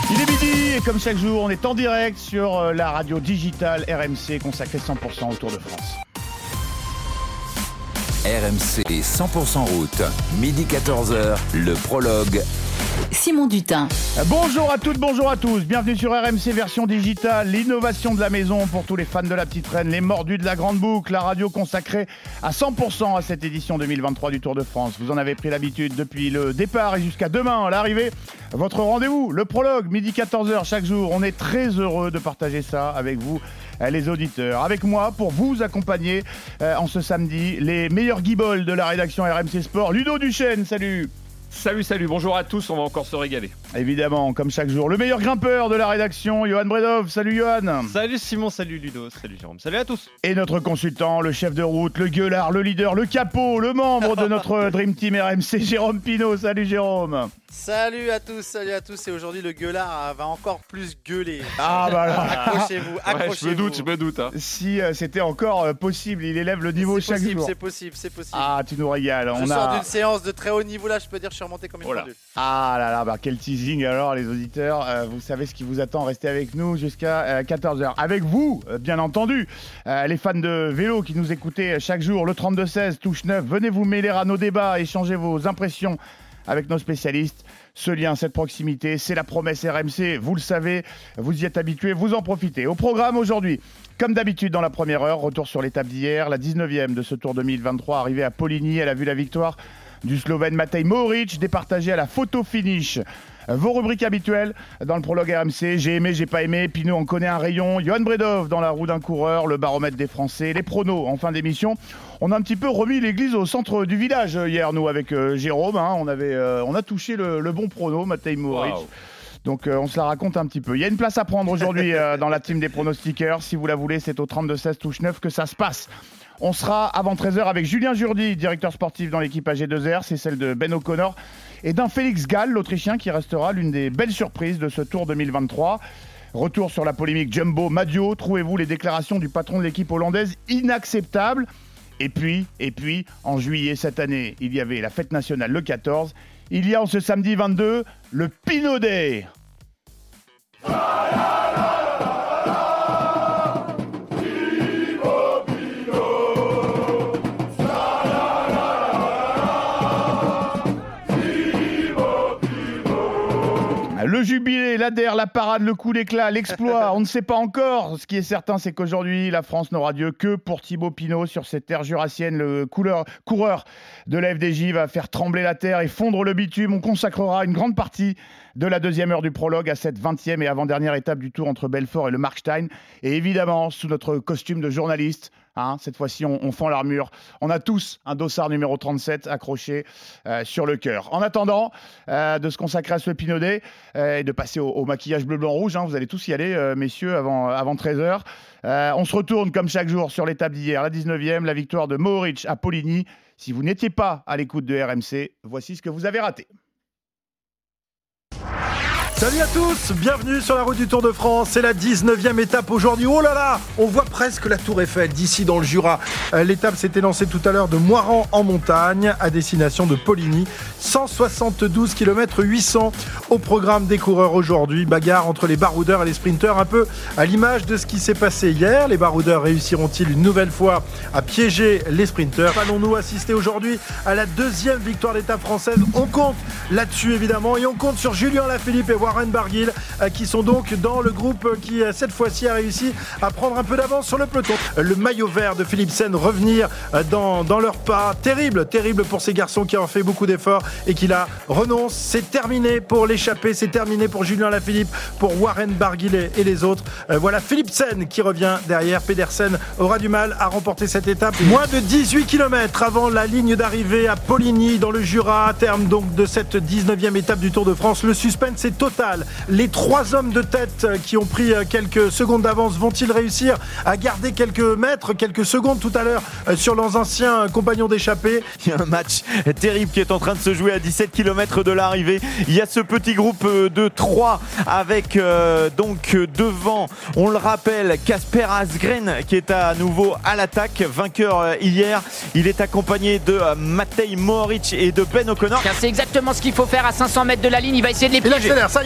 Il est midi et comme chaque jour, on est en direct sur la radio digitale RMC consacrée 100% au Tour de France. RMC 100% route, midi 14h, le prologue. Simon Dutin. Bonjour à toutes, bonjour à tous. Bienvenue sur RMC version digitale, l'innovation de la maison pour tous les fans de la petite reine, les mordus de la grande boucle, la radio consacrée à 100% à cette édition 2023 du Tour de France. Vous en avez pris l'habitude depuis le départ et jusqu'à demain à l'arrivée. Votre rendez-vous, le prologue, midi 14h chaque jour. On est très heureux de partager ça avec vous, les auditeurs. Avec moi, pour vous accompagner en ce samedi, les meilleurs guibolles de la rédaction RMC Sport. Ludo Duchesne, salut. Salut, bonjour à tous, on va encore se régaler. Évidemment, comme chaque jour, le meilleur grimpeur de la rédaction, Johan Bredov. Salut Johan. Salut Simon, salut Ludo, salut Jérôme, salut à tous. Et notre consultant, le chef de route, le gueulard, le leader, le capot, le membre de notre Dream Team RMC, Jérôme Pinault. Salut Jérôme. Salut à tous, et aujourd'hui le gueulard va encore plus gueuler. Ah bah là. Accrochez-vous. Je me doute. Hein. Si c'était encore possible, il élève le niveau chaque jour. C'est possible. Ah, tu nous régales. Je sors d'une séance de très haut niveau là, je peux dire que je suis remonté comme une pendule. Ah là là, bah quel teasing alors les auditeurs. Vous savez ce qui vous attend, restez avec nous jusqu'à 14h. Avec vous, bien entendu, les fans de vélo qui nous écoutez chaque jour, le 32-16, touche 9, venez vous mêler à nos débats, échanger vos impressions avec nos spécialistes. Ce lien, cette proximité, c'est la promesse RMC. Vous le savez, vous y êtes habitués, vous en profitez. Au programme aujourd'hui, comme d'habitude dans la première heure, retour sur l'étape d'hier, la 19e de ce Tour 2023, arrivée à Poligny. Elle a vu la victoire du Slovène Matej Mohoric, départagé à la photo finish. Vos rubriques habituelles dans le prologue RMC, j'ai aimé, j'ai pas aimé, Pinot en connaît un rayon, Johan Bredov dans la roue d'un coureur, le baromètre des Français, les pronos en fin d'émission. On a un petit peu remis l'église au centre du village hier, nous, avec Jérôme. Hein, on a touché le bon prono, Matej Mohoric. Wow. Donc on se la raconte un petit peu. Il y a une place à prendre aujourd'hui dans la team des pronostiqueurs. Si vous la voulez, c'est au 32-16 touche 9 que ça se passe. On sera avant 13h avec Julien Jourdi, directeur sportif dans l'équipe AG2R. C'est celle de Ben O'Connor et d'un Félix Gall, l'Autrichien, qui restera l'une des belles surprises de ce Tour 2023. Retour sur la polémique Jumbo-Madio. Trouvez-vous les déclarations du patron de l'équipe hollandaise inacceptables ? Et puis, en juillet cette année, il y avait la fête nationale le 14. Il y a en ce samedi 22 le Pinot Day. Le jubilé, l'adhère, la parade, le coup d'éclat, l'exploit, on ne sait pas encore. Ce qui est certain, c'est qu'aujourd'hui, la France n'aura Dieu que pour Thibaut Pinot sur cette terre jurassienne. Le coureur de la FDJ va faire trembler la terre et fondre le bitume. On consacrera une grande partie de la deuxième heure du prologue à cette 20e et avant-dernière étape du Tour entre Belfort et le Markstein. Et évidemment, sous notre costume de journaliste, cette fois-ci, on fend l'armure. On a tous un dossard numéro 37 accroché sur le cœur. En attendant de se consacrer à ce Pinot Day et de passer au maquillage bleu-blanc-rouge, vous allez tous y aller, messieurs, avant 13h. On se retourne comme chaque jour sur l'étape d'hier, la 19e, la victoire de Mohoric à Poligny. Si vous n'étiez pas à l'écoute de RMC, voici ce que vous avez raté. Salut à tous, bienvenue sur la route du Tour de France, c'est la 19e étape aujourd'hui. Oh là là, on voit presque la Tour Eiffel d'ici dans le Jura. L'étape s'était lancée tout à l'heure de Moirans en montagne à destination de Poligny. 172 km 800 au programme des coureurs aujourd'hui. Bagarre entre les baroudeurs et les sprinteurs, un peu à l'image de ce qui s'est passé hier. Les baroudeurs réussiront-ils une nouvelle fois à piéger les sprinteurs ? Allons-nous assister aujourd'hui à la deuxième victoire d'étape française ? On compte là-dessus évidemment et on compte sur Julien Lafilippe et Warren Barguil qui sont donc dans le groupe qui cette fois-ci a réussi à prendre un peu d'avance sur le peloton. Le maillot vert de Philipsen revenir dans leur pas. Terrible pour ces garçons qui ont fait beaucoup d'efforts et qui là renoncent. C'est terminé pour l'échappée, c'est terminé pour Julien Lafilippe, pour Warren Barguil et les autres. Voilà Philipsen qui revient derrière. Pedersen aura du mal à remporter cette étape. Moins de 18 km avant la ligne d'arrivée à Poligny dans le Jura, terme donc de cette 19e étape du Tour de France. Le suspense est total. Les trois hommes de tête qui ont pris quelques secondes d'avance vont-ils réussir à garder quelques mètres, quelques secondes tout à l'heure sur leurs anciens compagnons d'échappée? Il y a un match terrible qui est en train de se jouer à 17 km de l'arrivée. Il y a ce petit groupe de 3 avec donc devant, on le rappelle, Kasper Asgreen qui est à nouveau à l'attaque, vainqueur hier. Il est accompagné de Matej Mohoric et de Ben O'Connor. C'est exactement ce qu'il faut faire à 500 mètres de la ligne. Il va essayer de les piéger. Il accélère, ça y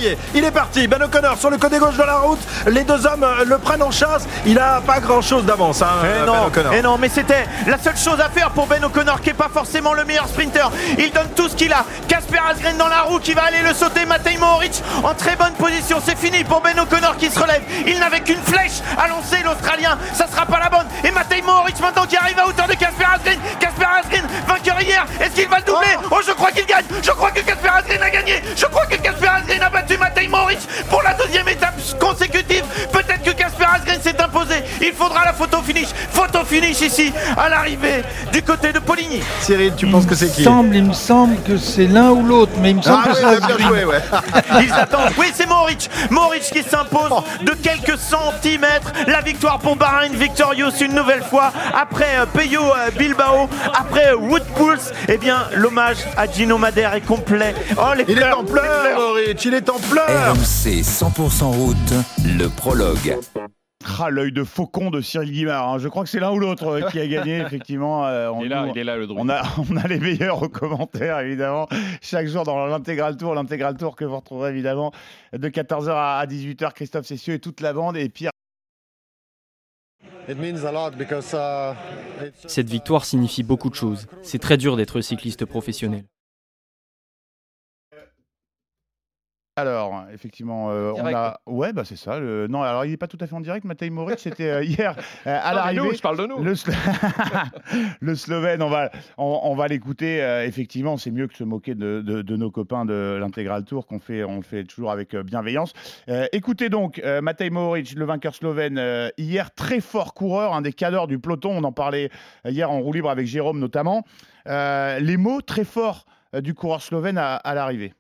y est, il est parti. Ben O'Connor sur le côté gauche de la route. Les deux hommes le prennent en chasse. Il a pas grand-chose d'avance. Non, mais c'était la seule chose à faire pour Ben O'Connor, qui est pas forcément le meilleur sprinter. Il donne tout ce qu'il a. Kasper Asgreen dans la roue qui va aller le sauter. Matej Mohoric en très bonne position. C'est fini pour Ben O'Connor qui se relève. Il n'avait qu'une flèche à lancer, l'Australien. Ça sera pas la bonne. Et Matej Mohoric maintenant qui arrive à hauteur de Kasper Asgreen. Kasper Asgreen, vainqueur hier. Est-ce qu'il va le doubler? Oh, je crois qu'il gagne. Je crois que Kasper Asgreen a gagné. Je crois que Kasper Asgreen a battu Matej Mohoric pour la deuxième étape consécutive. Peut-être que Kasper Asgreen s'est imposé. Il faudra la photo finish. Photo finish ici à l'arrivée du côté de Poligny. Cyril, tu penses que c'est qui? Il me semble que c'est l'un ou l'autre, mais il me semble que c'est Asgreen. Ils attendent. Oui, c'est Mohoric. Mohoric qui s'impose de quelques centimètres. La victoire pour Bahreïn Victorious une nouvelle fois. Après Peyo Bilbao, après Wood Pulse, eh bien l'hommage à Gino Madère est complet. Oh, il est en pleurs, Mohoric, il est en pleurs. RMC 100% route, le prologue. L'œil de faucon de Cyril Guimard. Hein. Je crois que c'est l'un ou l'autre qui a gagné, effectivement. Il est là, le druide. On a les meilleurs commentaires, évidemment, chaque jour dans l'intégral tour que vous retrouverez évidemment de 14h à 18h. Christophe Cessieux et toute la bande. Et Pierre. Cette victoire signifie beaucoup de choses. C'est très dur d'être cycliste professionnel. Alors, effectivement, on a... Ouais, bah c'est ça. Non, alors il n'est pas tout à fait en direct. Matej Mohoric, c'était hier à l'arrivée. Je parle de nous. Le Slovène, on va l'écouter. Effectivement, c'est mieux que se moquer de nos copains de l'Intégral Tour on le fait toujours avec bienveillance. Écoutez donc, Matej Mohoric, le vainqueur slovène, hier, très fort coureur, un des cadors du peloton. On en parlait hier en roue libre avec Jérôme notamment. Les mots très forts du coureur slovène à l'arrivée.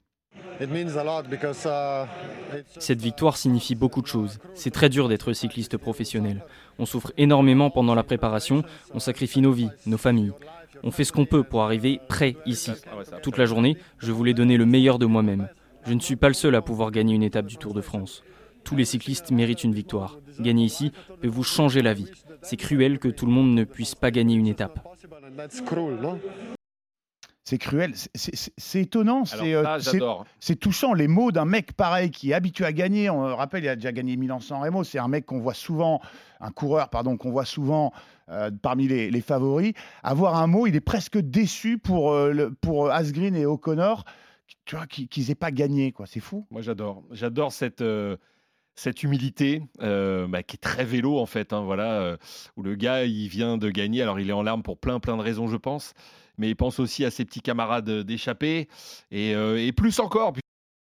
Cette victoire signifie beaucoup de choses. C'est très dur d'être cycliste professionnel. On souffre énormément pendant la préparation, on sacrifie nos vies, nos familles. On fait ce qu'on peut pour arriver prêt ici. Toute la journée, je voulais donner le meilleur de moi-même. Je ne suis pas le seul à pouvoir gagner une étape du Tour de France. Tous les cyclistes méritent une victoire. Gagner ici peut vous changer la vie. C'est cruel que tout le monde ne puisse pas gagner une étape. C'est cruel, c'est étonnant, j'adore. C'est touchant. Les mots d'un mec pareil qui est habitué à gagner. On rappelle, il a déjà gagné Milan-San Remo. C'est un mec qu'on voit souvent, un coureur, pardon, qu'on voit souvent parmi les favoris. Avoir un mot, il est presque déçu pour Asgreen et O'Connor, tu vois, qu'ils n'aient pas gagné, quoi. C'est fou. Moi, j'adore cette humilité qui est très vélo en fait, hein, voilà, où le gars il vient de gagner. Alors il est en larmes pour plein de raisons, je pense. Mais il pense aussi à ses petits camarades d'échappée et plus encore.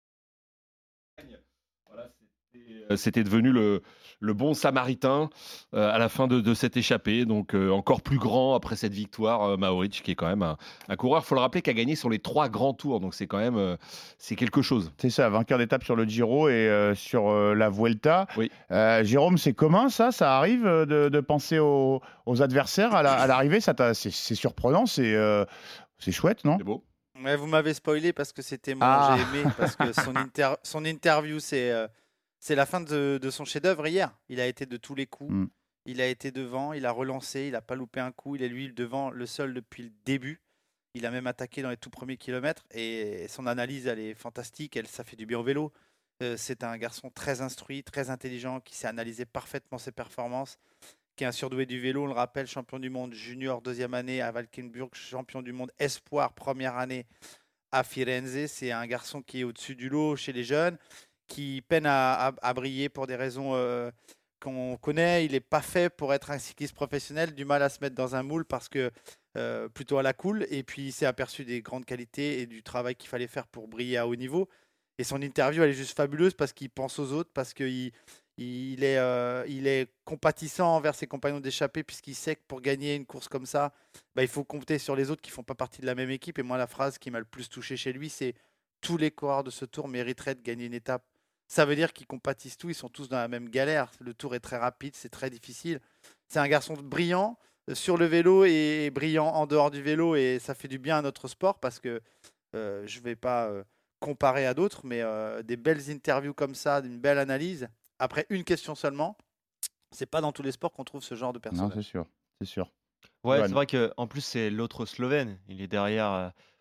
Voilà, c'était devenu le bon samaritain à la fin de cette échappée. Donc encore plus grand après cette victoire, Mohoric, qui est quand même un coureur, il faut le rappeler, qui a gagné sur les 3 grands tours. Donc c'est quand même c'est quelque chose. C'est ça, vainqueur d'étape sur le Giro et sur la Vuelta. Oui. Jérôme, c'est commun ça arrive de penser aux adversaires à l'arrivée. C'est surprenant, c'est chouette, non? C'est beau. Ouais, vous m'avez spoilé parce que c'était moi, j'ai aimé, parce que son interview, c'est la fin de son chef-d'œuvre hier. Il a été de tous les coups. Il a été devant, il a relancé, il n'a pas loupé un coup. Il est lui devant, le seul depuis le début. Il a même attaqué dans les tout premiers kilomètres. Et son analyse, elle est fantastique. Ça fait du bien au vélo. C'est un garçon très instruit, très intelligent, qui sait analyser parfaitement ses performances, qui est un surdoué du vélo. On le rappelle, champion du monde junior deuxième année à Valkenburg, champion du monde espoir première année à Firenze. C'est un garçon qui est au-dessus du lot chez les jeunes, qui peine à briller pour des raisons qu'on connaît. Il n'est pas fait pour être un cycliste professionnel, du mal à se mettre dans un moule parce que plutôt à la cool. Et puis il s'est aperçu des grandes qualités et du travail qu'il fallait faire pour briller à haut niveau. Et son interview, elle est juste fabuleuse parce qu'il pense aux autres, parce qu'il est compatissant envers ses compagnons d'échappée, puisqu'il sait que pour gagner une course comme ça, il faut compter sur les autres qui ne font pas partie de la même équipe. Et moi, la phrase qui m'a le plus touché chez lui, c'est « Tous les coureurs de ce tour mériteraient de gagner une étape ». Ça veut dire qu'ils compatissent tous, ils sont tous dans la même galère. Le tour est très rapide, c'est très difficile. C'est un garçon brillant sur le vélo et brillant en dehors du vélo, et ça fait du bien à notre sport parce que je ne vais pas comparer à d'autres, mais des belles interviews comme ça, d'une belle analyse, après une question seulement, c'est pas dans tous les sports qu'on trouve ce genre de personnage. Non, c'est sûr. Ouais, c'est vrai qu'en plus, c'est l'autre Slovène. Il est derrière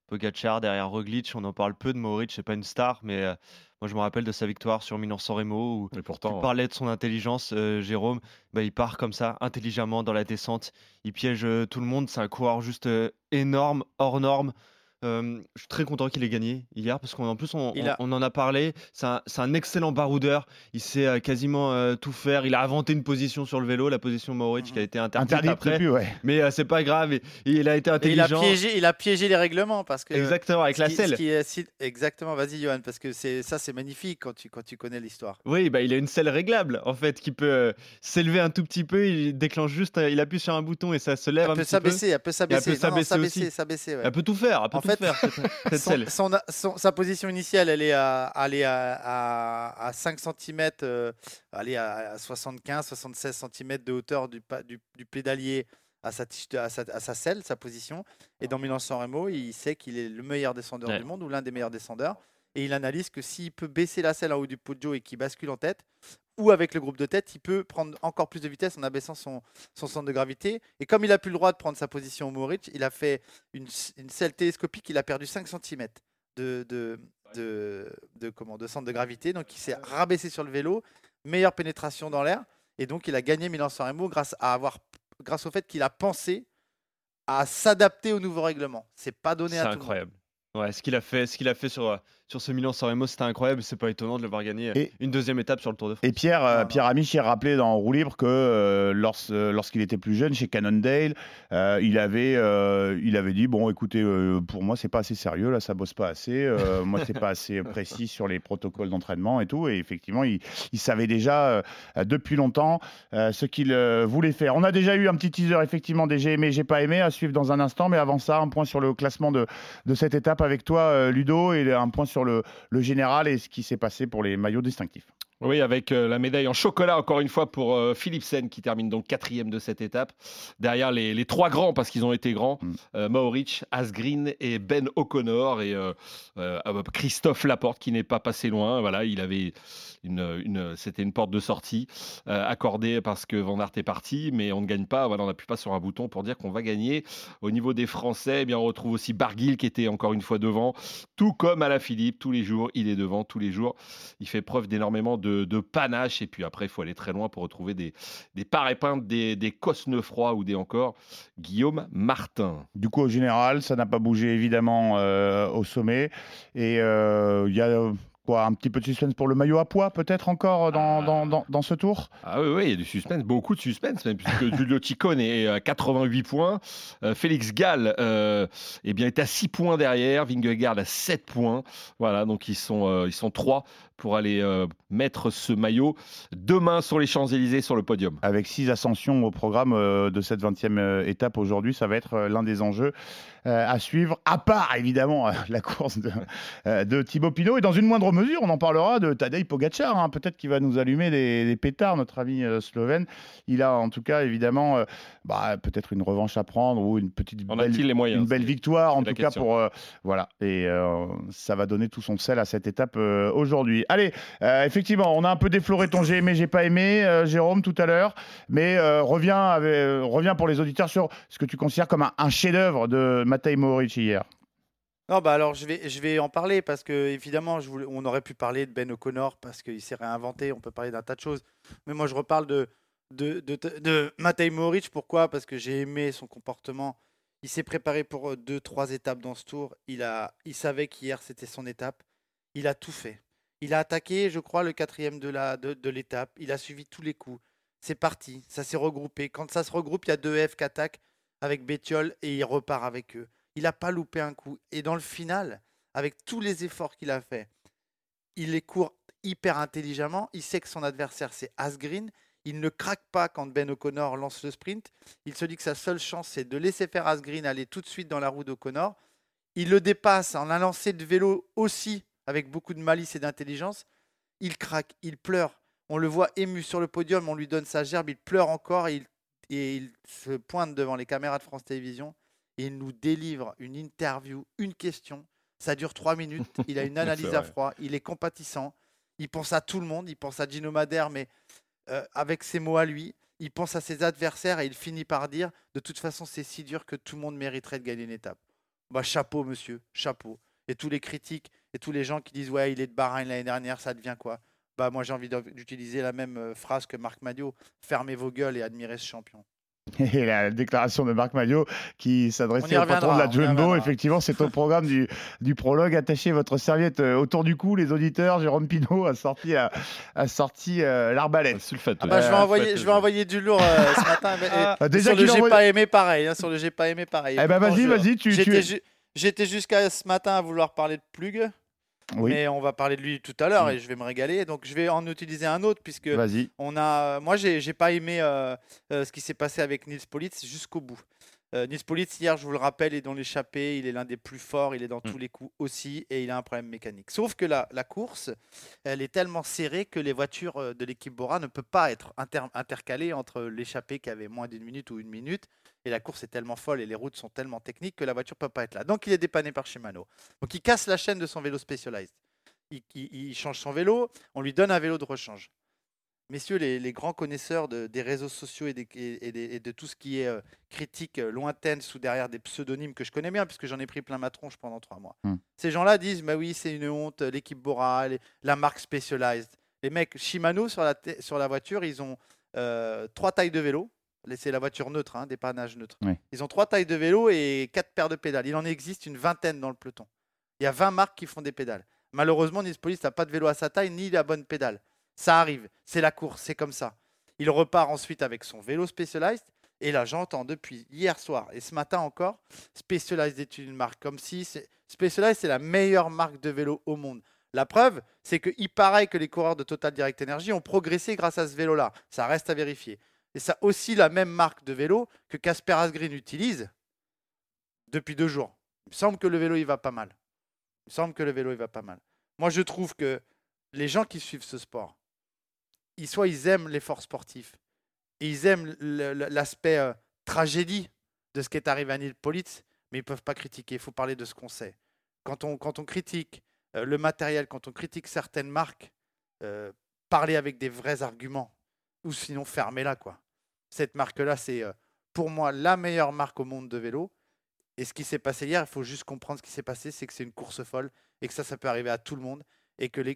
Pogačar, derrière Roglic. On en parle peu de Mohoric, c'est pas une star, mais moi je me rappelle de sa victoire sur Milan-San Remo où Et pourtant, tu parlais de son intelligence, Jérôme. Il part comme ça, intelligemment dans la descente. Il piège tout le monde. C'est un coureur juste énorme, hors norme. Je suis très content qu'il ait gagné hier parce qu'en plus on en a parlé. C'est un excellent baroudeur. Il sait quasiment tout faire. Il a inventé une position sur le vélo, la position Mohoric qui a été interdite après. Depuis, ouais. Mais c'est pas grave. Et il a été intelligent. Il a piégé les règlements parce que exactement avec la selle. Exactement. Vas-y, Johan, parce que c'est magnifique quand tu connais l'histoire. Oui, il a une selle réglable en fait qui peut s'élever un tout petit peu. Il déclenche juste, il appuie sur un bouton et ça se lève un petit peu. Elle peut s'abaisser. Ouais. Elle peut tout faire. Sa position initiale, elle est à 5 cm, à 75-76 cm de hauteur du pédalier à sa selle, sa position. Et dans Milan-San Remo, il sait qu'il est le meilleur descendeur du monde ou l'un des meilleurs descendeurs. Et il analyse que s'il peut baisser la selle en haut du podio et qu'il bascule en tête, ou avec le groupe de tête, il peut prendre encore plus de vitesse en abaissant son centre de gravité. Et comme il n'a plus le droit de prendre sa position au Mohoric, il a fait une selle télescopique, il a perdu 5 cm de centre de gravité. Donc il s'est rabaissé sur le vélo, meilleure pénétration dans l'air. Et donc il a gagné Milan-San Remo grâce au fait qu'il a pensé à s'adapter au nouveau règlement. C'est pas donné à tout le monde. C'est incroyable. Ouais, ce qu'il a fait sur ce Milan-San Remo, c'était incroyable. C'est pas étonnant de le voir gagner une deuxième étape sur le Tour de France. Et Pierre Amiche a rappelé dans Roue Libre que lorsqu'il était plus jeune chez Cannondale, il avait dit bon, écoutez, pour moi c'est pas assez sérieux là, ça bosse pas assez. Moi c'est pas assez précis sur les protocoles d'entraînement et tout. Et effectivement, il savait déjà depuis longtemps ce qu'il voulait faire. On a déjà eu un petit teaser effectivement des j'ai aimé, j'ai pas aimé à suivre dans un instant. Mais avant ça, un point sur le classement de cette étape avec toi, Ludo, et un point sur le général et ce qui s'est passé pour les maillots distinctifs. Oui, avec la médaille en chocolat, encore une fois, pour Philipsen, qui termine donc 4e de cette étape. Derrière les trois grands, parce qu'ils ont été grands, Mohoric, Asgreen et Ben O'Connor. Et Christophe Laporte, qui n'est pas passé loin. Voilà, il avait c'était une porte de sortie accordée parce que Van Aert est parti, mais on ne gagne pas. Voilà, on n'appuie pas sur un bouton pour dire qu'on va gagner. Au niveau des Français, on retrouve aussi Barguil, qui était encore une fois devant. Tout comme Alaphilippe, tous les jours, il est devant, tous les jours. Il fait preuve d'énormément de panache, et puis après il faut aller très loin pour retrouver des parépintes, des Cosnefroy ou des encore Guillaume Martin. Du coup au général ça n'a pas bougé évidemment au sommet, et il y a un petit peu de suspense pour le maillot à pois peut-être encore dans ce tour. Ah oui, il y a du suspense, beaucoup de suspense même, puisque Giulio Ciccone est à 88 points, Félix Gall est à 6 points derrière, Vingegaard à 7 points, voilà, donc ils sont 3 pour aller mettre ce maillot demain sur les Champs-Élysées sur le podium. Avec 6 ascensions au programme de cette 20e étape aujourd'hui, ça va être l'un des enjeux à suivre, à part évidemment la course de Thibaut Pinot, et dans une moindre mesure, on en parlera de Tadej Pogačar, peut-être qu'il va nous allumer des pétards, notre ami slovène. Il a en tout cas évidemment peut-être une revanche à prendre ou une belle victoire en tout cas pour voilà, et ça va donner tout son sel à cette étape aujourd'hui. Allez, effectivement, on a un peu défloré ton j'ai aimé, j'ai pas aimé, Jérôme, tout à l'heure, mais reviens pour les auditeurs sur ce que tu considères comme un chef-d'œuvre de Matej Mohoric hier. Non, alors je vais en parler parce que évidemment, on aurait pu parler de Ben O'Connor parce qu'il s'est réinventé, on peut parler d'un tas de choses, mais moi je reparle de Matej Mohoric. Pourquoi ? Parce que j'ai aimé son comportement. Il s'est préparé pour 2-3 étapes dans ce tour. Il savait qu'hier c'était son étape. Il a tout fait. Il a attaqué, je crois, le 4e de l'étape. Il a suivi tous les coups. C'est parti, ça s'est regroupé. Quand ça se regroupe, il y a 2 F qui attaquent avec Bettiol et il repart avec eux. Il n'a pas loupé un coup. Et dans le final, avec tous les efforts qu'il a fait, il les court hyper intelligemment. Il sait que son adversaire, c'est Asgreen. Il ne craque pas quand Ben O'Connor lance le sprint. Il se dit que sa seule chance, c'est de laisser faire Asgreen aller tout de suite dans la roue d'O'Connor. Il le dépasse en un lancé de vélo aussi, avec beaucoup de malice et d'intelligence. Il craque, il pleure. On le voit ému sur le podium, on lui donne sa gerbe, il pleure encore et il se pointe devant les caméras de France Télévisions et il nous délivre une interview, une question. Ça dure 3 minutes, il a une analyse à froid, il est compatissant, il pense à tout le monde, il pense à Gino Madère, mais avec ses mots à lui, il pense à ses adversaires et il finit par dire « De toute façon, c'est si dur que tout le monde mériterait de gagner une étape ». Bah, chapeau, monsieur, chapeau. Et tous les critiques et tous les gens qui disent ouais, il est de Bahreïn l'année dernière, ça devient quoi? Bah, moi, j'ai envie d'utiliser la même phrase que Marc Madiot. Fermez vos gueules et admirez ce champion. Et la déclaration de Marc Madiot qui s'adressait au patron de la Jumbo, effectivement, c'est au programme du prologue. Attachez votre serviette autour du cou, les auditeurs. Jérôme Pinault a sorti l'arbalète. Ah bah, je vais envoyer du lourd ce matin. Déjà sur le j'ai pas aimé pareil. Sur le j'ai pas aimé pareil. Eh ben vas-y. J'étais jusqu'à ce matin à vouloir parler de Plug. Oui. Mais on va parler de lui tout à l'heure et je vais me régaler. Donc je vais en utiliser un autre puisque moi j'ai pas aimé ce qui s'est passé avec Nils Politz jusqu'au bout. Nils Politz hier, je vous le rappelle, est dans l'échappée, il est l'un des plus forts, il est dans tous les coups aussi et il a un problème mécanique. Sauf que la course, elle est tellement serrée que les voitures de l'équipe Bora ne peuvent pas être intercalées entre l'échappée qui avait moins d'une minute ou une minute. Et la course est tellement folle et les routes sont tellement techniques que la voiture ne peut pas être là. Donc il est dépanné par Shimano. Donc il casse la chaîne de son vélo Specialized. Il change son vélo, on lui donne un vélo de rechange. Messieurs, les grands connaisseurs des réseaux sociaux et de tout ce qui est critique lointaine sous derrière des pseudonymes que je connais bien puisque j'en ai pris plein ma tronche pendant 3 mois. Ces gens-là disent bah oui, c'est une honte, l'équipe Bora, la marque Specialized. Les mecs, Shimano sur la voiture, ils ont 3 tailles de vélo. C'est la voiture neutre, dépannage neutre. Oui. Ils ont 3 tailles de vélo et 4 paires de pédales. Il en existe une vingtaine dans le peloton. Il y a 20 marques qui font des pédales. Malheureusement, Nils Politz n'a pas de vélo à sa taille ni la bonne pédale. Ça arrive, c'est la course, c'est comme ça. Il repart ensuite avec son vélo Specialized. Et là, j'entends depuis hier soir et ce matin encore, Specialized est une marque. Comme si Specialized, c'est la meilleure marque de vélo au monde. La preuve, c'est qu'il paraît que les coureurs de Total Direct Energy ont progressé grâce à ce vélo-là. Ça reste à vérifier. Et ça aussi la même marque de vélo que Casper Asgreen utilise depuis 2 jours. Il me semble que le vélo, il va pas mal. Moi, je trouve que les gens qui suivent ce sport, ils aiment l'effort sportif et ils aiment l'aspect tragédie de ce qui est arrivé à Nils Politz, mais ils ne peuvent pas critiquer. Il faut parler de ce qu'on sait. Quand on critique le matériel, quand on critique certaines marques, parler avec des vrais arguments. Ou sinon, fermez-la, quoi. Cette marque-là, c'est pour moi la meilleure marque au monde de vélo. Et ce qui s'est passé hier, il faut juste comprendre ce qui s'est passé, c'est que c'est une course folle et que ça peut arriver à tout le monde. Et que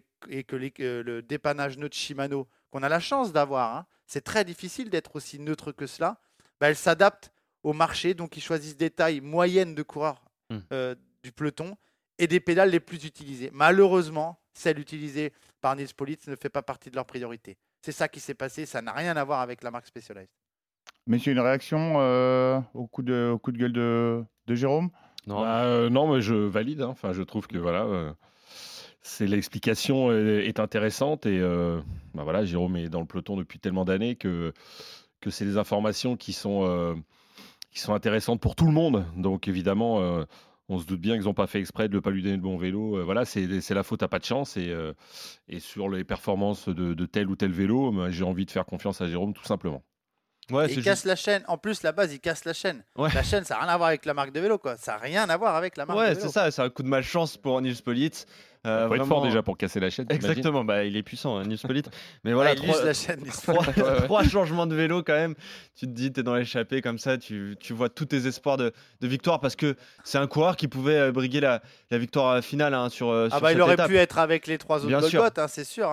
le dépannage neutre Shimano, qu'on a la chance d'avoir, c'est très difficile d'être aussi neutre que cela, elle s'adapte au marché. Donc, ils choisissent des tailles moyennes de coureurs du peloton et des pédales les plus utilisées. Malheureusement, celle utilisée par Nils Politz ne fait pas partie de leur priorité. C'est ça qui s'est passé, ça n'a rien à voir avec la marque Specialized. Messieurs, une réaction au coup de gueule de Jérôme? Non, mais je valide. Enfin, je trouve que c'est l'explication est intéressante et Jérôme est dans le peloton depuis tellement d'années que c'est des informations qui sont intéressantes pour tout le monde. Donc évidemment. On se doute bien qu'ils n'ont pas fait exprès de ne pas lui donner le bon vélo. C'est la faute à pas de chance. Et sur les performances de tel ou tel vélo, j'ai envie de faire confiance à Jérôme, tout simplement. Ouais, il casse la chaîne. En plus, la base, il casse la chaîne. Ouais. La chaîne, ça n'a rien à voir avec la marque de vélo, quoi. Ça n'a rien à voir avec la marque de vélo. Ouais, c'est ça. C'est un coup de malchance pour Nils Politz. Il faut être fort déjà pour casser la chaîne. Exactement, il est puissant, Nils Politz. Mais voilà, il use la chaîne. 3 changements de vélo quand même. Tu te dis, tu es dans l'échappée comme ça, tu vois tous tes espoirs de victoire parce que c'est un coureur qui pouvait briguer la victoire finale sur il aurait pu être avec les 3 autres Golgoth, c'est sûr.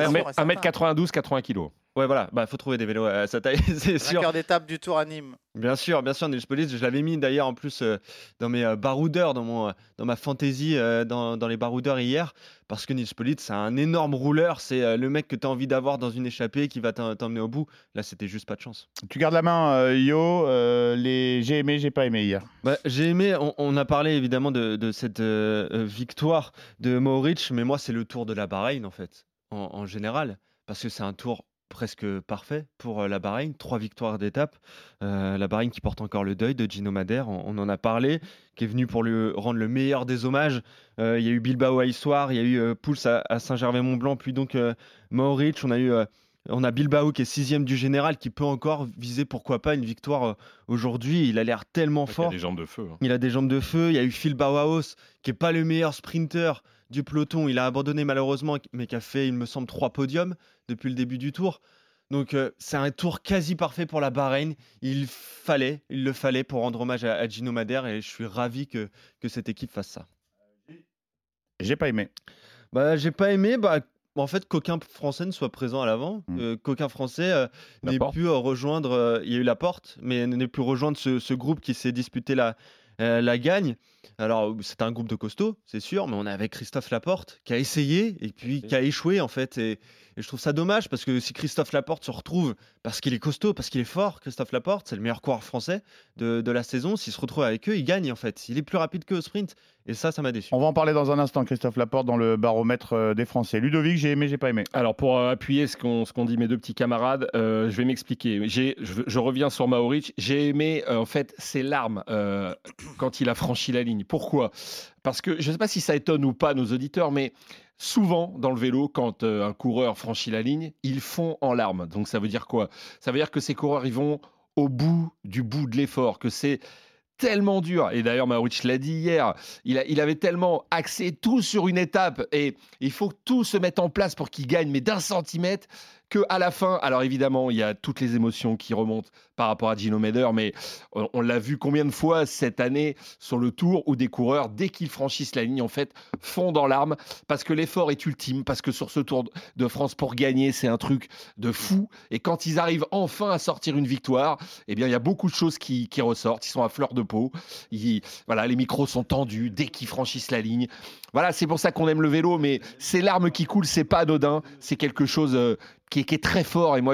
1m92, 80 kg. Ouais, voilà, faut trouver des vélos à sa taille, c'est sûr. Vainqueur d'étape du Tour à Nîmes. Bien sûr, Nils Politz, je l'avais mis d'ailleurs en plus dans mes baroudeurs, dans ma fantaisie, dans les baroudeurs hier, parce que Nils Politz, c'est un énorme rouleur, c'est le mec que tu as envie d'avoir dans une échappée qui va t'emmener au bout. Là, c'était juste pas de chance. Tu gardes la main, Yo, j'ai aimé, j'ai pas aimé hier. J'ai aimé, on a parlé évidemment de cette victoire de Mohoric, mais moi, c'est le tour de la Bahreïn en fait, en général, parce que c'est un tour presque parfait pour la Bahreïn, 3 victoires d'étape. La Bahreïn qui porte encore le deuil de Gino Madère, on en a parlé, qui est venu pour lui rendre le meilleur des hommages. Il y a eu Bilbao à Issoire, il y a eu Pouls à Saint-Gervais-Mont-Blanc, puis donc Mohoric. On a Bilbao qui est 6e du général, qui peut encore viser pourquoi pas une victoire aujourd'hui. Il a l'air tellement fort. Il a des jambes de feu. Il a des jambes de feu. Il y a eu Phil Bauhaus qui n'est pas le meilleur sprinter du peloton. Il a abandonné malheureusement, mais qui a fait, il me semble, 3 podiums depuis le début du tour. Donc c'est un tour quasi parfait pour la Bahreïn. Il le fallait pour rendre hommage à Gino Madère et je suis ravi que cette équipe fasse ça. J'ai pas aimé. J'ai pas aimé. En fait, qu'aucun Français ne soit présent à l'avant, qu'aucun Français n'ait pu rejoindre. Il y a eu Laporte, mais n'ait pu rejoindre ce groupe qui s'est disputé la gagne. Alors, c'est un groupe de costauds, c'est sûr, mais on est avec Christophe Laporte qui a essayé et puis qui a échoué en fait. Et je trouve ça dommage parce que si Christophe Laporte se retrouve, parce qu'il est costaud, parce qu'il est fort, Christophe Laporte, c'est le meilleur coureur français de la saison. S'il se retrouve avec eux, il gagne en fait. Il est plus rapide qu'eux au sprint. Et ça m'a déçu. On va en parler dans un instant, Christophe Laporte, dans le baromètre des Français. Ludovic, j'ai aimé, j'ai pas aimé. Alors, pour appuyer ce qu'ont dit mes deux petits camarades, je vais m'expliquer. Je reviens sur Maoric. J'ai aimé, en fait, ses larmes quand il a franchi la ligne. Pourquoi ? Parce que je ne sais pas si ça étonne ou pas nos auditeurs, mais souvent, dans le vélo, quand un coureur franchit la ligne, ils font en larmes. Donc, ça veut dire quoi ? Ça veut dire que ces coureurs, ils vont au bout de l'effort, que c'est tellement dur. Et d'ailleurs, Maoric l'a dit hier, il avait tellement axé tout sur une étape et il faut que tout se mette en place pour qu'il gagne, mais d'1 centimètre, qu'à la fin, alors évidemment, il y a toutes les émotions qui remontent par rapport à Gino Madère, mais on l'a vu combien de fois cette année sur le Tour où des coureurs, dès qu'ils franchissent la ligne, en fait, fondent en larmes parce que l'effort est ultime, parce que sur ce Tour de France, pour gagner, c'est un truc de fou. Et quand ils arrivent enfin à sortir une victoire, eh bien, il y a beaucoup de choses qui ressortent. Ils sont à fleur de peau. Voilà, les micros sont tendus dès qu'ils franchissent la ligne. Voilà, c'est pour ça qu'on aime le vélo, mais ces larmes qui coulent, c'est pas anodin. C'est quelque chose qui est très fort. Et moi,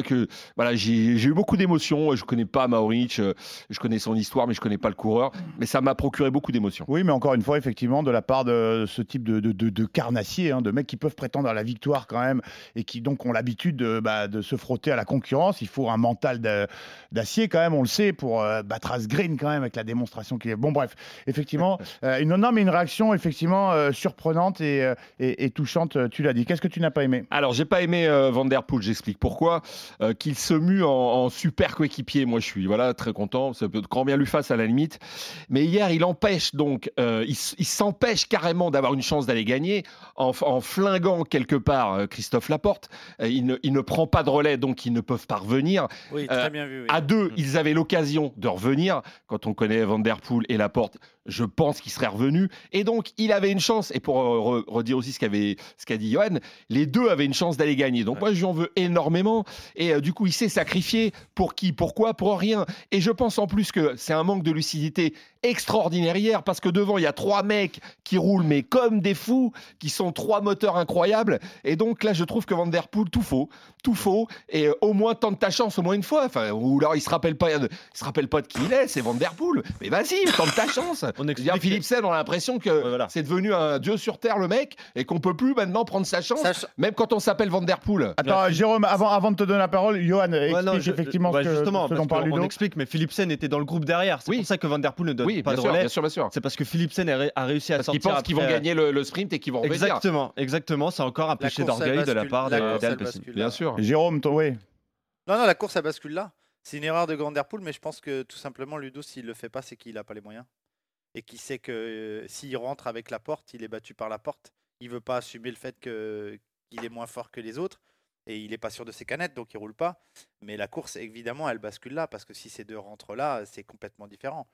j'ai eu beaucoup d'émotions. Je connais pas Maoric, je connais son histoire, mais je connais pas le coureur. Mais ça m'a procuré beaucoup d'émotions. Oui, mais encore une fois, effectivement, de la part de ce type de carnassiers, de mecs qui peuvent prétendre à la victoire quand même, et qui donc ont l'habitude de se frotter à la concurrence. Il faut un mental d'acier quand même, on le sait, pour battre Asgreen quand même, avec la démonstration qu'il est. Bon, bref, effectivement, une réaction effectivement surprenante et touchante, tu l'as dit. Qu'est-ce que tu n'as pas aimé ? Alors, j'ai pas aimé Van Der Poel. J'explique pourquoi. Qu'il se mue en super coéquipier. Moi, je suis très content. Ça peut grand bien lui fasse à la limite. Mais hier, il empêche donc, il s'empêche carrément d'avoir une chance d'aller gagner en flinguant quelque part Christophe Laporte. Il ne prend pas de relais, donc ils ne peuvent pas revenir. Oui, très bien vu. Oui. À deux, ils avaient l'occasion de revenir. Quand on connaît Van Der Poel et Laporte, je pense qu'il serait revenu. Et donc, il avait une chance. Et pour redire aussi ce qu'a dit Johan, les deux avaient une chance d'aller gagner. Donc, moi, je lui en veux énormément. Et du coup, il s'est sacrifié. Pour qui ? Pourquoi ? Pour rien. Et je pense en plus que c'est un manque de lucidité extraordinaire hier, parce que devant, il y a 3 mecs qui roulent, mais comme des fous, qui sont 3 moteurs incroyables. Et donc, là, je trouve que Van Der Poel, tout faux. Et au moins, tente ta chance au moins une fois. Enfin, ou alors, il se rappelle pas de qui il est. C'est Van Der Poel. Mais vas-y, tente ta chance. Philipsen, on a l'impression que c'est devenu un dieu sur terre, le mec, et qu'on peut plus maintenant prendre sa chance, même quand on s'appelle Van Der Poel. Attends, Jérôme, avant de te donner la parole, Johan, explique effectivement ce dont parle Ludo. On explique, mais Philipsen était dans le groupe derrière. C'est pour ça que Van Der Poel ne donne pas de relais. Bien sûr. C'est parce que Philipsen a réussi à sortir. Ils pensent qu'ils vont gagner le sprint et qu'ils vont revenir. Exactement. C'est encore un péché d'orgueil de la part d'Alpecin. Bien sûr. Jérôme, oui. Non, la course, elle bascule là. C'est une erreur de Van Der Poel, mais je pense que tout simplement, Ludo, s'il le fait pas, c'est qu'il n'a pas les moyens. Et qui sait que s'il rentre avec Laporte, il est battu par Laporte. Il veut pas assumer le fait qu'il est moins fort que les autres. Et il n'est pas sûr de ses canettes, donc il roule pas. Mais la course, évidemment, elle bascule là, parce que si ces deux rentrent là, c'est complètement différent.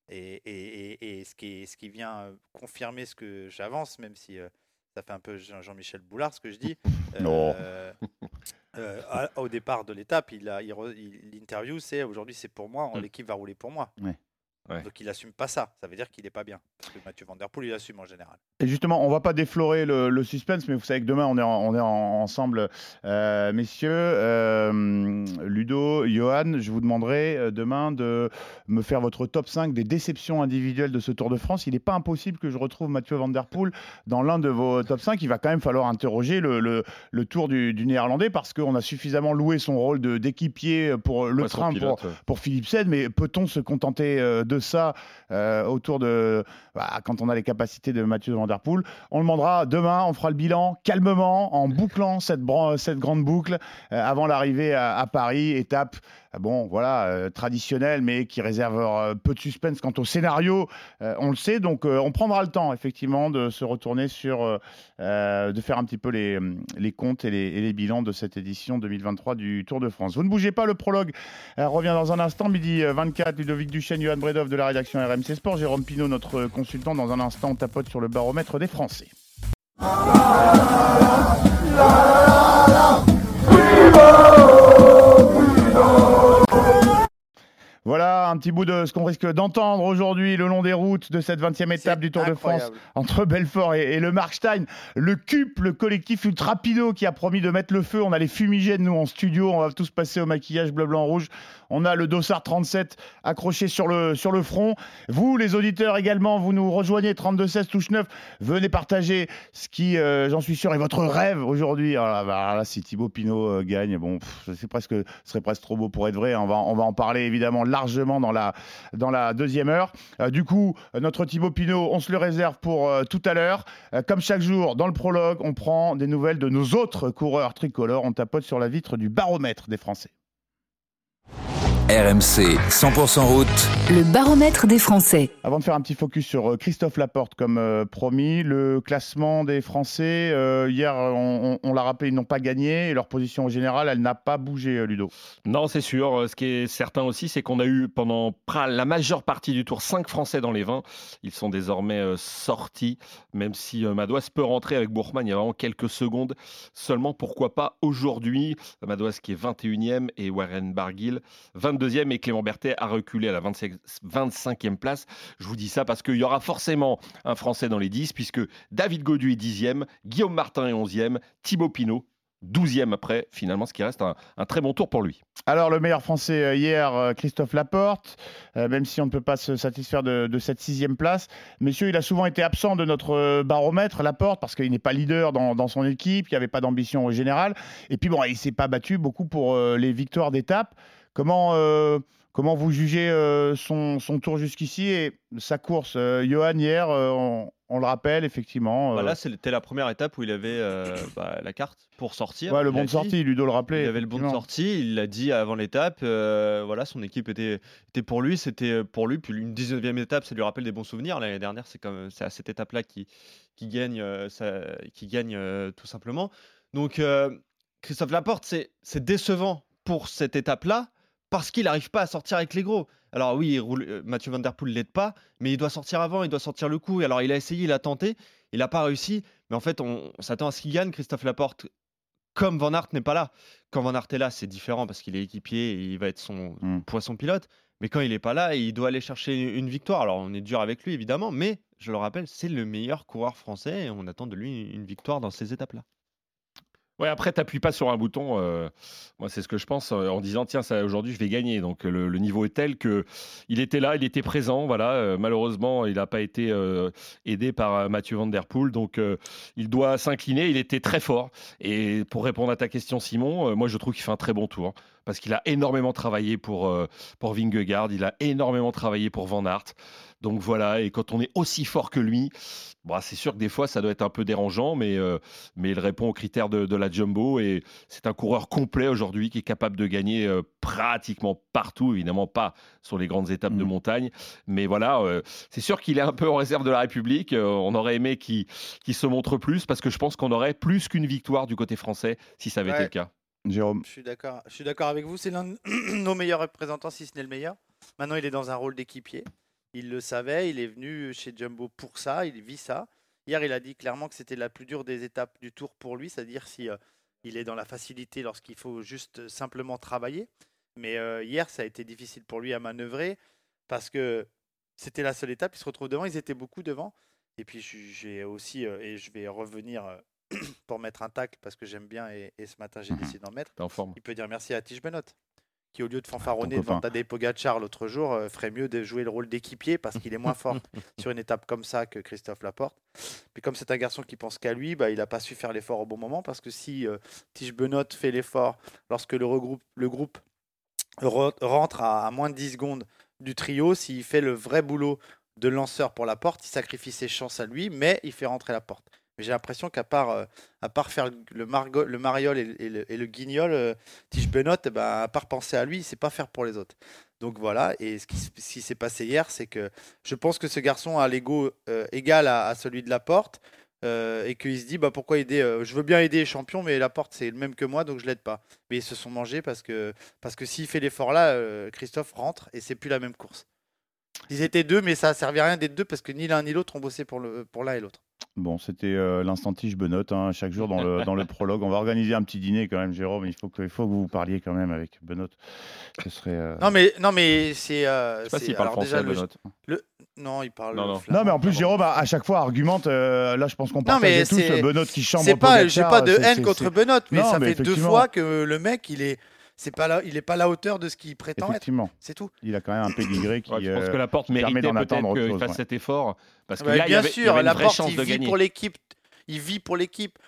Et ce qui vient confirmer ce que j'avance, même si ça fait un peu Jean-Michel Boulard ce que je dis. Au départ de l'étape, l'interview, c'est aujourd'hui c'est pour moi, l'équipe va rouler pour moi. Ouais. Donc il assume pas ça. Ça veut dire qu'il n'est pas bien. Parce que Mathieu Van Der Poel, il assume en général. Et justement, on va pas déflorer le suspense, mais vous savez que demain, on est ensemble, messieurs. Ludo, Johan, je vous demanderai demain de me faire votre top 5 des déceptions individuelles de ce Tour de France. Il n'est pas impossible que je retrouve Mathieu Van Der Poel dans l'un de vos top 5. Il va quand même falloir interroger le Tour du Néerlandais, parce qu'on a suffisamment loué son rôle d'équipier pour le train pour Philipsen. Mais peut-on se contenter de ça autour de quand on a les capacités de Mathieu Van Der Poel? On le demandera demain, on fera le bilan calmement en bouclant cette grande boucle avant l'arrivée à Paris, étape bon, voilà, traditionnel, mais qui réserve peu de suspense quant au scénario. On le sait, donc on prendra le temps, effectivement, de se retourner sur, de faire un petit peu les comptes et les bilans de cette édition 2023 du Tour de France. Vous ne bougez pas, le prologue revient dans un instant, midi 24, Ludovic Duchesne, Johan Bredov de la rédaction RMC Sport, Jérôme Pinault, notre consultant. Dans un instant, on tapote sur le baromètre des Français. Voilà un petit bout de ce qu'on risque d'entendre aujourd'hui le long des routes de cette 20e étape du Tour de France entre Belfort et le Markstein. Le CUP, le collectif Ultrapido qui a promis de mettre le feu. On a les fumigènes, nous, en studio. On va tous passer au maquillage bleu, blanc, rouge. On a le Dossard 37 accroché sur le front. Vous, les auditeurs également, vous nous rejoignez 32-16 touche 9. Venez partager ce qui, j'en suis sûr, est votre rêve aujourd'hui. Là, si Thibaut Pinot gagne, bon, ce serait presque trop beau pour être vrai. On va en parler évidemment largement dans la deuxième heure. Du coup, notre Thibaut Pinot, on se le réserve pour tout à l'heure. Comme chaque jour, dans le prologue, on prend des nouvelles de nos autres coureurs tricolores. On tapote sur la vitre du baromètre des Français. RMC 100% route. Le baromètre des Français. Avant de faire un petit focus sur Christophe Laporte, comme promis, le classement des Français, hier, on l'a rappelé, ils n'ont pas gagné et leur position au général, elle n'a pas bougé, Ludo. Non, c'est sûr. Ce qui est certain aussi, c'est qu'on a eu pendant la majeure partie du Tour 5 Français dans les 20. Ils sont désormais sortis, même si Madouas peut rentrer avec Bourgman. Il y a vraiment quelques secondes seulement. Pourquoi pas aujourd'hui? Madouas qui est 21e et Warren Barguil 22e et Clément Berthet a reculé à la 25e place. Je vous dis ça parce qu'il y aura forcément un Français dans les 10 puisque David Gaudu est 10e, Guillaume Martin est 11e, Thibaut Pinot 12e après, finalement, ce qui reste un très bon tour pour lui. Alors, le meilleur Français hier, Christophe Laporte, même si on ne peut pas se satisfaire de cette 6e place. Messieurs, il a souvent été absent de notre baromètre, Laporte, parce qu'il n'est pas leader dans son équipe, il n'y avait pas d'ambition au général. Et puis, bon, il ne s'est pas battu beaucoup pour les victoires d'étape. Comment vous jugez son tour jusqu'ici et sa course? Johan, hier, on le rappelle, effectivement. Là, c'était la première étape où il avait la carte pour sortir. Ouais, le bon de sortie, Ludo le rappelait. Il avait le bon de sortie, il l'a dit avant l'étape. Son équipe était pour lui, c'était pour lui. Puis une 19e étape, ça lui rappelle des bons souvenirs. L'année dernière, c'est à cette étape-là qu'il gagne, tout simplement. Donc, Christophe Laporte, c'est décevant pour cette étape-là, parce qu'il n'arrive pas à sortir avec les gros. Alors oui, Mathieu Van Der Poel ne l'aide pas, mais il doit sortir avant, il doit sortir le coup. Alors il a essayé, il a tenté, il n'a pas réussi. Mais en fait, on s'attend à ce qu'il gagne, Christophe Laporte, comme Van Aert n'est pas là. Quand Van Aert est là, c'est différent parce qu'il est équipier et il va être son poisson pilote. Mais quand il n'est pas là, il doit aller chercher une victoire. Alors on est dur avec lui, évidemment, mais je le rappelle, c'est le meilleur coureur français et on attend de lui une victoire dans ces étapes-là. Ouais, après, t'appuies pas sur un bouton. Moi, c'est ce que je pense en disant tiens, ça aujourd'hui, je vais gagner. Donc le niveau est tel que il était là, il était présent. Voilà. Malheureusement, il n'a pas été aidé par Mathieu Van Der Poel. Donc il doit s'incliner. Il était très fort. Et pour répondre à ta question, Simon, moi, je trouve qu'il fait un très bon tour parce qu'il a énormément travaillé pour Vingegaard. Il a énormément travaillé pour Van Aert. Donc voilà, et quand on est aussi fort que lui, c'est sûr que des fois ça doit être un peu dérangeant, mais il répond aux critères de la Jumbo et c'est un coureur complet aujourd'hui qui est capable de gagner pratiquement partout, évidemment pas sur les grandes étapes de montagne, mais voilà, c'est sûr qu'il est un peu en réserve de la République. On aurait aimé qu'il se montre plus parce que je pense qu'on aurait plus qu'une victoire du côté français si ça avait été le cas. Jérôme. Je suis d'accord avec vous, c'est l'un de nos meilleurs représentants, si ce n'est le meilleur. Maintenant, il est dans un rôle d'équipier. Il le savait, il est venu chez Jumbo pour ça, il vit ça. Hier, il a dit clairement que c'était la plus dure des étapes du Tour pour lui, c'est-à-dire si il est dans la facilité lorsqu'il faut juste simplement travailler. Mais hier, ça a été difficile pour lui à manœuvrer parce que c'était la seule étape. Il se retrouve devant, ils étaient beaucoup devant. Et puis, j'ai aussi, et je vais revenir pour mettre un tacle parce que j'aime bien et ce matin, j'ai décidé d'en mettre. Il peut dire merci à Tish Benoît, qui au lieu de fanfaronner devant Tadej Pogacar l'autre jour, ferait mieux de jouer le rôle d'équipier parce qu'il est moins fort sur une étape comme ça que Christophe Laporte. Puis comme c'est un garçon qui pense qu'à lui, il n'a pas su faire l'effort au bon moment parce que si Tish Benoît fait l'effort lorsque le groupe rentre à moins de 10 secondes du trio, s'il fait le vrai boulot de lanceur pour Laporte, il sacrifie ses chances à lui, mais il fait rentrer Laporte. Mais j'ai l'impression qu'à part faire le mariole et le guignol, Tige Benoît, à part penser à lui, il ne sait pas faire pour les autres. Donc voilà, et ce qui s'est passé hier, c'est que je pense que ce garçon a l'ego égal à celui de Laporte, et qu'il se dit pourquoi aider, je veux bien aider les champions, mais Laporte c'est le même que moi, donc je l'aide pas. Mais ils se sont mangés parce que s'il fait l'effort là, Christophe rentre et c'est plus la même course. Ils étaient deux, mais ça ne servait à rien d'être deux parce que ni l'un ni l'autre ont bossé pour l'un et l'autre. Bon, c'était l'instant Tige Benoît, hein, chaque jour dans le prologue. On va organiser un petit dîner quand même, Jérôme. Il faut que vous parliez quand même avec Benoît. Ce serait. Non, mais c'est. Je sais pas s'il parle français, Benoît. Non, il parle. Non, mais en plus, Jérôme, à chaque fois, argumente. Là, je pense qu'on partage tous Benoît qui chambre. J'ai pas de haine contre Benoît, mais ça fait 2 fois que le mec, il est. Il n'est pas à la hauteur de ce qu'il prétend être. C'est tout. Il a quand même un pédigré qui. Je pense que Laporte méritait peut-être qu'il fasse cet effort. Parce que là, bien il sûr, avait une vraie Laporte, chance de gagner. Pour l'équipe. Il vit pour l'équipe.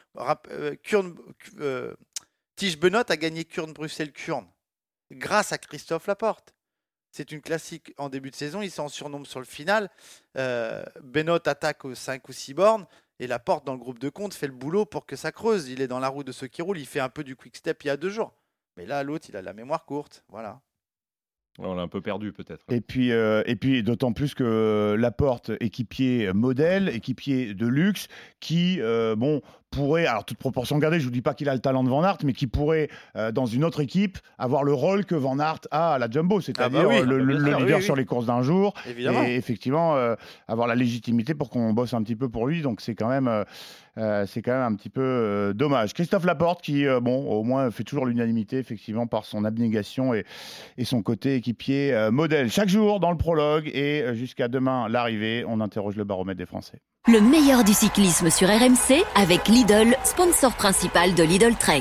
Tige Benoît a gagné Kurn-Bruxelles-Kurn grâce à Christophe Laporte. C'est une classique en début de saison. Il s'en surnomme sur le final. Benoît attaque aux 5 ou 6 bornes. Et Laporte, dans le groupe de compte, fait le boulot pour que ça creuse. Il est dans la roue de ceux qui roulent. Il fait un peu du quick step il y a 2 jours. Mais là, l'autre, il a la mémoire courte. Voilà. On l'a un peu perdu peut-être. Et puis d'autant plus que Laporte, équipier modèle, équipier de luxe, qui pourrait, alors toute proportion gardée, je vous dis pas qu'il a le talent de Van Aert, mais qui pourrait dans une autre équipe avoir le rôle que Van Aert a à la Jumbo, c'est-à-dire le leader sur les courses d'un jour, évidemment. Et effectivement avoir la légitimité pour qu'on bosse un petit peu pour lui. Donc c'est quand même un petit peu dommage. Christophe Laporte qui au moins fait toujours l'unanimité effectivement par son abnégation et son côté équipier modèle. Chaque jour dans le prologue et jusqu'à demain l'arrivée, on interroge le baromètre des Français. Le meilleur du cyclisme sur RMC avec Lidl, sponsor principal de Lidl Trek.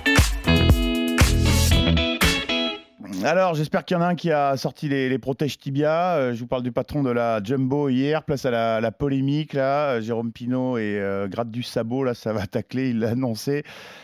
Alors, j'espère qu'il y en a un qui a sorti les protèges tibia. Je vous parle du patron de la Jumbo hier. Place à la polémique, là. Jérôme Pinault et gratte du sabot, là, ça va tacler, il l'a annoncé.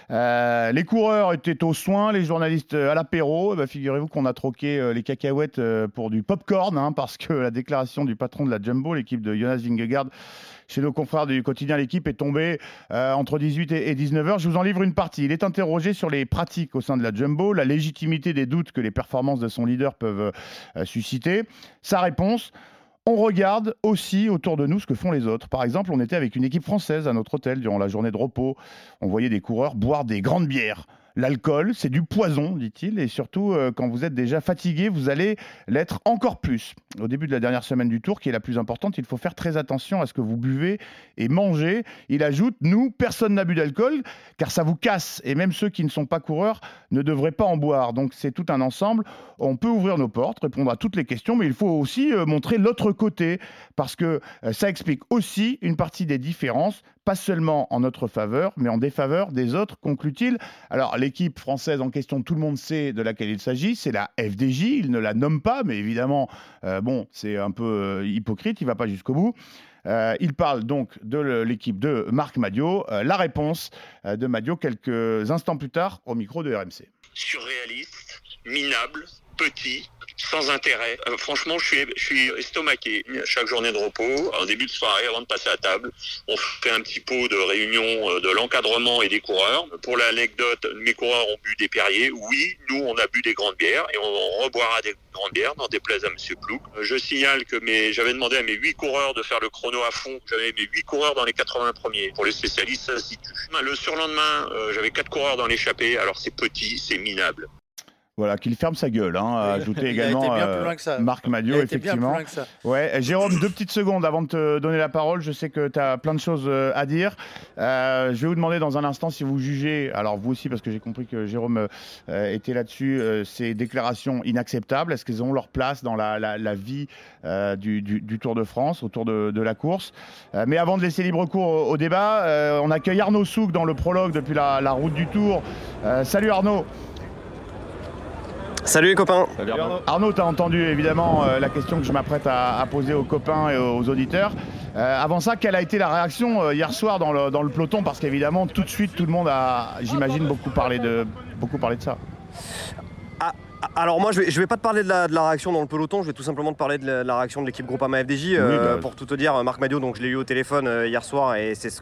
Les coureurs étaient aux soins, les journalistes à l'apéro. Figurez-vous qu'on a troqué les cacahuètes pour du popcorn, parce que la déclaration du patron de la Jumbo, l'équipe de Jonas Vingegaard, chez nos confrères du quotidien L'Équipe, est tombé entre 18 et 19h. Je vous en livre une partie. Il est interrogé sur les pratiques au sein de la Jumbo, la légitimité des doutes que les performances de son leader peuvent susciter. Sa réponse: on regarde aussi autour de nous ce que font les autres. Par exemple, on était avec une équipe française à notre hôtel durant la journée de repos. On voyait des coureurs boire des grandes bières. L'alcool, c'est du poison, dit-il, et surtout, quand vous êtes déjà fatigué, vous allez l'être encore plus. Au début de la dernière semaine du Tour, qui est la plus importante, il faut faire très attention à ce que vous buvez et mangez. Il ajoute: nous, personne n'a bu d'alcool, car ça vous casse, et même ceux qui ne sont pas coureurs ne devraient pas en boire. Donc c'est tout un ensemble. On peut ouvrir nos portes, répondre à toutes les questions, mais il faut aussi montrer l'autre côté, parce que ça explique aussi une partie des différences, pas seulement en notre faveur, mais en défaveur des autres, conclut-il. Alors, l'équipe française en question, tout le monde sait de laquelle il s'agit, c'est la FDJ, il ne la nomme pas, mais évidemment, c'est un peu hypocrite, il ne va pas jusqu'au bout. Il parle donc de l'équipe de Marc Madiot. La réponse de Madiot quelques instants plus tard au micro de RMC. Surréaliste, minable, petit, sans intérêt. Franchement, je suis estomaqué. Chaque journée de repos, en début de soirée, avant de passer à table, on fait un petit pot de réunion de l'encadrement et des coureurs. Pour l'anecdote, mes coureurs ont bu des Perrier. Oui, nous, on a bu des grandes bières et on reboira des grandes bières, n'en déplaise à M. Plouc. Je signale que j'avais demandé à mes 8 coureurs de faire le chrono à fond. J'avais mes 8 coureurs dans les 80 premiers. Pour les spécialistes, ça se situe. Le surlendemain, j'avais 4 coureurs dans l'échappée. Alors, c'est petit, c'est minable. Voilà, qu'il ferme sa gueule, a ajouté également Marc Madiot, effectivement. Ouais, Jérôme, 2 petites secondes avant de te donner la parole. Je sais que tu as plein de choses à dire. Je vais vous demander dans un instant si vous jugez, alors vous aussi, parce que j'ai compris que Jérôme était là-dessus, ces déclarations inacceptables. Est-ce qu'elles ont leur place dans la vie du Tour de France, autour de la course? Mais avant de laisser libre cours au débat, on accueille Arnaud Souk dans le prologue depuis la route du Tour. Salut Arnaud. Salut les copains. Salut Arnaud, tu as entendu évidemment la question que je m'apprête à poser aux copains et aux auditeurs. Avant ça, quelle a été la réaction hier soir dans le peloton? Parce qu'évidemment, tout de suite, tout le monde a, j'imagine, beaucoup parlé de ça. Alors moi je vais pas te parler de la réaction dans le peloton, je vais tout simplement te parler de la réaction de l'équipe Groupama FDJ. Pour tout te dire, Marc Madiot, donc je l'ai eu au téléphone hier soir et c'est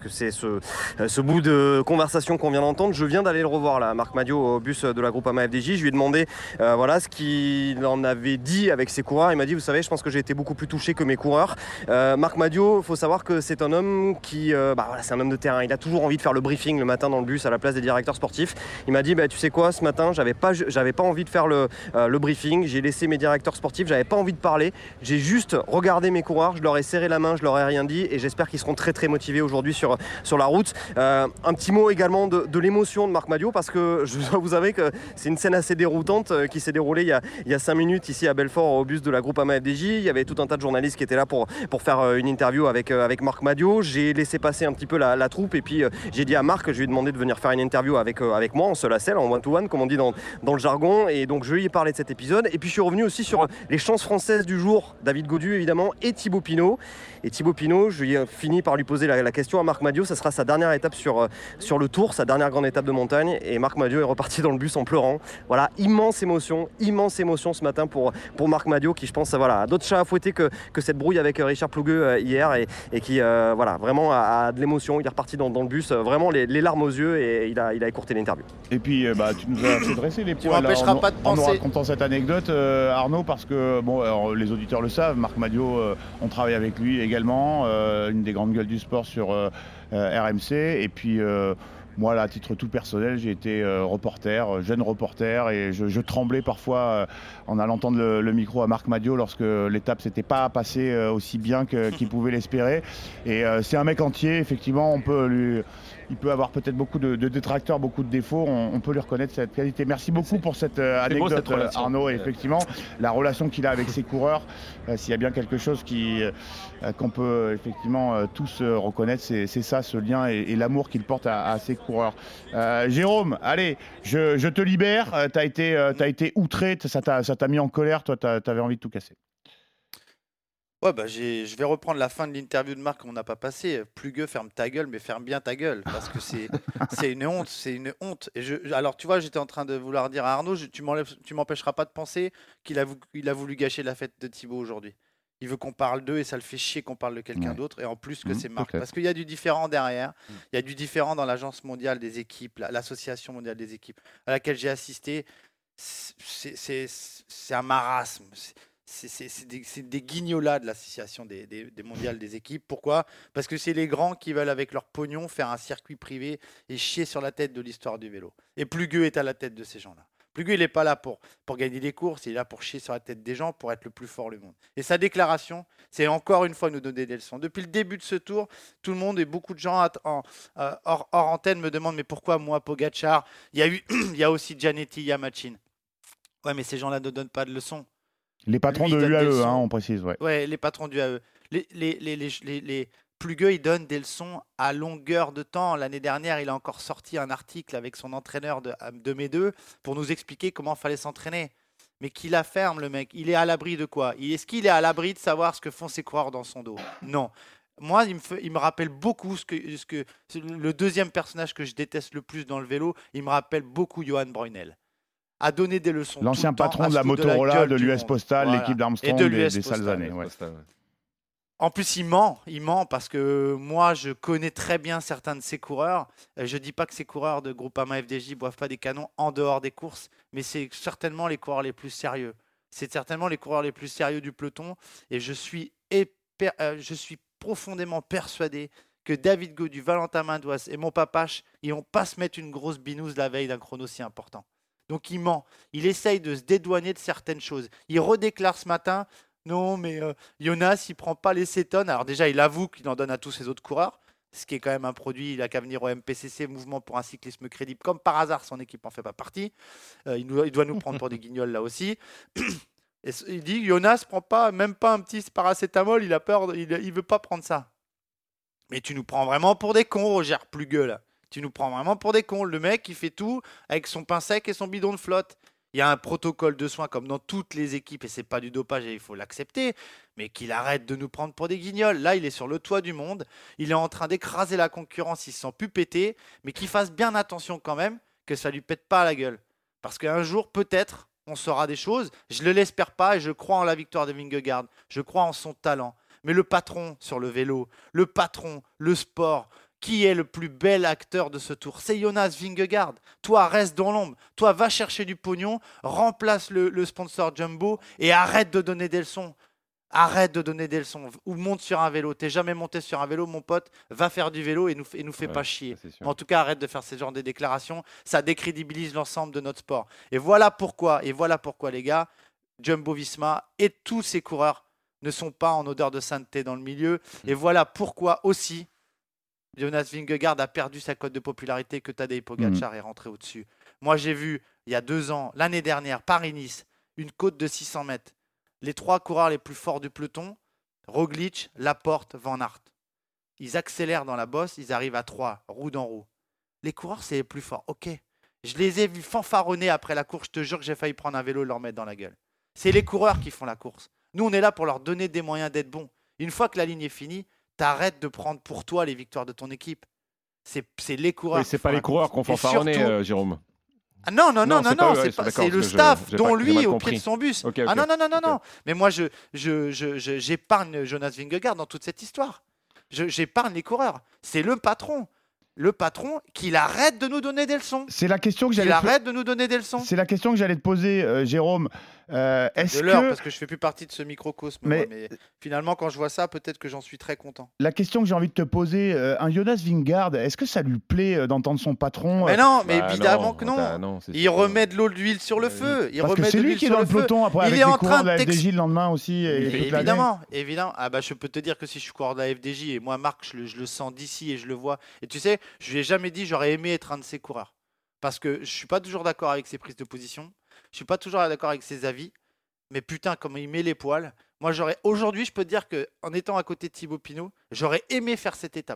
ce bout de conversation qu'on vient d'entendre. Je viens d'aller le revoir là, Marc Madiot au bus de la Groupama FDJ. Je lui ai demandé ce qu'il en avait dit avec ses coureurs. Il m'a dit, vous savez, je pense que j'ai été beaucoup plus touché que mes coureurs. Marc Madiot, il faut savoir que c'est un homme qui, c'est un homme de terrain. Il a toujours envie de faire le briefing le matin dans le bus à la place des directeurs sportifs. Il m'a dit, tu sais quoi, ce matin, j'avais pas envie de faire le briefing, j'ai laissé mes directeurs sportifs, j'avais pas envie de parler, j'ai juste regardé mes coureurs, je leur ai serré la main, je leur ai rien dit et j'espère qu'ils seront très très motivés aujourd'hui sur la route. Un petit mot également de l'émotion de Marc Madiot parce que je dois vous avouer que c'est une scène assez déroutante qui s'est déroulée il y a 5 minutes ici à Belfort au bus de la Groupama FDJ. Il y avait tout un tas de journalistes qui étaient là pour faire une interview avec Marc Madiot. J'ai laissé passer un petit peu la troupe et puis j'ai dit à Marc, je lui ai demandé de venir faire une interview avec moi en seul à seul, en one-to-one comme on dit dans le jargon, et donc je lui ai parlé de cet épisode et puis je suis revenu aussi sur les chances françaises du jour, David Gaudu évidemment et Thibaut Pinot. Et Thibaut Pinot, je lui ai fini par lui poser la question à Marc Madiot, ça sera sa dernière étape sur le Tour, sa dernière grande étape de montagne, et Marc Madiot est reparti dans le bus en pleurant. Voilà, immense émotion ce matin pour Marc Madiot qui je pense a d'autres chats à fouetter que cette brouille avec Richard Plougueux hier et qui vraiment a de l'émotion. Il est reparti dans le bus, vraiment les larmes aux yeux, et il a écourté l'interview. Et puis tu nous as fait dresser les poils en nous racontant cette anecdote, Arnaud, parce que les auditeurs le savent, Marc Madiot, on travaille avec lui également, une des grandes gueules du sport sur RMC, et puis moi, à titre tout personnel, j'ai été jeune reporter, et je tremblais parfois en allant tendre le micro à Marc Madiot lorsque l'étape ne s'était pas passée aussi bien qu'il pouvait l'espérer. Et c'est un mec entier, effectivement, il peut avoir peut-être beaucoup de détracteurs, beaucoup de défauts, on peut lui reconnaître cette qualité. Merci beaucoup pour cette anecdote, Arnaud. Et effectivement, la relation qu'il a avec ses coureurs, s'il y a bien quelque chose qu'on peut effectivement tous reconnaître, c'est ça, ce lien et l'amour qu'il porte à ses coureurs. Jérôme, allez, je te libère. T'as été outré, ça t'a mis en colère, toi t'avais envie de tout casser. Ouais, je vais reprendre la fin de l'interview de Marc qu'on n'a pas passée. Plugueux, ferme ta gueule, mais ferme bien ta gueule, parce que c'est une honte, Et alors, tu vois, j'étais en train de vouloir dire à Arnaud, tu m'empêcheras pas de penser qu'il a voulu gâcher la fête de Thibaut aujourd'hui. Il veut qu'on parle d'eux et ça le fait chier qu'on parle de quelqu'un d'autre, et en plus que c'est Marc. Parce qu'il y a du différent derrière, il y a du différent dans l'Agence mondiale des équipes, l'Association mondiale des équipes, à laquelle j'ai assisté. C'est un marasme. C'est des guignolas de l'association des mondiales des équipes. Pourquoi ? Parce que c'est les grands qui veulent, avec leur pognon, faire un circuit privé et chier sur la tête de l'histoire du vélo. Et Plugueux est à la tête de ces gens-là. Plugueux, il n'est pas là pour gagner des courses, il est là pour chier sur la tête des gens, pour être le plus fort du monde. Et sa déclaration, c'est encore une fois nous donner des leçons. Depuis le début de ce tour, tout le monde et beaucoup de gens hors antenne me demandent, mais pourquoi moi, Pogacar ? Il y a aussi Gianetti, il y a Machin. Ouais, mais ces gens-là ne donnent pas de leçons. Les patrons de l'UAE, on précise. Ouais, les patrons du UAE. Les Plugueux, ils donnent des leçons à longueur de temps. L'année dernière, il a encore sorti un article avec son entraîneur de mes deux pour nous expliquer comment il fallait s'entraîner. Mais qui la ferme, le mec. Il est à l'abri de quoi ? Est-ce qu'il est à l'abri de savoir ce que font ses coureurs dans son dos ? Non. Moi, il me rappelle beaucoup le deuxième personnage que je déteste le plus dans le vélo. Il me rappelle beaucoup Johan Brunel. À donner des leçons. L'ancien patron de la Motorola, de l'US Postal, l'équipe d'Armstrong des sales années. Ouais. En plus, il ment parce que moi, je connais très bien certains de ces coureurs. Je ne dis pas que ces coureurs de Groupama FDJ ne boivent pas des canons en dehors des courses, mais c'est certainement les coureurs les plus sérieux. C'est certainement les coureurs les plus sérieux du peloton. Et je suis profondément persuadé que David Gaudu, Valentin Madouas et mon papache, ils ne vont pas se mettre une grosse binouse la veille d'un chrono si important. Donc il ment, il essaye de se dédouaner de certaines choses. Il redéclare ce matin, non mais Jonas il prend pas les cétones. Alors déjà il avoue qu'il en donne à tous ses autres coureurs, ce qui est quand même un produit, il a qu'à venir au MPCC, Mouvement pour un cyclisme crédible, comme par hasard son équipe en fait pas partie. Il doit nous prendre pour des guignols là aussi. Et il dit Jonas prend pas, même pas un petit paracétamol, il a peur, il veut pas prendre ça. Mais tu nous prends vraiment pour des cons, Roger Plugueux là. Tu nous prends vraiment pour des cons. Le mec, il fait tout avec son pain sec et son bidon de flotte. Il y a un protocole de soins comme dans toutes les équipes et c'est pas du dopage et il faut l'accepter. Mais qu'il arrête de nous prendre pour des guignols. Là, il est sur le toit du monde. Il est en train d'écraser la concurrence. Il se sent plus péter. Mais qu'il fasse bien attention quand même que ça lui pète pas à la gueule. Parce qu'un jour, peut-être, on saura des choses. Je ne l'espère pas et je crois en la victoire de Vingegaard. Je crois en son talent. Mais le patron sur le vélo, le patron, le sport, qui est le plus bel acteur de ce tour? C'est Jonas Vingegaard. Toi, reste dans l'ombre. Toi, va chercher du pognon, remplace le sponsor Jumbo et arrête de donner des leçons. Arrête de donner des leçons ou monte sur un vélo. T'es jamais monté sur un vélo, mon pote. Va faire du vélo et nous fais pas chier. En tout cas, arrête de faire ce genre de déclarations. Ça décrédibilise l'ensemble de notre sport. Et voilà pourquoi, les gars, Jumbo-Visma et tous ces coureurs ne sont pas en odeur de sainteté dans le milieu. Et voilà pourquoi aussi Jonas Vingegaard a perdu sa cote de popularité, que Tadej Pogačar est rentré au-dessus. Moi, j'ai vu il y a 2 ans, l'année dernière, Paris-Nice, une côte de 600 mètres. Les 3 coureurs les plus forts du peloton, Roglic, Laporte, Van Aert. Ils accélèrent dans la bosse, ils arrivent à 3, roue dans roue. Les coureurs, c'est les plus forts. Ok. Je les ai vus fanfaronner après la course. Je te jure que j'ai failli prendre un vélo et leur mettre dans la gueule. C'est les coureurs qui font la course. Nous, on est là pour leur donner des moyens d'être bons. Une fois que la ligne est finie, t'arrêtes de prendre pour toi les victoires de ton équipe. C'est les coureurs. Oui, c'est pas les coureurs qu'on fanfaronner, Jérôme. Ah non, c'est le staff, dont lui, au pied de son bus. Okay. Ah non. Mais moi, j'épargne Jonas Vingegaard dans toute cette histoire. J'épargne les coureurs. C'est le patron. Le patron, qu'il arrête de nous donner des leçons. C'est la question que arrête de nous donner des leçons. C'est la question que j'allais te poser, Jérôme. Est-ce de l'heure, que... parce que je fais plus partie de ce microcosme. Mais finalement, quand je vois ça, peut-être que j'en suis très content. La question que j'ai envie de te poser, un Jonas Vingegaard, est-ce que ça lui plaît d'entendre son patron Mais non, mais évidemment que non. Il remet de l'huile sur le feu. Parce que c'est lui qui est dans le peloton après avec les coureurs de la FDJ le lendemain aussi. Évidemment. Ah bah, je peux te dire que si je suis coureur de la FDJ, et moi, Marc, je le sens d'ici et je le vois. Et tu sais, je lui ai jamais dit j'aurais aimé être un de ces coureurs. Parce que je suis pas toujours d'accord avec ses prises de position. Je suis pas toujours d'accord avec ses avis. Mais putain, comment il met les poils. Moi, aujourd'hui, je peux te dire qu'en étant à côté de Thibaut Pinot, j'aurais aimé faire cette étape.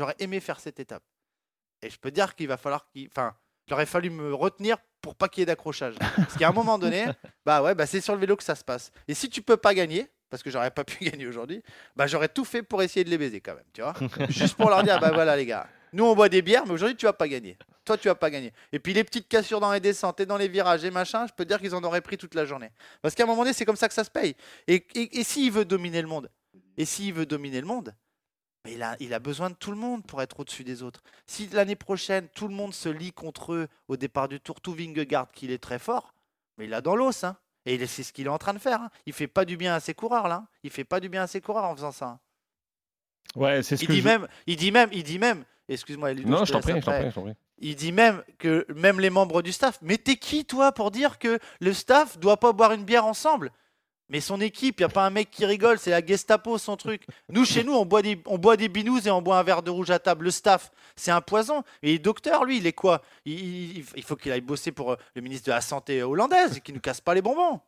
Et je peux te dire qu'il va falloir il aurait fallu me retenir pour pas qu'il y ait d'accrochage. Parce qu'à un moment donné, c'est sur le vélo que ça se passe. Et si tu peux pas gagner, parce que j'aurais pas pu gagner aujourd'hui, j'aurais tout fait pour essayer de les baiser quand même, tu vois. Juste pour leur dire, voilà les gars, nous on boit des bières, mais aujourd'hui tu vas pas gagner. Toi tu vas pas gagner. Et puis les petites cassures dans les descentes et dans les virages et machin, je peux te dire qu'ils en auraient pris toute la journée. Parce qu'à un moment donné, c'est comme ça que ça se paye. Et s'il veut dominer le monde, mais il a besoin de tout le monde pour être au-dessus des autres. Si l'année prochaine, tout le monde se lie contre eux au départ du tour, tout Vingegaard, qu'il est très fort, mais il a dans l'os, hein. Et c'est ce qu'il est en train de faire. Hein. Il fait pas du bien à ses coureurs, là. Il fait pas du bien à ses coureurs en faisant ça. Ouais, c'est ce que il dit même. Excuse-moi, Ludo, non, je t'en prie. Il dit même que même les membres du staff. Mais t'es qui, toi, pour dire que le staff doit pas boire une bière ensemble? Mais son équipe, il n'y a pas un mec qui rigole, c'est la Gestapo, son truc. Nous, chez nous, on boit des binous et on boit un verre de rouge à table. Le staff, c'est un poison. Et le docteur, lui, il est quoi? Il faut qu'il aille bosser pour le ministre de la Santé hollandaise et qu'il ne nous casse pas les bonbons.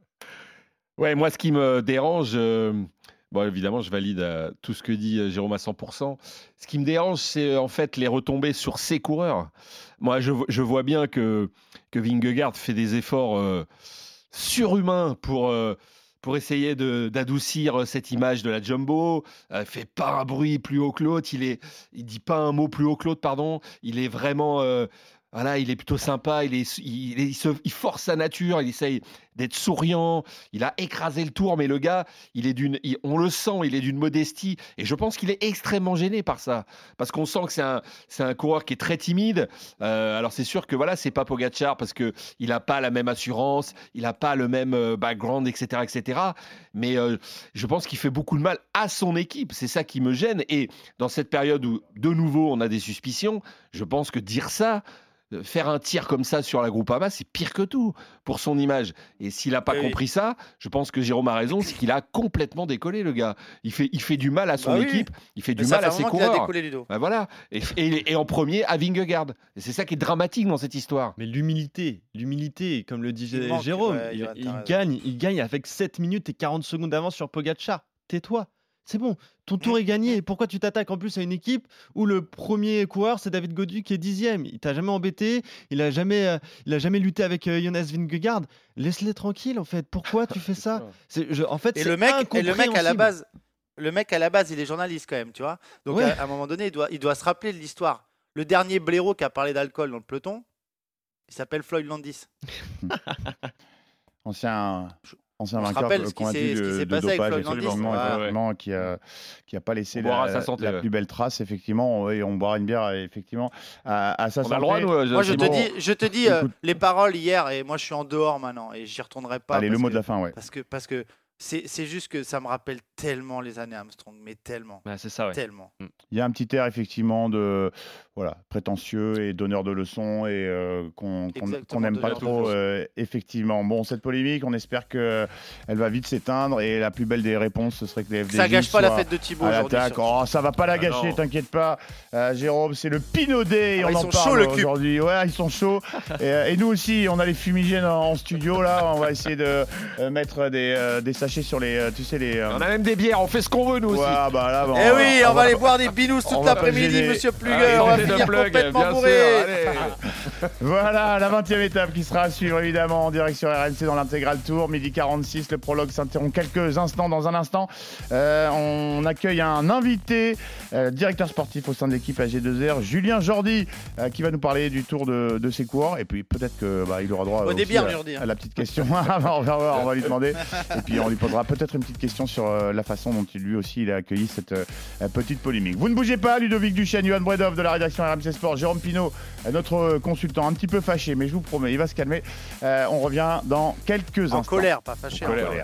Ouais, moi, ce qui me dérange, évidemment, je valide tout ce que dit Jérôme à 100%. Ce qui me dérange, c'est en fait les retombées sur ses coureurs. Moi, je vois bien que Vingegaard fait des efforts surhumains pour essayer d'adoucir cette image de la Jumbo. Fait pas un bruit plus haut que l'autre. Il dit pas un mot plus haut que l'autre, pardon. Il est vraiment... il est plutôt sympa, il force sa nature, il essaye d'être souriant, il a écrasé le tour, mais le gars, on le sent, il est d'une modestie, et je pense qu'il est extrêmement gêné par ça, parce qu'on sent que c'est un coureur qui est très timide. Alors c'est sûr que c'est pas Pogačar, parce qu'il n'a pas la même assurance, il n'a pas le même background, etc. Mais je pense qu'il fait beaucoup de mal à son équipe, c'est ça qui me gêne, et dans cette période où, de nouveau, on a des suspicions, je pense que dire ça, faire un tir comme ça sur la Groupama, c'est pire que tout pour son image. Et s'il n'a pas compris ça, je pense que Jérôme a raison, c'est qu'il a complètement décollé, le gars. Il fait du mal à son équipe, il fait du mal à ses coureurs. Il a décollé, Ludo. Voilà. Et en premier à Vingegaard. Et c'est ça qui est dramatique dans cette histoire. Mais l'humilité, comme le dit Jérôme, il gagne avec 7 minutes et 40 secondes d'avance sur Pogačar. Tais-toi. C'est bon, ton tour est gagné. Pourquoi tu t'attaques en plus à une équipe où le premier coureur, c'est David Gaudu qui est 10e? Il t'a jamais embêté, il a jamais lutté avec Jonas Vingegaard. Laisse-les tranquilles, en fait. Pourquoi tu fais ça? Le mec à la base, il est journaliste quand même, tu vois. Donc à un moment donné, il doit se rappeler de l'histoire. Le dernier blaireau qui a parlé d'alcool dans le peloton, il s'appelle Floyd Landis. ancien On se vainqueur rappelle ce qui convaincu s'est de passé avec dopage, Floyd Landis. effectivement, qui a pas laissé On boira à sa santé, la plus belle trace, effectivement. Et on boira une bière, effectivement, à sa santé. On a le droit, nous, Moi, je te dis écoute, les paroles hier, et moi, je suis en dehors maintenant, et j'y retournerai pas. Allez, le mot de la fin, ouais. Parce que c'est juste que ça me rappelle tellement les années Armstrong, mais tellement. Bah, c'est ça, ouais. Tellement. Il y a un petit air, effectivement, de prétentieux et donneur de leçons et qu'on n'aime pas trop, effectivement. Bon, cette polémique, on espère qu'elle va vite s'éteindre et la plus belle des réponses, ce serait que les FDJ ça gâche pas soient la fête de Thibaut à aujourd'hui. l'attaque. Oh, ça va pas la gâcher, t'inquiète pas, Jérôme, c'est le Pinot Day, on ils en sont parle chauds, le cube. aujourd'hui. Ouais, ils sont chauds. Et nous aussi, on a les fumigènes en studio, là, on va essayer de mettre des sachets sur les, tu sais, les... On a même des bières, on fait ce qu'on veut, nous aussi. Ouais, bah là, Eh oui, on va aller boire des binous toute l'après-midi, monsieur Plugueur. On va finir complètement bourré. Voilà, la 20e étape qui sera à suivre, évidemment, en direction RMC dans l'intégral tour. Midi 46, le prologue s'interrompt quelques instants. Dans un instant, on accueille un invité, directeur sportif au sein de l'équipe AG2R, Julien Jordi, qui va nous parler du tour de ses coureurs. Et puis peut-être qu'il aura droit des bières, Jordi, à la petite question. On va lui demander. Et puis on lui posera peut-être une petite question sur la façon dont lui aussi il a accueilli cette petite polémique. Vous ne bougez pas, Ludovic Duchesne, Johan Bredov de la rédaction RMC Sport, Jérôme Pinault, notre consultant, un petit peu fâché, mais je vous promets, il va se calmer. On revient dans quelques instants. En colère, pas fâché. En colère.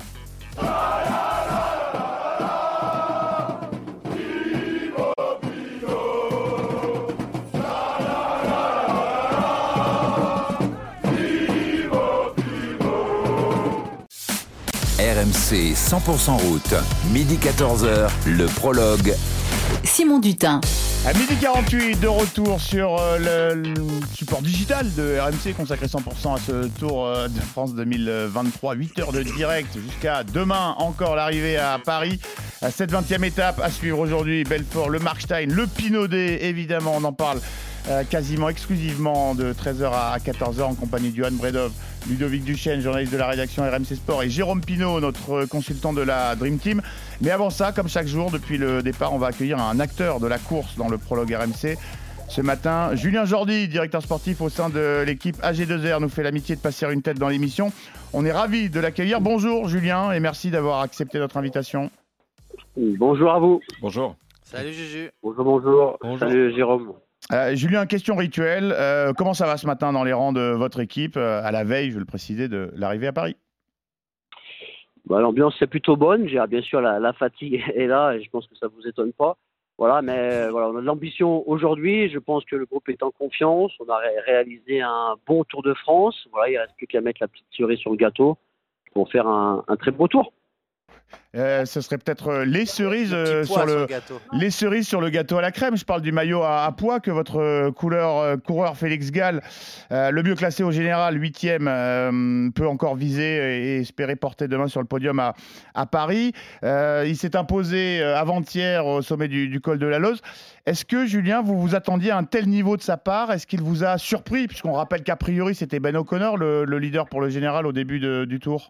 RMC 100% route, midi 14h, le prologue. Simon Dutin. À midi 48, de retour sur le support digital de RMC consacré 100% à ce Tour de France 2023. 8 heures de direct jusqu'à demain. Encore l'arrivée à Paris. Cette 20e étape à suivre aujourd'hui. Belfort, le Markstein, le Pinot Day. Évidemment, on en parle quasiment exclusivement de 13h à 14h en compagnie de Johan Bredov, Ludovic Duchesne, journaliste de la rédaction RMC Sport, et Jérôme Pinault, notre consultant de la Dream Team. Mais avant ça, comme chaque jour, depuis le départ, on va accueillir un acteur de la course dans le prologue RMC. Ce matin, Julien Jordi, directeur sportif au sein de l'équipe AG2R, nous fait l'amitié de passer une tête dans l'émission. On est ravis de l'accueillir. Bonjour Julien et merci d'avoir accepté notre invitation. Bonjour à vous. Bonjour. Salut Juju. Bonjour. Salut Jérôme. Julien, question rituelle. Comment ça va ce matin dans les rangs de votre équipe, à la veille, je veux le préciser, de l'arrivée à Paris? L'ambiance est plutôt bonne. Bien sûr, la fatigue est là et je pense que ça ne vous étonne pas. Voilà, mais voilà, on a de l'ambition aujourd'hui. Je pense que le groupe est en confiance. On a réalisé un bon Tour de France. Voilà, il ne reste plus qu'à mettre la petite cerise sur le gâteau pour faire un très beau tour. Ce serait peut-être les cerises sur le gâteau à la crème. Je parle du maillot à pois que votre coureur Félix Gall, le mieux classé au général, 8e, peut encore viser et espérer porter demain sur le podium à Paris. Il s'est imposé avant-hier au sommet du col de la Loze. Est-ce que, Julien, vous vous attendiez à un tel niveau de sa part? Est-ce qu'il vous a surpris? Puisqu'on rappelle qu'a priori, c'était Ben O'Connor, le leader pour le général au début du tour.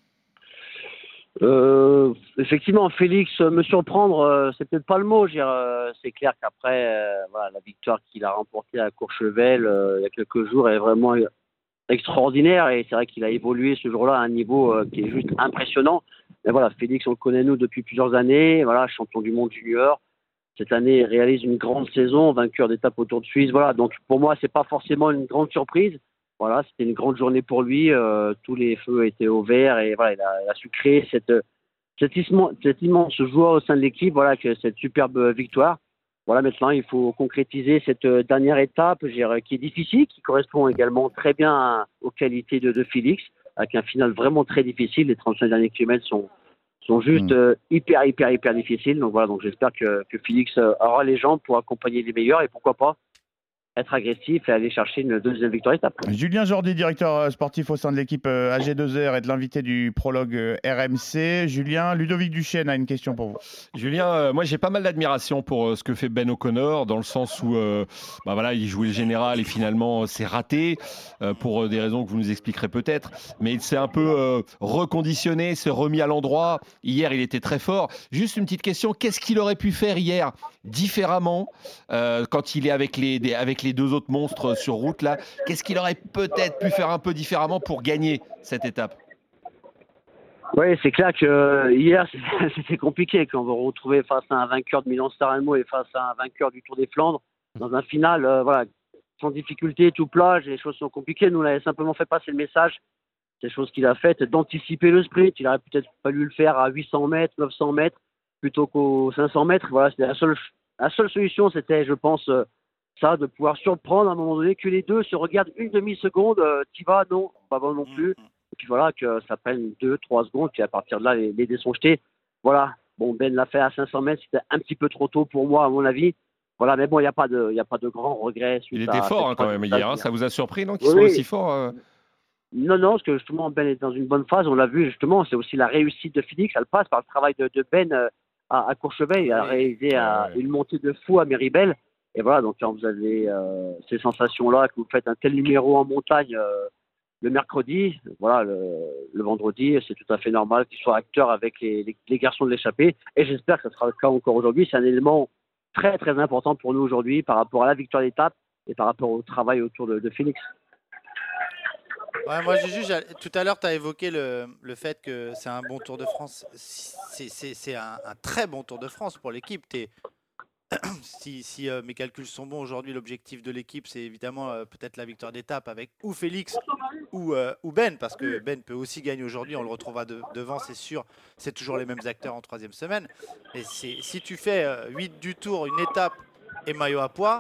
Effectivement, Félix, me surprendre, c'est peut-être pas le mot. C'est clair qu'après la victoire qu'il a remportée à Courchevel il y a quelques jours est vraiment extraordinaire et c'est vrai qu'il a évolué ce jour-là à un niveau qui est juste impressionnant. Mais voilà, Félix, on le connaît nous depuis plusieurs années, voilà, champion du monde junior. Cette année, il réalise une grande saison, vainqueur d'étape au Tour de Suisse. Voilà, donc pour moi, c'est pas forcément une grande surprise. Voilà, c'était une grande journée pour lui. Tous les feux étaient au vert et voilà, il a su créer cet immense joueur au sein de l'équipe. Voilà, cette superbe victoire. Voilà, maintenant il faut concrétiser cette dernière étape, qui est difficile, qui correspond également très bien aux qualités de Félix, avec un final vraiment très difficile. Les 35 derniers kilomètres sont juste hyper difficiles. Donc voilà, donc j'espère que Félix aura les jambes pour accompagner les meilleurs et pourquoi pas être agressif et aller chercher une deuxième victoire étape. Julien Jordi, directeur sportif au sein de l'équipe AG2R et de l'invité du prologue RMC. Julien, Ludovic Duchesne a une question pour vous. Julien, moi j'ai pas mal d'admiration pour ce que fait Ben O'Connor, dans le sens où il jouait le général et finalement c'est raté, pour des raisons que vous nous expliquerez peut-être, mais il s'est un peu reconditionné, s'est remis à l'endroit. Hier il était très fort. Juste une petite question, qu'est-ce qu'il aurait pu faire hier différemment quand il est avec les deux autres monstres sur route là? Qu'est-ce qu'il aurait peut-être pu faire un peu différemment pour gagner cette étape? Oui, c'est clair que hier, c'était compliqué quand on va retrouver face à un vainqueur de Milan-San Remo et face à un vainqueur du Tour des Flandres. Dans un final, voilà, sans difficulté, tout plat, les choses sont compliquées. Nous, on avait simplement fait passer le message, c'est chose qu'il a faite, d'anticiper le sprint. Il aurait peut-être fallu le faire à 800 mètres, 900 mètres, plutôt qu'aux 500 mètres. Voilà, c'était la seule solution, c'était, je pense, ça, de pouvoir surprendre à un moment donné, que les deux se regardent une demi-seconde, t'y vas, non, pas bon non plus. Et puis voilà, que ça prenne 2-3 secondes, puis à partir de là, les dés sont jetés. Voilà, bon, Ben l'a fait à 500 mètres, c'était un petit peu trop tôt pour moi, à mon avis. Voilà, mais bon, il n'y a pas de grand regret. Il était fort quand même hier, ça vous a surpris, non, qu'il Oui, soit oui. aussi fort Non, parce que justement, Ben est dans une bonne phase, on l'a vu justement, c'est aussi la réussite de Félix, elle passe par le travail de Ben à Courchevel, il a réalisé une montée de fou à Méribel, et voilà, donc quand vous avez ces sensations-là, que vous faites un tel numéro en montagne le mercredi, voilà, le vendredi, c'est tout à fait normal qu'il soit acteur avec les garçons de l'échappée, et j'espère que ce sera le cas encore aujourd'hui. C'est un élément très très important pour nous aujourd'hui par rapport à la victoire d'étape et par rapport au travail autour de Félix. Ouais, moi, tout à l'heure, tu as évoqué le fait que c'est un bon Tour de France. C'est un très bon Tour de France pour l'équipe. Si mes calculs sont bons aujourd'hui, l'objectif de l'équipe, c'est évidemment peut-être la victoire d'étape avec ou Félix ou Ben, parce que Ben peut aussi gagner aujourd'hui, on le retrouvera devant, c'est sûr. C'est toujours les mêmes acteurs en troisième semaine. Et si tu fais 8 du Tour, une étape et maillot à poids,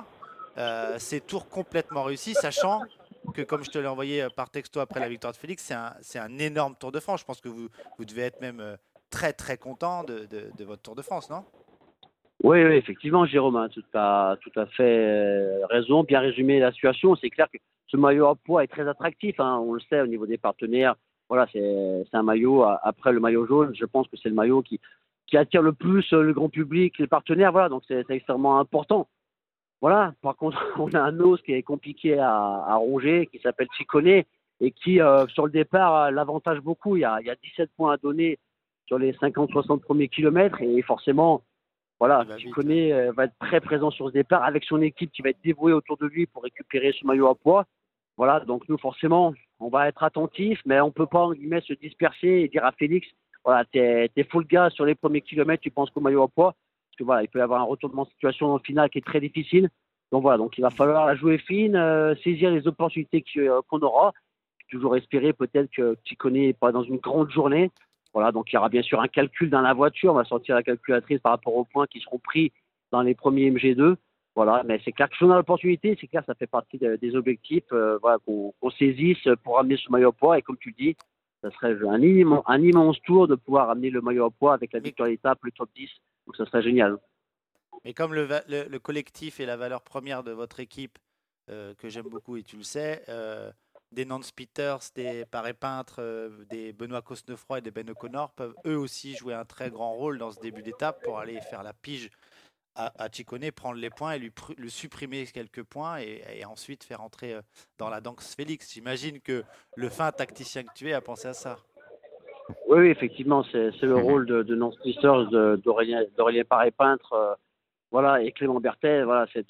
c'est Tour complètement réussi, sachant que, comme je te l'ai envoyé par texto après la victoire de Félix, c'est un énorme Tour de France. Je pense que vous devez être même très très content de votre Tour de France, non ? Oui, effectivement, Jérôme, tu as tout à fait raison, bien résumé la situation. C'est clair que ce maillot à poids est très attractif, hein, on le sait au niveau des partenaires. Voilà, c'est un maillot, après le maillot jaune, je pense que c'est le maillot qui attire le plus le grand public, les partenaires, voilà, donc c'est extrêmement important. Voilà, par contre, on a un os qui est compliqué à ronger, qui s'appelle Ciccone, et qui, sur le départ, l'avantage beaucoup. Il y a 17 points à donner sur les 50-60 premiers kilomètres, et forcément, voilà, Ciccone va être très présent sur ce départ, avec son équipe qui va être dévouée autour de lui pour récupérer ce maillot à poids. Voilà, donc nous, forcément, on va être attentifs, mais on ne peut pas, en guillemets, se disperser et dire à Félix, voilà, t'es full gaz sur les premiers kilomètres, tu penses qu'au maillot à poids. Parce que voilà, il peut y avoir un retournement de situation au final qui est très difficile. Donc voilà, donc il va falloir la jouer fine, saisir les opportunités qu'on aura. Toujours espérer peut-être que Ciccone n'est pas dans une grande journée. Voilà, donc il y aura bien sûr un calcul dans la voiture. On va sortir la calculatrice par rapport aux points qui seront pris dans les premiers MG2. Voilà, mais c'est clair que si on a l'opportunité, c'est clair que ça fait partie des objectifs voilà, qu'on saisisse pour ramener ce maillot à poids. Et comme tu le dis, ça serait un immense tour de pouvoir ramener le maillot à poids avec la victoire d'étape, le top 10. Donc ça serait génial. Mais comme le collectif est la valeur première de votre équipe, que j'aime beaucoup et tu le sais, des Nance Peters, des Paré Peintre, des Benoît Cosnefroy et des Ben O'Connor peuvent eux aussi jouer un très grand rôle dans ce début d'étape pour aller faire la pige à Ciccone, prendre les points et lui supprimer quelques points et ensuite faire entrer dans la danse Félix. J'imagine que le fin tacticien que tu es a pensé à ça. Oui, effectivement, c'est le rôle de Nance Peters, d'Aurélien Paré Peintre, voilà, et Clément Berthet, voilà, c'est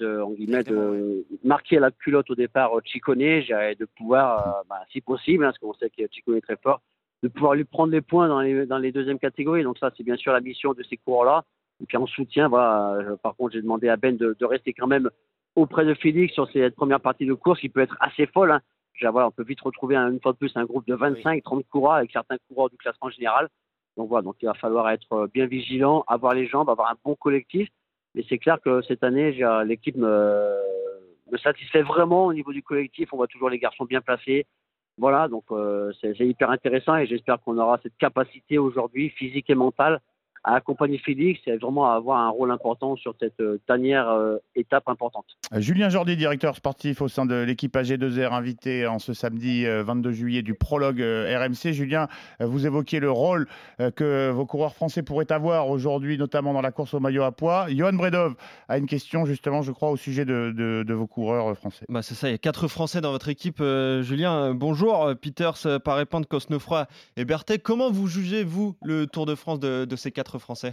de marquer la culotte au départ Ciccone, de pouvoir, si possible, hein, parce qu'on sait que Ciccone est très fort, de pouvoir lui prendre les points dans les deuxièmes catégories. Donc ça, c'est bien sûr la mission de ces coureurs-là. Et puis en soutien, voilà, par contre, j'ai demandé à Ben de rester quand même auprès de Félix sur cette première partie de course qui peut être assez folle. Hein. Voilà, on peut vite retrouver une fois de plus un groupe de 25-30 coureurs avec certains coureurs du classement général. Donc voilà, donc il va falloir être bien vigilant, avoir les jambes, avoir un bon collectif. Mais c'est clair que cette année, l'équipe me satisfait vraiment au niveau du collectif. On voit toujours les garçons bien placés. Voilà, donc c'est hyper intéressant et j'espère qu'on aura cette capacité aujourd'hui, physique et mentale, à accompagner Félix et vraiment à avoir un rôle important sur cette dernière étape importante. Julien Jordi, directeur sportif au sein de l'équipe AG2R, invité en ce samedi 22 juillet du prologue RMC. Julien, vous évoquiez le rôle que vos coureurs français pourraient avoir aujourd'hui, notamment dans la course au maillot à poids. Johan Bredov a une question justement, je crois, au sujet de vos coureurs français. C'est ça, il y a 4 Français dans votre équipe. Julien, bonjour. Peters, Paré Peintre, Cosnefroy et Berthet. Comment vous jugez, vous, le Tour de France de ces 4 Français?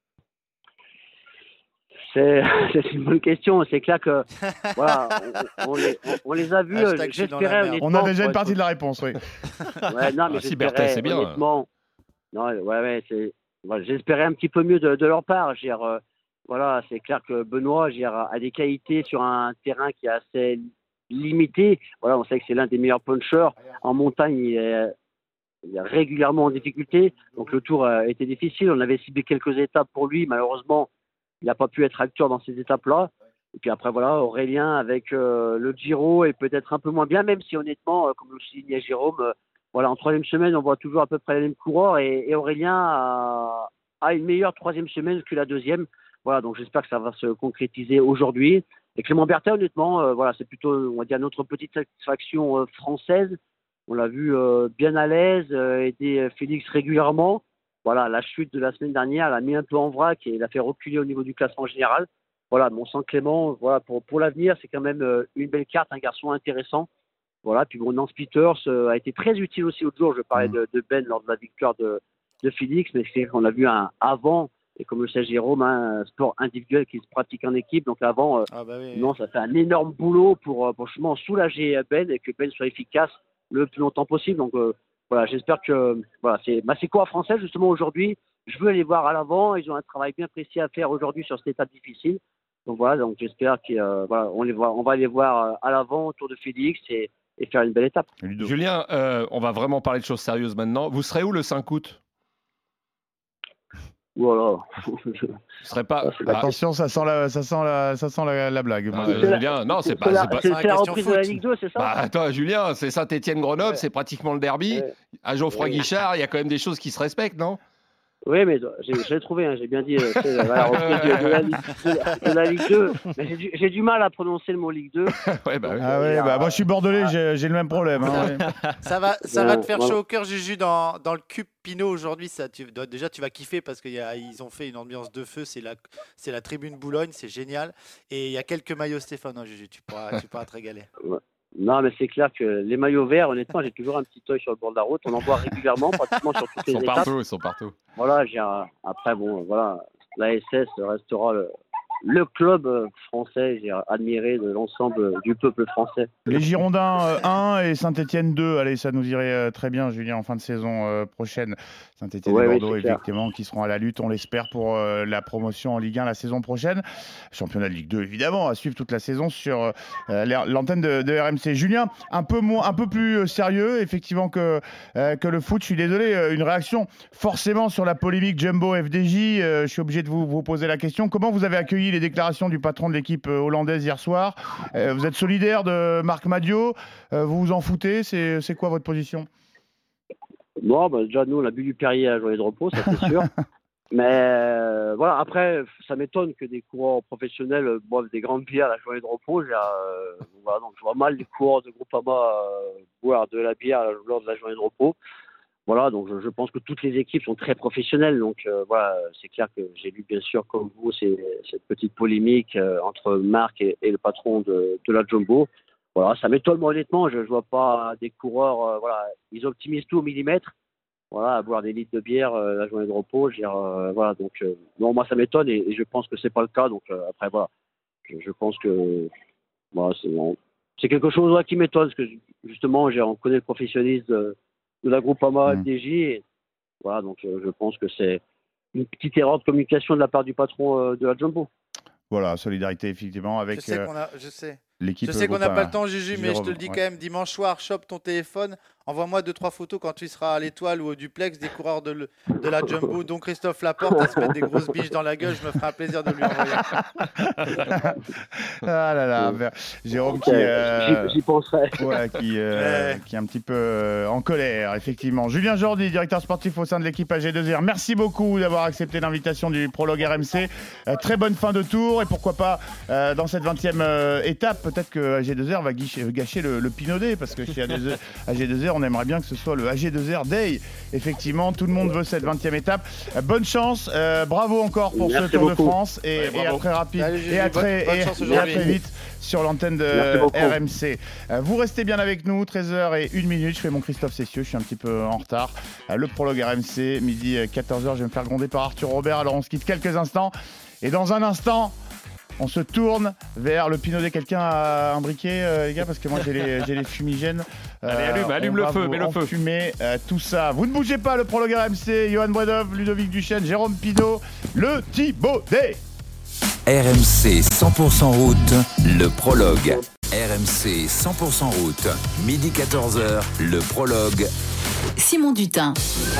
C'est une bonne question. C'est clair que voilà, on les a vus. On a déjà une partie de la réponse, oui. Ouais, non, mais si Berthet, c'est bien. Honnêtement, Non, ouais, j'espérais un petit peu mieux de leur part. Voilà, c'est clair que Benoît a des qualités sur un terrain qui est assez limité. Voilà, on sait que c'est l'un des meilleurs punchers. En montagne, il est régulièrement en difficulté. Donc le tour a été difficile. On avait ciblé quelques étapes pour lui. Malheureusement, il n'a pas pu être acteur dans ces étapes-là. Et puis après, voilà, Aurélien avec le Giro est peut-être un peu moins bien, même si honnêtement, comme le soulignait Jérôme, voilà, en troisième semaine, on voit toujours à peu près les mêmes coureurs. Et Aurélien a une meilleure troisième semaine que la deuxième. Voilà, donc j'espère que ça va se concrétiser aujourd'hui. Et Clément Berthet, honnêtement, voilà, c'est plutôt, on va dire, notre petite satisfaction française. On l'a vu bien à l'aise, aider Félix régulièrement. Voilà, la chute de la semaine dernière l'a mis un peu en vrac et l'a fait reculer au niveau du classement général. Voilà, mon sang Clément, voilà, pour l'avenir, c'est quand même une belle carte, un garçon intéressant. Voilà, puis bon, Nance Peters a été très utile aussi l'autre jour. Je parlais de Ben lors de la victoire de Félix, mais c'est qu'on a vu un avant. Et comme le sait Jérôme, un sport individuel qui se pratique en équipe. Donc avant, non, ça fait un énorme boulot pour justement soulager Ben et que Ben soit efficace le plus longtemps possible. Donc voilà, j'espère que voilà, c'est quoi français justement aujourd'hui. Je veux aller voir à l'avant. Ils ont un travail bien précis à faire aujourd'hui sur cette étape difficile. Donc voilà, donc j'espère qu'on on va aller voir à l'avant autour de Félix et faire une belle étape. Julien, on va vraiment parler de choses sérieuses maintenant. Vous serez où le 5 août ? Voilà. Ce serait pas. Attention, ça sent la blague. Julien, non, c'est pas. C'est la reprise de la Ligue 2, c'est ça ? Bah, attends, Julien, c'est Saint-Étienne-Grenoble, c'est pratiquement le derby. À Geoffroy Guichard, il y a quand même des choses qui se respectent, non ? Oui, mais j'ai trouvé, hein, j'ai bien dit la reprise de la Ligue 2. Mais j'ai du mal à prononcer le mot Ligue 2. Moi je suis bordelais, j'ai le même problème. Hein. Ça va te faire chaud au cœur, Juju, dans le Cube Pinot aujourd'hui. Déjà, tu vas kiffer parce qu'ils ont fait une ambiance de feu. C'est la tribune Boulogne, c'est génial. Et il y a quelques maillots Stéphane, hein, Juju, tu pourras te régaler. Ouais. Non, mais c'est clair que les maillots verts, honnêtement, j'ai toujours un petit œil sur le bord de la route. On en voit régulièrement, pratiquement sur toutes les étapes. Ils sont partout. Voilà, après, bon, voilà, l'ASS restera le club français, j'ai admiré de l'ensemble du peuple français. Les Girondins 1 et Saint-Étienne 2, allez, ça nous irait très bien, Julien, en fin de saison prochaine. Saint-Étienne et Bordeaux, effectivement, qui seront à la lutte, on l'espère, pour la promotion en Ligue 1 la saison prochaine. Championnat de Ligue 2, évidemment, à suivre toute la saison sur l'antenne de RMC. Julien, un peu plus sérieux, effectivement, que le foot. Je suis désolé, une réaction forcément sur la polémique Jumbo FDJ. Je suis obligé de vous poser la question. Comment vous avez accueilli les déclarations du patron de l'équipe hollandaise hier soir ? Vous êtes solidaire de Marc Madiot ? Vous vous en foutez ? C'est quoi votre position ? Bon, déjà, nous, on a bu du Perrier à la journée de repos, ça c'est sûr. Mais voilà, après, ça m'étonne que des coureurs professionnels boivent des grandes bières à la journée de repos. Voilà, donc je vois mal les coureurs de Groupama boire de la bière lors de la journée de repos. Voilà, donc je pense que toutes les équipes sont très professionnelles. Donc voilà, c'est clair que j'ai lu bien sûr comme vous cette petite polémique entre Marc et le patron de la Jumbo. Voilà, ça m'étonne moi honnêtement. Je vois pas des coureurs, voilà, ils optimisent tout au millimètre. Voilà, à boire des litres de bière la journée de repos. Voilà, donc non, moi ça m'étonne et je pense que c'est pas le cas. Donc après voilà, je pense que voilà, c'est quelque chose qui m'étonne parce que justement on connaît le professionnalisme de la Groupama FDJ. Et voilà, donc je pense que c'est une petite erreur de communication de la part du patron de la Jumbo. Voilà, solidarité effectivement avec l'équipe. Je sais qu'on n'a pas le temps, Juju, mais je te le dis quand même, dimanche soir, chope ton téléphone, envoie-moi 2-3 photos quand tu seras à l'Étoile ou au Duplex des coureurs de la Jumbo, dont Christophe Laporte, à se mettre des grosses biches dans la gueule, je me ferai un plaisir de lui envoyer. Ah là là, Jérôme j'y penserai. Ouais, qui est un petit peu en colère, effectivement. Julien Jordi, directeur sportif au sein de l'équipe AG2R, merci beaucoup d'avoir accepté l'invitation du prologue RMC. Très bonne fin de tour et pourquoi pas dans cette 20e étape, peut-être que AG2R va gâcher le Pinot Day parce que chez AG2R, on aimerait bien que ce soit le AG2R Day. Effectivement, tout le monde veut cette 20e étape. Bonne chance, bravo encore pour ce Tour de France et à très rapide. Allez, et à très vite sur l'antenne de RMC. Vous restez bien avec nous, 13h01. Je fais mon Christophe Cessieux, je suis un petit peu en retard. Le prologue RMC, midi 14h, je vais me faire gronder par Arthur Robert. Alors on se quitte quelques instants et dans un instant, on se tourne vers le Pinot Day. Quelqu'un a un briquet, les gars, parce que moi j'ai les fumigènes. Allez, allume le feu, mets le feu. Fumer tout ça. Vous ne bougez pas, le prologue RMC. Johan Bredov, Ludovic Duchesne, Jérôme Pinault, le Thibaudet. RMC 100% route, le prologue. RMC 100% route, midi 14h, le prologue. Simon Dutin.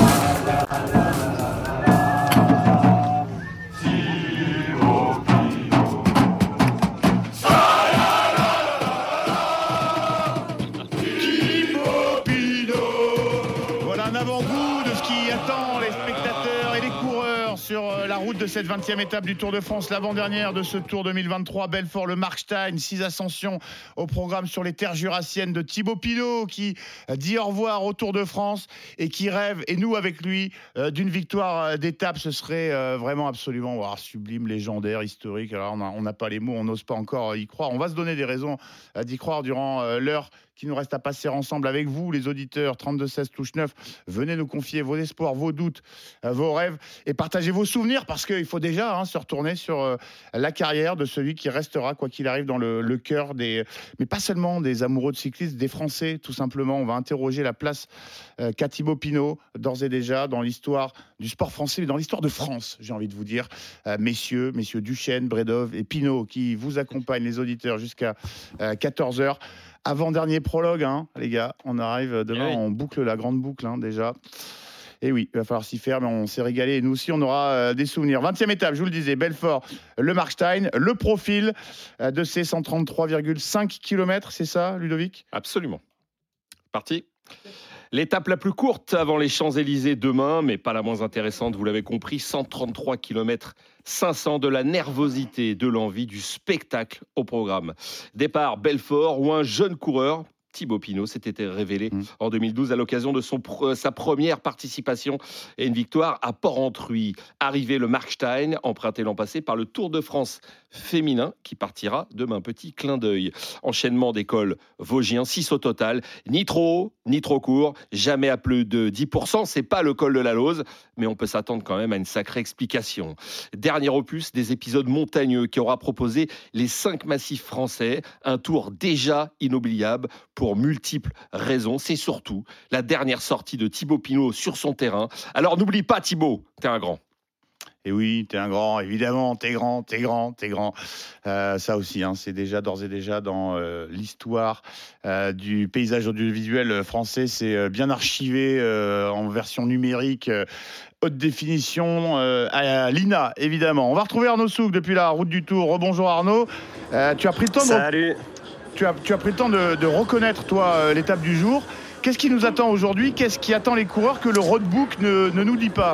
Sur la route de cette 20e étape du Tour de France, l'avant-dernière de ce Tour 2023, Belfort, le Markstein, 6 ascensions au programme sur les terres jurassiennes de Thibaut Pinot qui dit au revoir au Tour de France et qui rêve, et nous avec lui, d'une victoire d'étape. Ce serait vraiment absolument sublime, légendaire, historique. Alors on n'a pas les mots, on n'ose pas encore y croire. On va se donner des raisons d'y croire durant l'heure qui nous reste à passer ensemble avec vous, les auditeurs. 32-16 touche 9. Venez nous confier vos espoirs, vos doutes, vos rêves et partagez vos souvenirs parce qu'il faut déjà se retourner sur la carrière de celui qui restera, quoi qu'il arrive, dans le cœur des, mais pas seulement des amoureux de cyclisme, des Français, tout simplement. On va interroger la place qu'a Thibaut Pinot, d'ores et déjà, dans l'histoire du sport français, mais dans l'histoire de France, j'ai envie de vous dire. Messieurs Duchesne, Bredov et Pinot qui vous accompagnent, les auditeurs, jusqu'à 14h. Avant-dernier prologue, les gars. On arrive demain, on boucle la grande boucle, déjà. Et oui, il va falloir s'y faire, mais on s'est régalé. Et nous aussi, on aura des souvenirs. 20e étape, je vous le disais, Belfort, le Markstein, le profil de ces 133,5 km, c'est ça, Ludovic ? Absolument. Parti. L'étape la plus courte avant les Champs-Élysées demain, mais pas la moins intéressante, vous l'avez compris, 133 km 500, de la nervosité, de l'envie, du spectacle au programme. Départ Belfort, où un jeune coureur, Thibaut Pinot, s'était révélé en 2012 à l'occasion de sa première participation et une victoire à Port-Entruy. Arrivé le Markstein, emprunté l'an passé par le Tour de France féminin qui partira demain. Petit clin d'œil. Enchaînement des cols vosgiens, 6 au total. Ni trop haut, ni trop court. Jamais à plus de 10%. C'est pas le col de la Lose, mais on peut s'attendre quand même à une sacrée explication. Dernier opus des épisodes montagneux qui aura proposé les 5 massifs français. Un tour déjà inoubliable pour multiples raisons. C'est surtout la dernière sortie de Thibaut Pinot sur son terrain. Alors n'oublie pas Thibaut, t'es un grand. Et oui, t'es un grand, évidemment, t'es grand. Ça aussi, c'est déjà d'ores et déjà dans l'histoire du paysage audiovisuel français. C'est bien archivé en version numérique, haute définition, à l'INA, évidemment. On va retrouver Arnaud Souk depuis la route du Tour. Rebonjour Arnaud. Tu as pris le temps Salut. Tu as pris le temps de reconnaître, toi, l'étape du jour. Qu'est-ce qui nous attend aujourd'hui ? Qu'est-ce qui attend les coureurs que le roadbook ne nous dit pas ?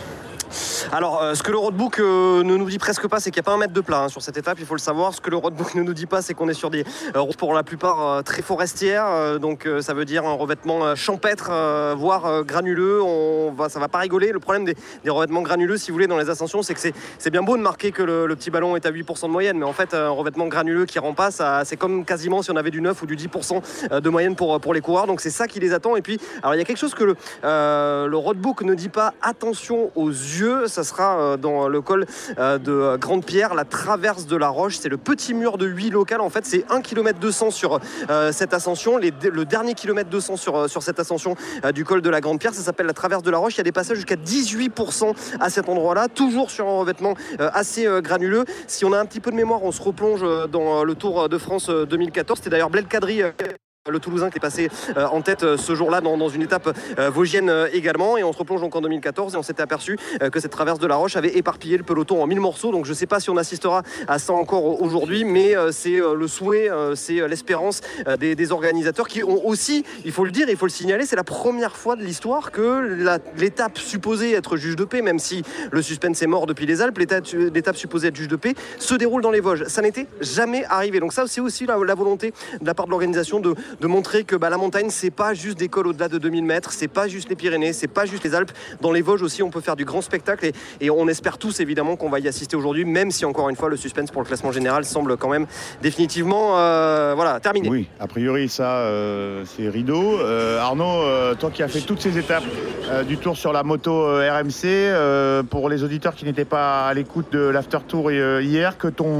Alors, ce que le roadbook ne nous dit presque pas, c'est qu'il n'y a pas un mètre de plat sur cette étape, il faut le savoir. Ce que le roadbook ne nous dit pas, c'est qu'on est sur des routes pour la plupart très forestières. Donc, ça veut dire un revêtement champêtre, voire granuleux. Ça va pas rigoler. Le problème des revêtements granuleux, si vous voulez, dans les ascensions, c'est que c'est bien beau de marquer que le petit ballon est à 8% de moyenne. Mais en fait, un revêtement granuleux qui rend pas, c'est comme quasiment si on avait du 9 ou du 10% de moyenne pour les coureurs. Donc, c'est ça qui les attend. Et puis, alors, il y a quelque chose que le roadbook ne dit pas. Attention aux yeux. Ça sera dans le col de Grande-Pierre, la traverse de la Roche. C'est le petit mur de 8 local. En fait, c'est 1 km 200 sur cette ascension. Le dernier kilomètre 200 sur cette ascension du col de la Grande-Pierre, ça s'appelle la traverse de la Roche. Il y a des passages jusqu'à 18% à cet endroit-là, toujours sur un revêtement assez granuleux. Si on a un petit peu de mémoire, on se replonge dans le Tour de France 2014. C'était d'ailleurs Blel Kadri, le Toulousain, qui est passé en tête ce jour-là dans une étape vosgienne également. Et on se replonge donc en 2014 et on s'était aperçu que cette traverse de la Roche avait éparpillé le peloton en 1000 morceaux. Donc je ne sais pas si on assistera à ça encore aujourd'hui, mais c'est le souhait, c'est l'espérance des organisateurs qui ont aussi, il faut le dire, il faut le signaler, c'est la première fois de l'histoire que l'étape supposée être juge de paix, même si le suspense est mort depuis les Alpes, l'étape supposée être juge de paix se déroule dans les Vosges. Ça n'était jamais arrivé. Donc ça, c'est aussi la volonté de la part de l'organisation de montrer que la montagne, c'est pas juste des cols au-delà de 2000 mètres, c'est pas juste les Pyrénées, c'est pas juste les Alpes. Dans les Vosges aussi, on peut faire du grand spectacle et on espère tous évidemment qu'on va y assister aujourd'hui, même si encore une fois le suspense pour le classement général semble quand même définitivement terminé. Oui, a priori ça c'est rideau. Arnaud, toi qui as fait toutes ces étapes du Tour sur la moto RMC, pour les auditeurs qui n'étaient pas à l'écoute de l'after tour hier, que ton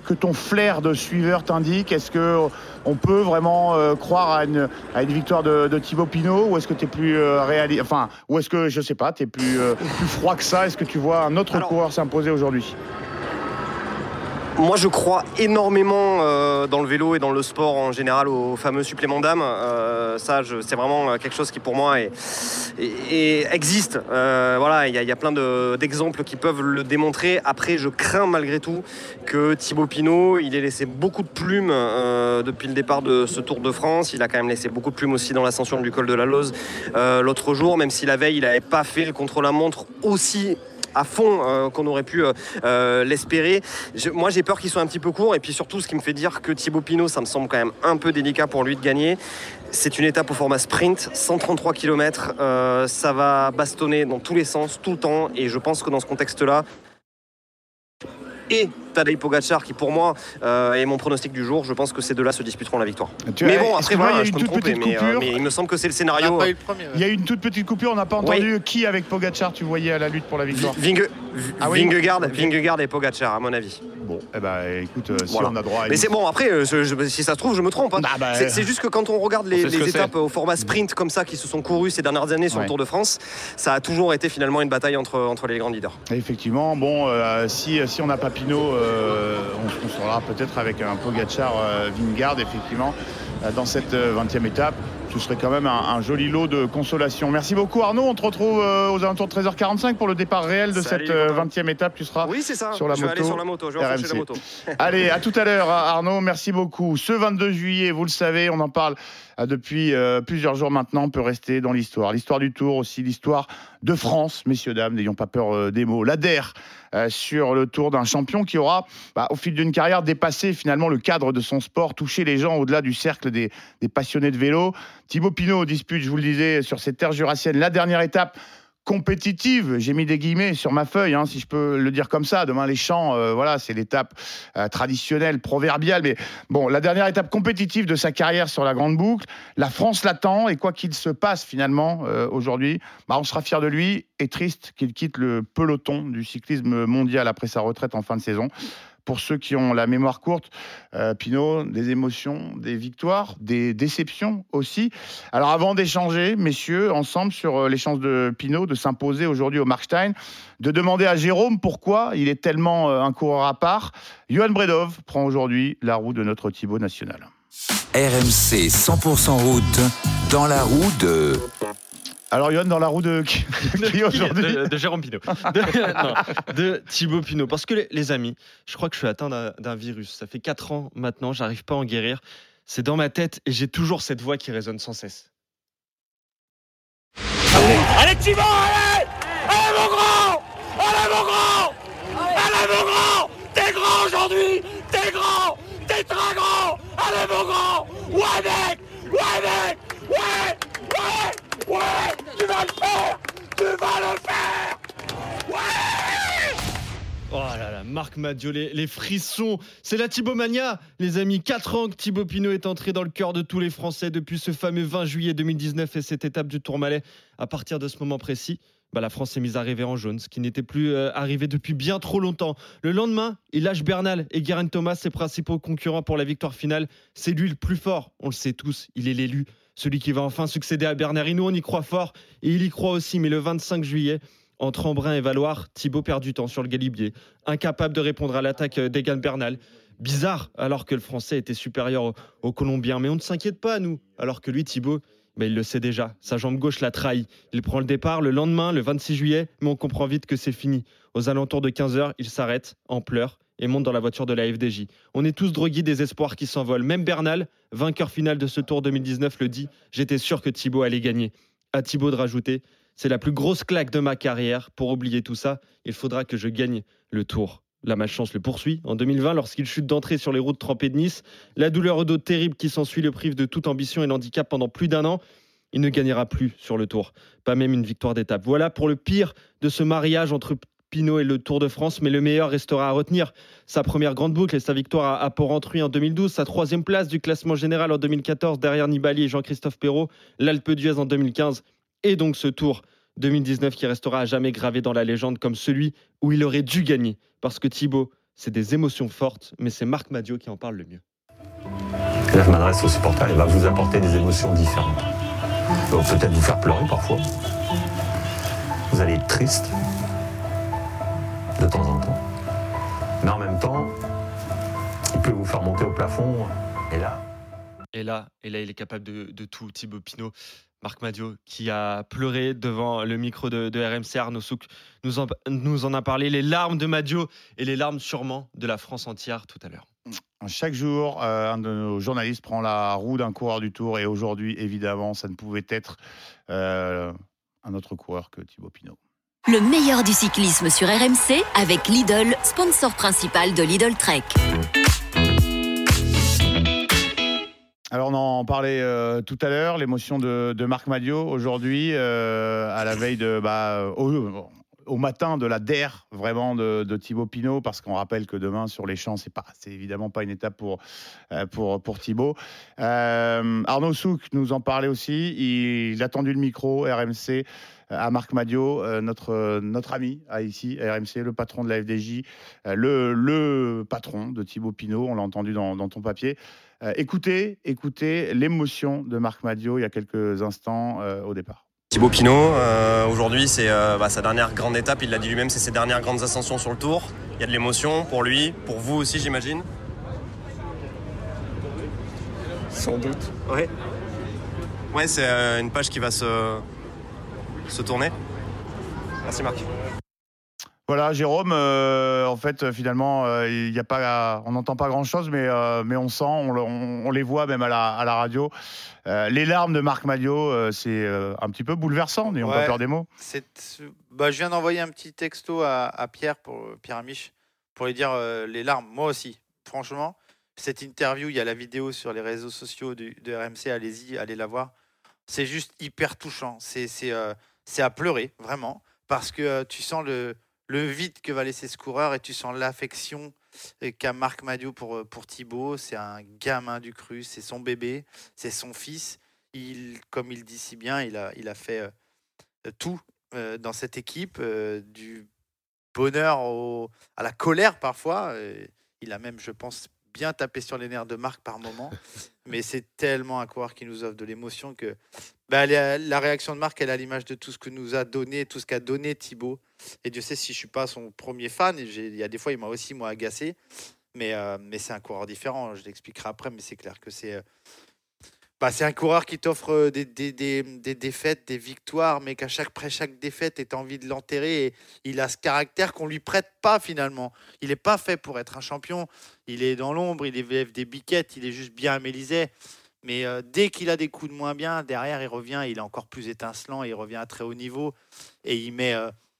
que ton flair de suiveur t'indique? Est-ce qu'on peut vraiment croire à une victoire de Thibaut Pinot, ou est-ce que tu es plus réaliste, enfin, ou est-ce que, je sais pas, tu es plus froid que ça? Est-ce que tu vois un autre coureur s'imposer aujourd'hui? Moi, je crois énormément dans le vélo et dans le sport en général au fameux supplément d'âme. C'est vraiment quelque chose qui, pour moi, existe. Voilà, il y a plein d'exemples qui peuvent le démontrer. Après, je crains malgré tout que Thibaut Pinot, il ait laissé beaucoup de plumes depuis le départ de ce Tour de France. Il a quand même laissé beaucoup de plumes aussi dans l'ascension du col de la Loze l'autre jour, même si la veille, il n'avait pas fait le contre-la-montre aussi à fond qu'on aurait pu l'espérer. Moi, j'ai peur qu'il soit un petit peu court, et puis surtout, ce qui me fait dire que Thibaut Pinot, ça me semble quand même un peu délicat pour lui de gagner. C'est une étape au format sprint, 133 km, ça va bastonner dans tous les sens, tout le temps, et je pense que dans ce contexte-là, et Tadej Pogačar, qui pour moi est mon pronostic du jour, je pense que ces deux-là se disputeront la victoire. Mais bon, après voilà, je peux me tromper, mais il me semble que c'est le scénario. Il y a eu une toute petite coupure, on n'a pas entendu qui avec Pogačar tu voyais à la lutte pour la victoire? Vingegaard et Pogačar, à mon avis. Bon, écoute, si on a droit à... Mais c'est bon, après, si ça se trouve, je me trompe. Hein. C'est juste que quand on regarde les étapes au format sprint comme ça qui se sont courues ces dernières années sur le Tour de France, ça a toujours été finalement une bataille entre les grands leaders. Effectivement, bon, si on n'a pas Pinot, on sera peut-être avec un Pogačar Vingegaard, effectivement, dans cette 20e étape. Ce serait quand même un joli lot de consolation. Merci beaucoup Arnaud, on te retrouve aux alentours de 13h45 pour le départ réel de cette 20e étape. Tu seras sur la moto. Je vais aller sur la moto, je vais enfoncer la moto. Allez, à tout à l'heure Arnaud, merci beaucoup. Ce 22 juillet, vous le savez, on en parle depuis plusieurs jours maintenant, peut rester dans l'histoire. L'histoire du Tour, aussi l'histoire de France, messieurs, dames, n'ayons pas peur des mots. L'ADER sur le Tour d'un champion qui aura, au fil d'une carrière, dépassé finalement le cadre de son sport, touché les gens au-delà du cercle des passionnés de vélo. Thibaut Pinot dispute, je vous le disais, sur cette terre jurassienne, la dernière étape compétitive, j'ai mis des guillemets sur ma feuille, si je peux le dire comme ça. Demain les champs, voilà, c'est l'étape traditionnelle, proverbiale, mais bon, la dernière étape compétitive de sa carrière sur la grande boucle. La France l'attend, et quoi qu'il se passe finalement aujourd'hui, on sera fiers de lui, et triste qu'il quitte le peloton du cyclisme mondial après sa retraite en fin de saison. Pour ceux qui ont la mémoire courte, Pinot, des émotions, des victoires, des déceptions aussi. Alors avant d'échanger, messieurs, ensemble sur les chances de Pinot de s'imposer aujourd'hui au Markstein, de demander à Jérôme pourquoi il est tellement un coureur à part, Johan Bredov prend aujourd'hui la roue de notre Thibaut national. RMC 100% route, dans la roue de... Alors Yoann, dans la roue de qui aujourd'hui? De Jérôme Pinot. De Thibaut Pinot. Parce que les amis, je crois que je suis atteint d'un virus. Ça fait 4 ans maintenant, j'arrive pas à en guérir. C'est dans ma tête et j'ai toujours cette voix qui résonne sans cesse. Allez Thibaut, allez! Allez mon grand! Allez mon grand! Allez mon grand! T'es grand aujourd'hui! T'es grand! T'es très grand! Allez mon grand! Ouais mec! Ouais mec! Ouais! Ouais! Ouais! Tu vas le faire! Tu vas le faire! Ouais! Oh là là, Marc Madiot, les frissons, c'est la Thibaut Mania. Les amis, 4 ans que Thibaut Pinot est entré dans le cœur de tous les Français depuis ce fameux 20 juillet 2019 et cette étape du Tourmalet. À partir de ce moment précis, la France s'est mise à rêver en jaune, ce qui n'était plus arrivé depuis bien trop longtemps. Le lendemain, il lâche Bernal et Geraint Thomas, ses principaux concurrents pour la victoire finale. C'est lui le plus fort, on le sait tous, il est l'élu. Celui qui va enfin succéder à Bernard Hinault, on y croit fort et il y croit aussi. Mais le 25 juillet, entre Embrun et Valloire, Thibaut perd du temps sur le galibier, incapable de répondre à l'attaque d'Egan Bernal. Bizarre, alors que le Français était supérieur au Colombien. Mais on ne s'inquiète pas, nous, alors que lui, Thibaut, il le sait déjà. Sa jambe gauche l'a trahi. Il prend le départ le lendemain, le 26 juillet, mais on comprend vite que c'est fini. Aux alentours de 15h, il s'arrête, en pleurs, et monte dans la voiture de la FDJ. On est tous drogués des espoirs qui s'envolent. Même Bernal, vainqueur final de ce Tour 2019, le dit. J'étais sûr que Thibaut allait gagner. À Thibaut de rajouter, c'est la plus grosse claque de ma carrière. Pour oublier tout ça, il faudra que je gagne le Tour. La malchance le poursuit. En 2020, lorsqu'il chute d'entrée sur les routes trempées de Nice, la douleur au dos terrible qui s'ensuit le prive de toute ambition et l'handicap pendant plus d'1 an. Il ne gagnera plus sur le Tour. Pas même une victoire d'étape. Voilà pour le pire de ce mariage entre Pinot et le Tour de France, mais le meilleur restera à retenir. Sa première grande boucle et sa victoire à Port-Rentruy en 2012, sa 3e place du classement général en 2014 derrière Nibali et Jean-Christophe Perrault, l'Alpe d'Huez en 2015 et donc ce Tour 2019 qui restera à jamais gravé dans la légende comme celui où il aurait dû gagner. Parce que Thibaut, c'est des émotions fortes, mais c'est Marc Madiot qui en parle le mieux. Là, je m'adresse aux supporters, il va vous apporter des émotions différentes. Il va peut-être vous faire pleurer parfois. Vous allez être triste de temps en temps. Mais en même temps, il peut vous faire monter au plafond. Et là, il est capable de tout, Thibaut Pinot. Marc Madiot qui a pleuré devant le micro de RMC. Arnaud Souk nous en a parlé. Les larmes de Madiot et les larmes sûrement de la France entière tout à l'heure. Chaque jour, un de nos journalistes prend la roue d'un coureur du Tour et aujourd'hui, évidemment, ça ne pouvait être un autre coureur que Thibaut Pinot. Le meilleur du cyclisme sur RMC avec Lidl, sponsor principal de Lidl Trek. Alors on en parlait tout à l'heure, l'émotion de Marc Madiot aujourd'hui, à la veille au matin de la DER vraiment de Thibaut Pinot, parce qu'on rappelle que demain sur les champs, c'est évidemment pas une étape pour Thibaut. Arnaud Souk nous en parlait aussi, il a tendu le micro RMC à Marc Madiot, notre ami ici à RMC, le patron de la FDJ, le patron de Thibaut Pinot, on l'a entendu dans ton papier. Écoutez l'émotion de Marc Madiot il y a quelques instants au départ. Thibaut Pinot, aujourd'hui c'est sa dernière grande étape, il l'a dit lui-même, c'est ses dernières grandes ascensions sur le Tour. Il y a de l'émotion pour lui, pour vous aussi j'imagine. sans doute. Ouais, c'est une page qui va se tourner. Merci Marc. Voilà, Jérôme, en fait, finalement, on n'entend pas grand-chose, mais on sent, on les voit même à la radio. Les larmes de Marc Madiot, c'est un petit peu bouleversant, n'ayons pas peur des mots. Je viens d'envoyer un petit texto à Pierre, Pierre Amiche, pour lui dire les larmes. Moi aussi, franchement, cette interview, il y a la vidéo sur les réseaux sociaux de RMC, allez la voir. C'est juste hyper touchant. C'est à pleurer, vraiment, parce que tu sens le vide que va laisser ce coureur et tu sens l'affection qu'a Marc Madiot pour Thibaut. C'est un gamin du cru, c'est son bébé, c'est son fils. Comme il dit si bien, il a fait tout dans cette équipe, du bonheur à la colère parfois. Il a même, je pense, bien tapé sur les nerfs de Marc par moment. Mais c'est tellement un coureur qui nous offre de l'émotion que la réaction de Marc, elle est à l'image de tout ce que nous a donné, tout ce qu'a donné Thibaut. Et Dieu sait si je ne suis pas son premier fan. Il y a des fois, il m'a aussi agacé. Mais c'est un coureur différent. Je l'expliquerai après, mais c'est clair que c'est un coureur qui t'offre des défaites, des victoires, mais qu'après chaque défaite, tu as envie de l'enterrer. Et il a ce caractère qu'on ne lui prête pas finalement. Il n'est pas fait pour être un champion. Il est dans l'ombre, il élève des biquettes, il est juste bien amélisé. Mais dès qu'il a des coups de moins bien, derrière, il revient, il est encore plus étincelant, il revient à très haut niveau. Et il met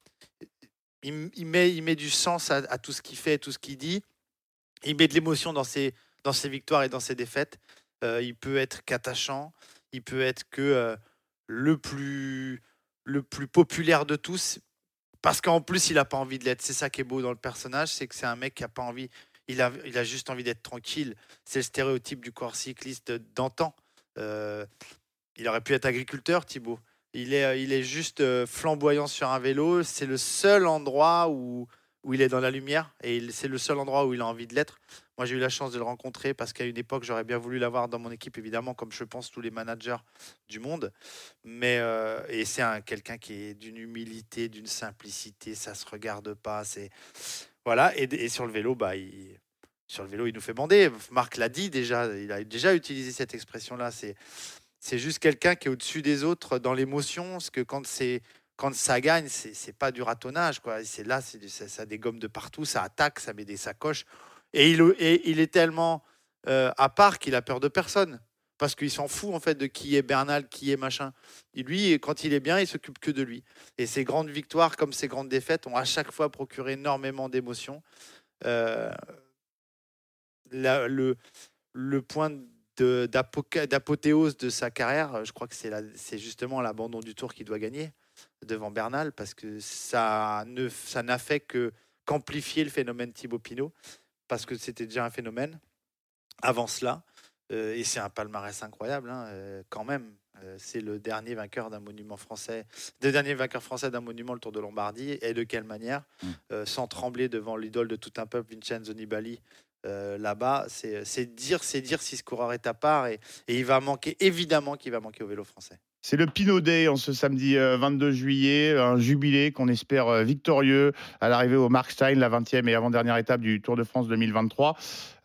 du sens à tout ce qu'il fait, tout ce qu'il dit. Il met de l'émotion dans ses victoires et dans ses défaites. Il peut être qu'attachant, il peut être que le plus populaire de tous, parce qu'en plus, il n'a pas envie de l'être. C'est ça qui est beau dans le personnage, c'est que c'est un mec qui n'a pas envie... Il a juste envie d'être tranquille. C'est le stéréotype du coureur cycliste d'antan. Il aurait pu être agriculteur, Thibaut. Il est juste flamboyant sur un vélo. C'est le seul endroit où il est dans la lumière. Et c'est le seul endroit où il a envie de l'être. Moi, j'ai eu la chance de le rencontrer parce qu'à une époque, j'aurais bien voulu l'avoir dans mon équipe, évidemment, comme je pense tous les managers du monde. Et c'est quelqu'un qui est d'une humilité, d'une simplicité. Ça ne se regarde pas. Voilà, et sur le vélo, il nous fait bander. Marc l'a dit déjà, il a déjà utilisé cette expression-là. C'est juste quelqu'un qui est au-dessus des autres dans l'émotion, parce que quand ça gagne, c'est pas du ratonnage, quoi. Ça dégomme de partout, ça attaque, ça met des sacoches. Et il est tellement à part qu'il a peur de personne. Parce qu'il s'en fout en fait de qui est Bernal, qui est machin. Et lui, quand il est bien, il s'occupe que de lui. Et ses grandes victoires comme ses grandes défaites ont à chaque fois procuré énormément d'émotions. Le point d'apothéose de sa carrière, je crois que c'est justement l'abandon du Tour qu'il doit gagner devant Bernal, parce que ça n'a fait qu'amplifier le phénomène Thibaut Pinot, parce que c'était déjà un phénomène avant cela. Et c'est un palmarès incroyable, quand même. C'est le dernier vainqueur d'un monument français, le dernier vainqueur français d'un monument, le Tour de Lombardie. Et de quelle manière sans trembler devant l'idole de tout un peuple, Vincenzo Nibali, là-bas, c'est dire si ce coureur est à part. Et il va manquer, évidemment qu'il va manquer au vélo français. C'est le Pinot Day en ce samedi 22 juillet, un jubilé qu'on espère victorieux à l'arrivée au Markstein, la 20e et avant-dernière étape du Tour de France 2023.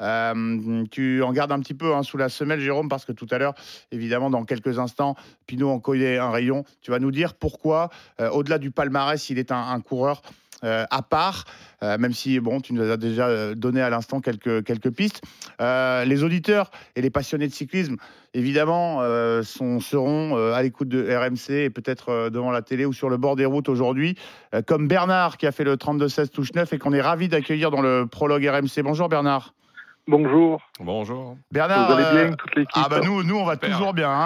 Tu en gardes un petit peu sous la semelle, Jérôme, parce que tout à l'heure, évidemment, dans quelques instants, Pinot en collait un rayon. Tu vas nous dire pourquoi, au-delà du palmarès, il est un coureur à part, même si tu nous as déjà donné à l'instant quelques pistes. Les auditeurs et les passionnés de cyclisme, évidemment, seront à l'écoute de RMC et peut-être devant la télé ou sur le bord des routes aujourd'hui, comme Bernard qui a fait le 32-16 touche 9 et qu'on est ravi d'accueillir dans le prologue RMC. Bonjour Bernard. Bonjour. Bonjour. Bernard, vous allez bien, toute l'équipe? Nous on va toujours bien.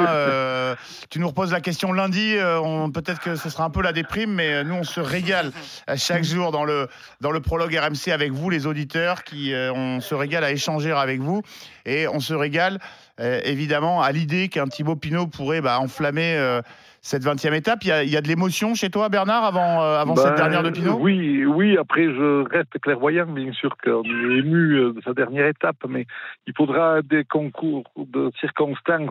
Tu nous reposes la question lundi. Peut-être que ce sera un peu la déprime, mais nous on se régale chaque jour dans le prologue RMC avec vous, les auditeurs, on se régale à échanger avec vous et on se régale évidemment à l'idée qu'un Thibaut Pinot pourrait enflammer cette 20e étape. Il y a de l'émotion chez toi, Bernard, avant cette dernière de Pinot? Oui, après je reste clairvoyant, bien sûr qu'on est ému de sa dernière étape, mais il faudra des concours de circonstances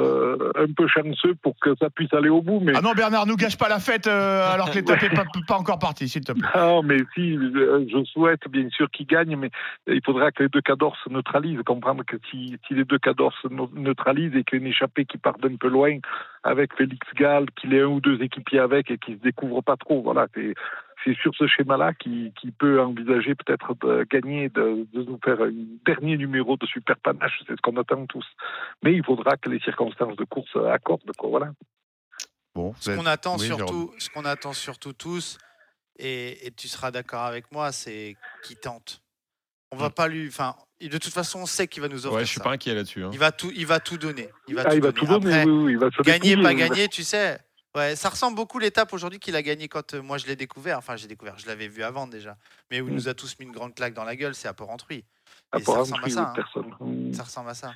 un peu chanceux pour que ça puisse aller au bout. Mais... Ah non, Bernard, nous gâche pas la fête alors que l'étape n'est pas encore partie, s'il te plaît. Non, mais si, je souhaite bien sûr qu'il gagne, mais il faudra que les deux cadors se neutralisent. Comprendre que si les deux cadors se neutralisent et qu'il y a une échappée qui part d'un peu loin avec Félix Gall, qu'il ait un ou deux équipiers avec et qu'il ne se découvre pas trop. Voilà, c'est sur ce schéma-là qu'il peut envisager peut-être de gagner, de nous faire un dernier numéro de Super Panache, c'est ce qu'on attend tous. Mais il faudra que les circonstances de course accordent. Voilà. Bon, ce qu'on attend surtout tous, et tu seras d'accord avec moi, c'est qu'il tente. On va pas lui... de toute façon, on sait qu'il va nous offrir. Je suis pas inquiet là-dessus. Il va tout donner. Il va tout donner. Après, oui, il va se gagner, dépouiller, pas gagner, tu sais. Ouais, ça ressemble beaucoup l'étape aujourd'hui qu'il a gagné quand moi je l'ai découvert. Enfin, je l'avais vu avant déjà. Mais où il nous a tous mis une grande claque dans la gueule, c'est à Port-Rentruy. Et ça ressemble à ça. Ça ressemble à ça.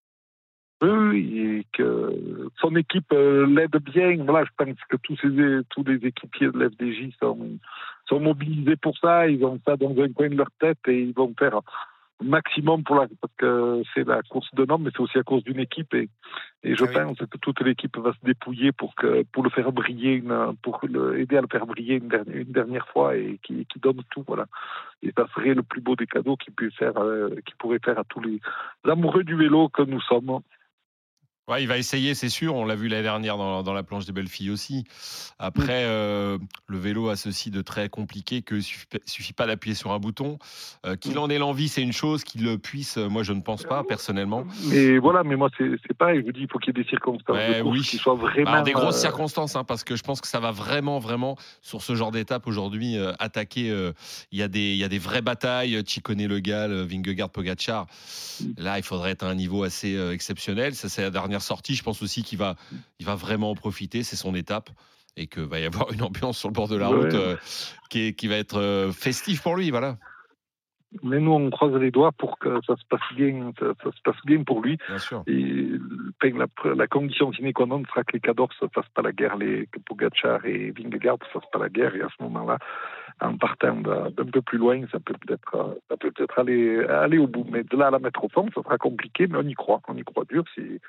Oui, et que son équipe l'aide bien. Voilà, je pense que tous les équipiers de l'FDJ sont mobilisés pour ça. Ils ont ça dans un coin de leur tête et ils vont faire maximum parce que c'est la course d'un homme, mais c'est aussi la course d'une équipe et je pense que toute l'équipe va se dépouiller pour le faire briller, pour aider à le faire briller une dernière fois et qui donne tout, voilà. Et ça serait le plus beau des cadeaux qu'il pourrait faire à tous les amoureux du vélo que nous sommes. Ouais, il va essayer, c'est sûr. On l'a vu l'année dernière dans la planche des belles filles aussi. Après, le vélo a ceci de très compliqué que suffit pas d'appuyer sur un bouton. Qu'il en ait l'envie, c'est une chose. Qu'il le puisse, moi je ne pense pas personnellement. Mais voilà, mais moi c'est pareil. Je vous dis, il faut qu'il y ait des circonstances de course qui soient vraiment des grosses circonstances, parce que je pense que ça va vraiment sur ce genre d'étape aujourd'hui attaquer. Il y a des vraies batailles. Ciccone, Le Gall, Vingegaard, Pogačar. Là, il faudrait être à un niveau assez exceptionnel. Ça, c'est la dernière sortie, je pense aussi qu'il va vraiment en profiter, c'est son étape et qu'il va y avoir une ambiance sur le bord de la route qui va être festive pour lui, voilà. Mais nous on croise les doigts pour que ça se passe bien pour lui. Bien sûr. Et la condition sine qua non sera que les cadors ne fassent pas la guerre, que Pogačar et Vingegaard ne fassent pas la guerre, et à ce moment-là, en partant d'un peu plus loin, ça peut peut-être aller au bout. Mais de là à la mettre au fond, ça sera compliqué, mais on y croit dur.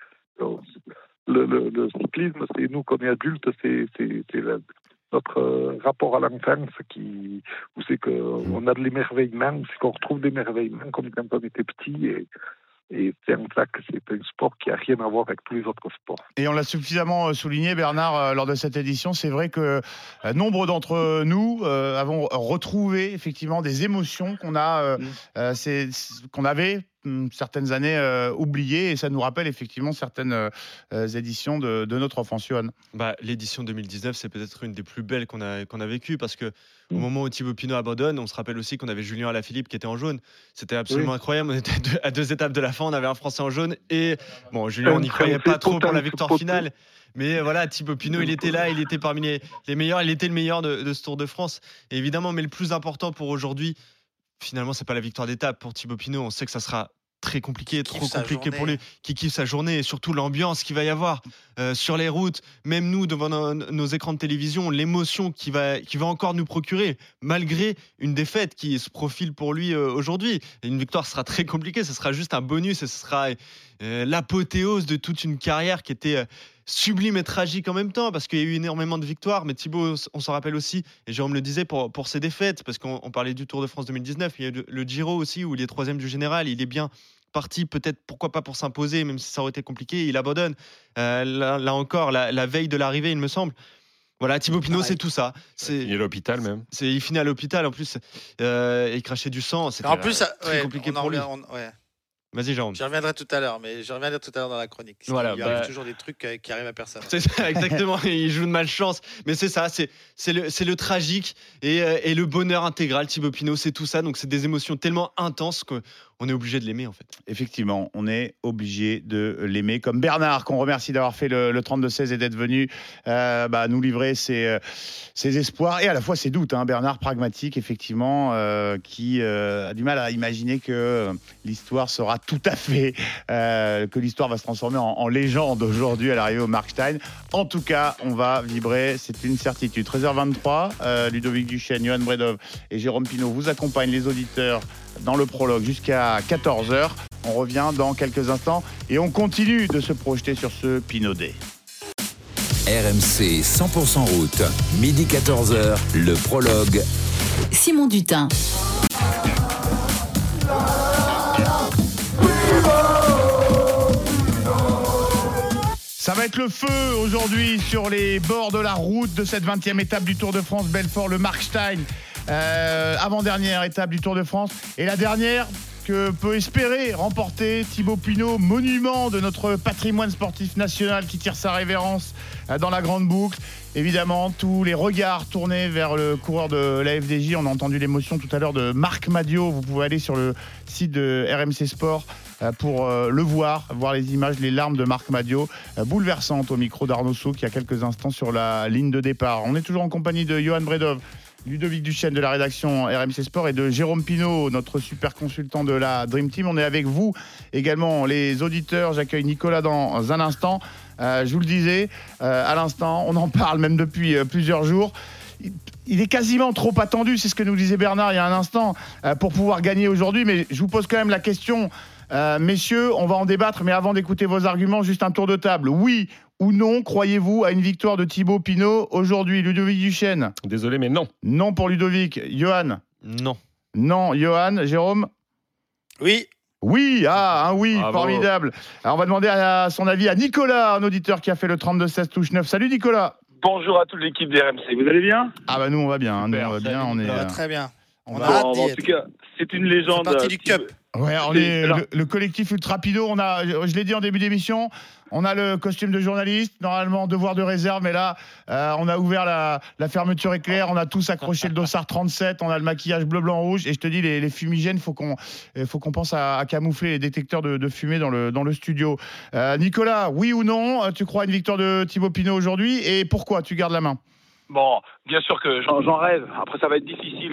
Le cyclisme, c'est nous qu'on est adultes, c'est notre rapport à l'enfance où c'est qu'on a de l'émerveillement, c'est qu'on retrouve des émerveillements comme quand on était petit et c'est en ça que c'est un sport qui n'a rien à voir avec tous les autres sports. Et on l'a suffisamment souligné, Bernard, lors de cette édition. C'est vrai que nombre d'entre nous avons retrouvé effectivement des émotions qu'on avait certaines années oubliées, et ça nous rappelle effectivement certaines éditions de notre enfance. Johan. L'édition 2019, c'est peut-être une des plus belles qu'on a vécues, parce que au moment où Thibaut Pinot abandonne, on se rappelle aussi qu'on avait Julien Alaphilippe qui était en jaune. C'était absolument incroyable. On était à 2 étapes de la fin, on avait un Français en jaune et Julien, on n'y croyait pas trop pour la victoire finale. Mais voilà, Thibaut Pinot, il était là, il était parmi les meilleurs, il était le meilleur de ce Tour de France. Et évidemment, mais le plus important pour aujourd'hui, finalement, c'est pas la victoire d'étape pour Thibaut Pinot. On sait que ça sera très compliqué, trop compliqué pour lui, qui kiffe sa journée et surtout l'ambiance qu'il va y avoir sur les routes, même nous devant nos écrans de télévision, l'émotion qu'il va encore nous procurer malgré une défaite qui se profile pour lui aujourd'hui. Et une victoire sera très compliquée, ce sera juste un bonus et ce sera l'apothéose de toute une carrière qui était sublime et tragique en même temps, parce qu'il y a eu énormément de victoires, mais Thibaut, on s'en rappelle aussi, et Jérôme le disait, pour ses défaites, parce qu'on parlait du Tour de France 2019, il y a eu le Giro aussi, où il est 3e du général, il est bien parti, peut-être, pourquoi pas pour s'imposer, même si ça aurait été compliqué, il abandonne, là encore, la veille de l'arrivée, il me semble. Voilà, Thibaut Pinot, c'est tout ça. Il est à l'hôpital même. Il finit à l'hôpital, en plus, il crachait du sang, c'était très compliqué pour lui. Vas-y, Jérôme. J'y reviendrai tout à l'heure, mais je reviendrai tout à l'heure dans la chronique. Voilà, il y a toujours des trucs qui arrivent à personne. C'est ça, exactement. Il joue de malchance. Mais c'est ça, c'est le tragique et le bonheur intégral. Thibaut Pinot, c'est tout ça. Donc, c'est des émotions tellement intenses qu'on est obligé de l'aimer, en fait. Effectivement, on est obligé de l'aimer. Comme Bernard, qu'on remercie d'avoir fait le 32-16 et d'être venu nous livrer ses espoirs et à la fois ses doutes. Bernard, pragmatique, effectivement, qui a du mal à imaginer que l'histoire sera tout à fait, que l'histoire va se transformer en légende aujourd'hui à l'arrivée au Markstein. En tout cas, on va vibrer, c'est une certitude. 13h23, Ludovic Duchesne, Johan Bredov et Jérôme Pinot vous accompagnent, les auditeurs, dans le prologue jusqu'à 14h. On revient dans quelques instants et on continue de se projeter sur ce Pinot Day. RMC 100% route, midi 14h, le prologue. Simon Dutin. Ça va être le feu aujourd'hui sur les bords de la route de cette 20e étape du Tour de France, Belfort, le Markstein. Avant-dernière étape du Tour de France. Et la dernière que peut espérer remporter Thibaut Pinot, monument de notre patrimoine sportif national qui tire sa révérence dans la grande boucle. Évidemment, tous les regards tournés vers le coureur de la FDJ. On a entendu l'émotion tout à l'heure de Marc Madiot. Vous pouvez aller sur le site de RMC Sport pour le voir les images, les larmes de Marc Madiot, bouleversantes au micro d'Arnaud Souk il y a quelques instants sur la ligne de départ. On est toujours en compagnie de Johan Bredov, Ludovic Duchesne de la rédaction RMC Sport et de Jérôme Pinot, notre super consultant de la Dream Team. On est avec vous également, les auditeurs. J'accueille Nicolas dans un instant. Je vous le disais à l'instant, on en parle même depuis plusieurs jours. Il est quasiment trop attendu, c'est ce que nous disait Bernard il y a un instant, pour pouvoir gagner aujourd'hui. Mais je vous pose quand même la question, messieurs, on va en débattre, mais avant d'écouter vos arguments, juste un tour de table. Oui ou non, croyez-vous à une victoire de Thibaut Pinot aujourd'hui? Ludovic Duchesne? Désolé, mais non. Non pour Ludovic. Johan? Non. Non. Johan? Jérôme? Oui. Oui, un oui, bravo. Formidable. Alors on va demander à son avis à Nicolas, un auditeur qui a fait le 32-16 touche 9. Salut Nicolas. Bonjour à toute l'équipe des RMC, vous allez bien? Nous on va bien, nous on va bien, on est très bien. En tout cas, c'est une légende. C'est parti du Cup. Ouais, on est le collectif Ultra Pido. Je l'ai dit en début d'émission, on a le costume de journaliste, normalement devoir de réserve, mais là, on a ouvert la fermeture éclair, on a tous accroché le dossard 37, on a le maquillage bleu, blanc, rouge, et je te dis, les fumigènes, faut qu'on pense à camoufler les détecteurs de fumée dans le studio. Nicolas, oui ou non, tu crois à une victoire de Thibaut Pinot aujourd'hui, et pourquoi? Tu gardes la main. Bon, bien sûr que j'en rêve. Après, ça va être difficile.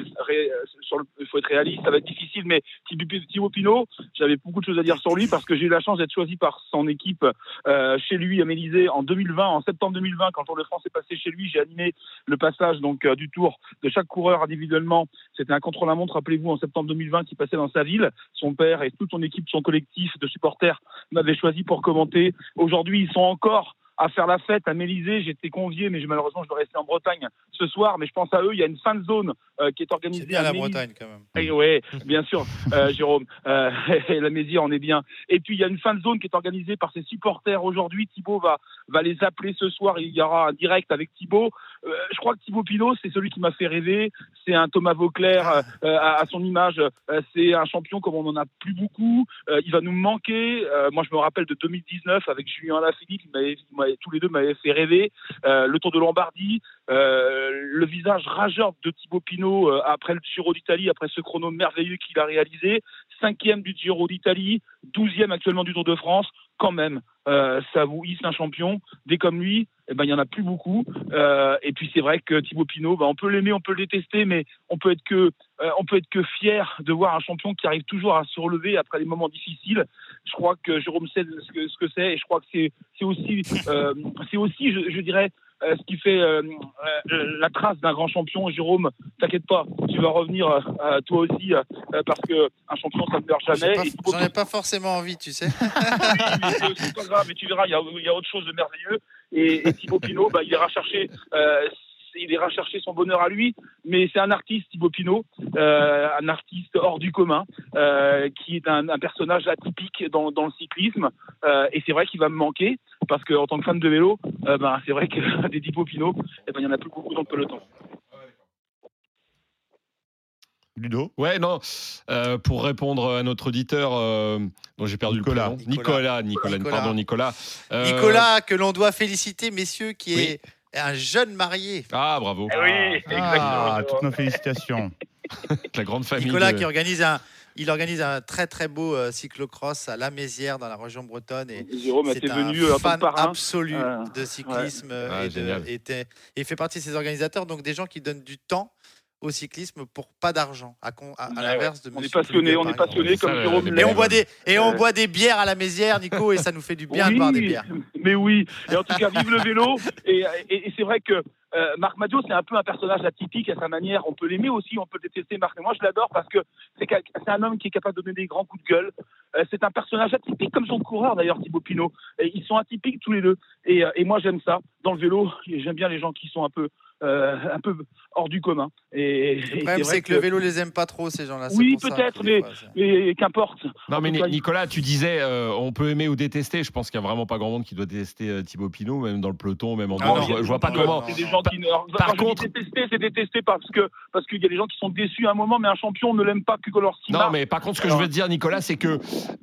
Il faut être réaliste, ça va être difficile. Mais Thibaut Pinot, j'avais beaucoup de choses à dire sur lui parce que j'ai eu la chance d'être choisi par son équipe chez lui à Mélisée en 2020, en septembre 2020, quand le Tour de France est passé chez lui. J'ai animé le passage du Tour de chaque coureur individuellement. C'était un contre-la-montre, rappelez-vous, en septembre 2020 qui passait dans sa ville. Son père et toute son équipe, son collectif de supporters m'avaient choisi pour commenter. Aujourd'hui, ils sont encore à faire la fête à Mélisée. J'étais convié, mais malheureusement je dois rester en Bretagne ce soir, mais je pense à eux. Il y a une fan zone qui est organisée. C'est bien la Bretagne quand même. Et ouais, bien sûr, Jérôme. Et la Mésie en est bien. Et puis il y a une fan zone qui est organisée par ses supporters aujourd'hui. Thibaut va les appeler ce soir. Il y aura un direct avec Thibaut. Je crois que Thibaut Pinot, c'est celui qui m'a fait rêver. C'est un Thomas Vauclair à son image. C'est un champion comme on n'en a plus beaucoup. Il va nous manquer. Moi, je me rappelle de 2019 avec Julien Alaphilippe. Tous les deux m'avaient fait rêver. Le Tour de Lombardie, le visage rageur de Thibaut Pinot après le Giro d'Italie, après ce chrono merveilleux qu'il a réalisé. 5e du Giro d'Italie, 12e actuellement du Tour de France. Quand même, ça vous hisse un champion. Des comme lui, il n'y en a plus beaucoup. Et puis c'est vrai que Thibaut Pinot, on peut l'aimer, on peut le détester, mais on peut être que fier de voir un champion qui arrive toujours à se relever après des moments difficiles. Je crois que Jérôme sait ce que c'est, et je crois que c'est aussi, je dirais, ce qui fait la trace d'un grand champion. Jérôme, t'inquiète pas, tu vas revenir toi aussi, parce que un champion, ça ne meurt jamais. J'en ai pas forcément envie, tu sais. Oui, c'est pas grave, mais tu verras, il y a autre chose de merveilleux. Et Thibaut Pinot, il ira chercher son bonheur à lui, mais c'est un artiste, Thibaut Pinot, un artiste hors du commun, qui est un personnage atypique dans le cyclisme, et c'est vrai qu'il va me manquer, parce qu'en tant que fan de vélo, c'est vrai que des Thibaut Pinot, il y en a plus beaucoup dans le peloton. Ludo ? Ouais, non. Pour répondre à notre auditeur, dont j'ai perdu Nicolas. le prénom. Nicolas. Nicolas, que l'on doit féliciter, messieurs, qui est un jeune marié. Ah, bravo. Oui, exactement. Toutes nos félicitations. La grande famille. Nicolas qui organise un très très beau cyclocross à La Mézières dans la région bretonne, et Jérôme c'est un fan absolu de cyclisme et fait partie de ces organisateurs, donc des gens qui donnent du temps au cyclisme pour pas d'argent, à l'inverse de on est passionné comme Jérôme. Et on boit des bières à La Mézières, Nico, et ça nous fait du bien de boire des bières. Mais oui, et en tout cas vive le vélo, et c'est vrai que Marc Madiot, c'est un peu un personnage atypique à sa manière. On peut l'aimer aussi, on peut le détester, Marc. Mais moi, je l'adore parce que c'est un homme qui est capable de donner des grands coups de gueule. C'est un personnage atypique, comme son coureur d'ailleurs, Thibaut Pinot. Et ils sont atypiques tous les deux. Et moi, j'aime ça. Dans le vélo, j'aime bien les gens qui sont un peu hors du commun. Le problème, c'est que le vélo les aime pas trop, ces gens-là. Oui, peut-être, mais qu'importe. Non, mais Nicolas, tu disais, on peut aimer ou détester. Je pense qu'il n'y a vraiment pas grand monde qui doit détester Thibaut Pinot, même dans le peloton, même en dehors. Je vois pas comment. C'est des gens qui Par contre, c'est détesté parce qu'il y a des gens qui sont déçus à un moment, mais un champion ne l'aime pas que leur style. Non, mais par contre, ce que je veux te dire, Nicolas, c'est que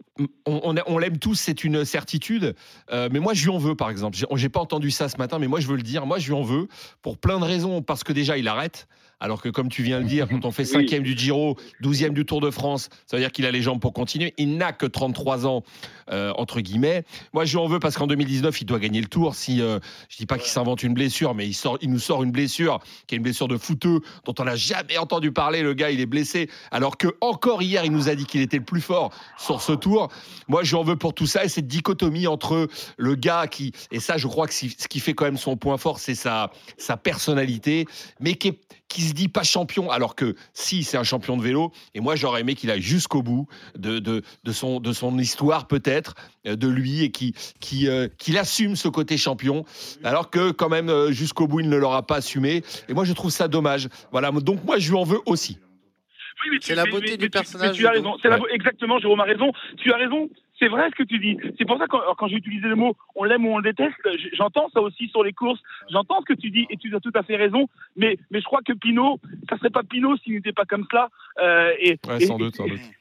on l'aime tous, c'est une certitude. Mais moi, je lui en veux, par exemple. J'ai pas entendu ça ce matin, mais moi, je veux le dire. Moi, je lui en veux pour plein de raisons. Parce que déjà, il arrête. Alors que, comme tu viens de le dire, quand on fait 5e du Giro, 12e du Tour de France, ça veut dire qu'il a les jambes pour continuer. Il n'a que 33 ans, entre guillemets. Moi, je lui en veux parce qu'en 2019, il doit gagner le Tour. Je dis pas qu'il s'invente une blessure, mais il nous sort une blessure qui est une blessure de fouteux dont on n'a jamais entendu parler. Le gars, il est blessé. Alors que encore hier, il nous a dit qu'il était le plus fort sur ce Tour. Moi, je lui en veux pour tout ça. Et cette dichotomie entre le gars et ça, je crois que ce qui fait quand même son point fort, c'est sa personnalité, mais qui se dit pas champion, alors que si, c'est un champion de vélo. Et moi, j'aurais aimé qu'il aille jusqu'au bout de son histoire, peut-être, de lui, et qu'il assume ce côté champion, alors que quand même, jusqu'au bout, il ne l'aura pas assumé. Et moi, je trouve ça dommage. Voilà, donc moi, je lui en veux aussi. Oui, c'est la beauté du personnage. Tu as raison. Exactement, Jérôme a raison. Tu as raison. C'est vrai ce que tu dis. C'est pour ça que quand j'ai utilisé le mot on l'aime ou on le déteste, j'entends ça aussi sur les courses. J'entends ce que tu dis et tu as tout à fait raison. Mais je crois que Pinot, ça serait pas Pinot s'il n'était pas comme cela. Sans doute.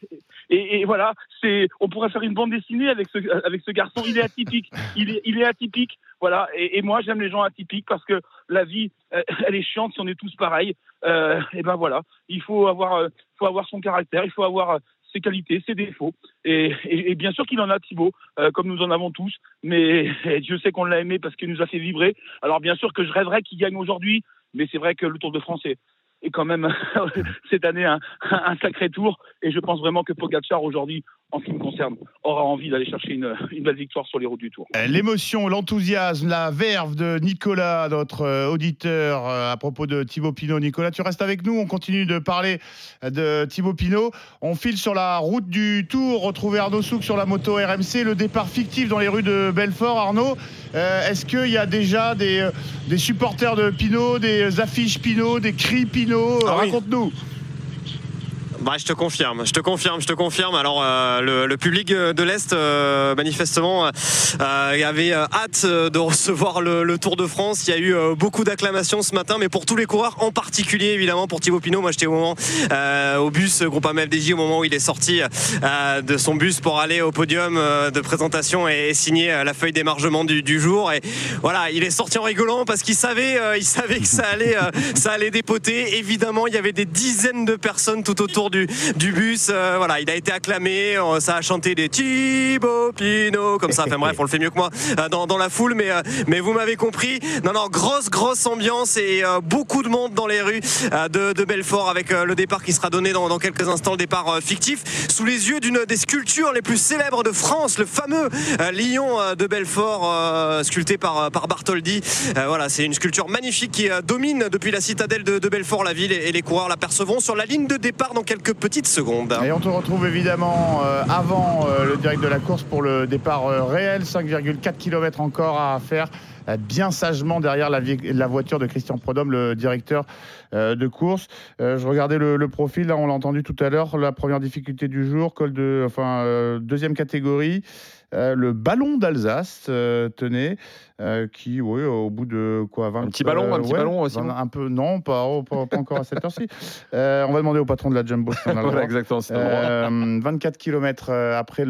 Et voilà, on pourrait faire une bande dessinée avec ce garçon. Il est atypique. Il est atypique. Voilà. Et moi, j'aime les gens atypiques parce que la vie, elle est chiante si on est tous pareils. Et ben voilà. Il faut avoir son caractère. Il faut avoir ses qualités, ses défauts. Et bien sûr qu'il en a, Thibaut, comme nous en avons tous. Mais Dieu sait qu'on l'a aimé parce qu'il nous a fait vibrer. Alors bien sûr que je rêverais qu'il gagne aujourd'hui. Mais c'est vrai que le Tour de France est quand même cette année un sacré tour, et je pense vraiment que Pogacar aujourd'hui, en ce qui me concerne, aura envie d'aller chercher une belle victoire sur les routes du Tour. L'émotion, l'enthousiasme, la verve de Nicolas, notre auditeur, à propos de Thibaut Pinot. Nicolas, tu restes avec nous, on continue de parler de Thibaut Pinot. On file sur la route du Tour, retrouver Arnaud Souk sur la moto RMC, le départ fictif dans les rues de Belfort. Arnaud, est-ce qu'il y a déjà des supporters de Pinot, des affiches Pinot, des cris Pinot? Raconte-nous. Je te confirme. Alors, le public de l'Est, manifestement, avait hâte de recevoir le Tour de France. Il y a eu beaucoup d'acclamations ce matin, mais pour tous les coureurs, en particulier, évidemment, pour Thibaut Pinot. Moi, j'étais au bus Groupama FDJ au moment où il est sorti de son bus pour aller au podium de présentation et signer la feuille d'émargement du jour. Et voilà, il est sorti en rigolant parce qu'il savait que ça allait dépoter. Évidemment, il y avait des dizaines de personnes tout autour du bus. Voilà, il a été acclamé. Ça a chanté des Thibaut Pinot comme ça. Enfin bref, on le fait mieux que moi dans la foule, mais vous m'avez compris. Non, grosse ambiance et beaucoup de monde dans les rues de Belfort avec le départ qui sera donné dans quelques instants, le départ fictif, sous les yeux d'une des sculptures les plus célèbres de France, le fameux lion de Belfort, sculpté par Bartholdi. Voilà, c'est une sculpture magnifique qui domine depuis la citadelle de Belfort la ville, et les coureurs l'apercevront sur la ligne de départ dans quelques petites secondes. Et on te retrouve évidemment avant le direct de la course pour le départ réel, 5,4 km encore à faire, bien sagement derrière la voiture de Christian Prudhomme, le directeur de course. Je regardais le profil, là on l'a entendu tout à l'heure, la première difficulté du jour, deuxième catégorie. Le ballon d'Alsace, tenez, qui, oui, au bout de quoi, 20... Un petit ballon aussi. Un peu, non, pas encore à cette heure-ci. On va demander au patron de la Jumbo. Voilà, exactement, c'est 24 km après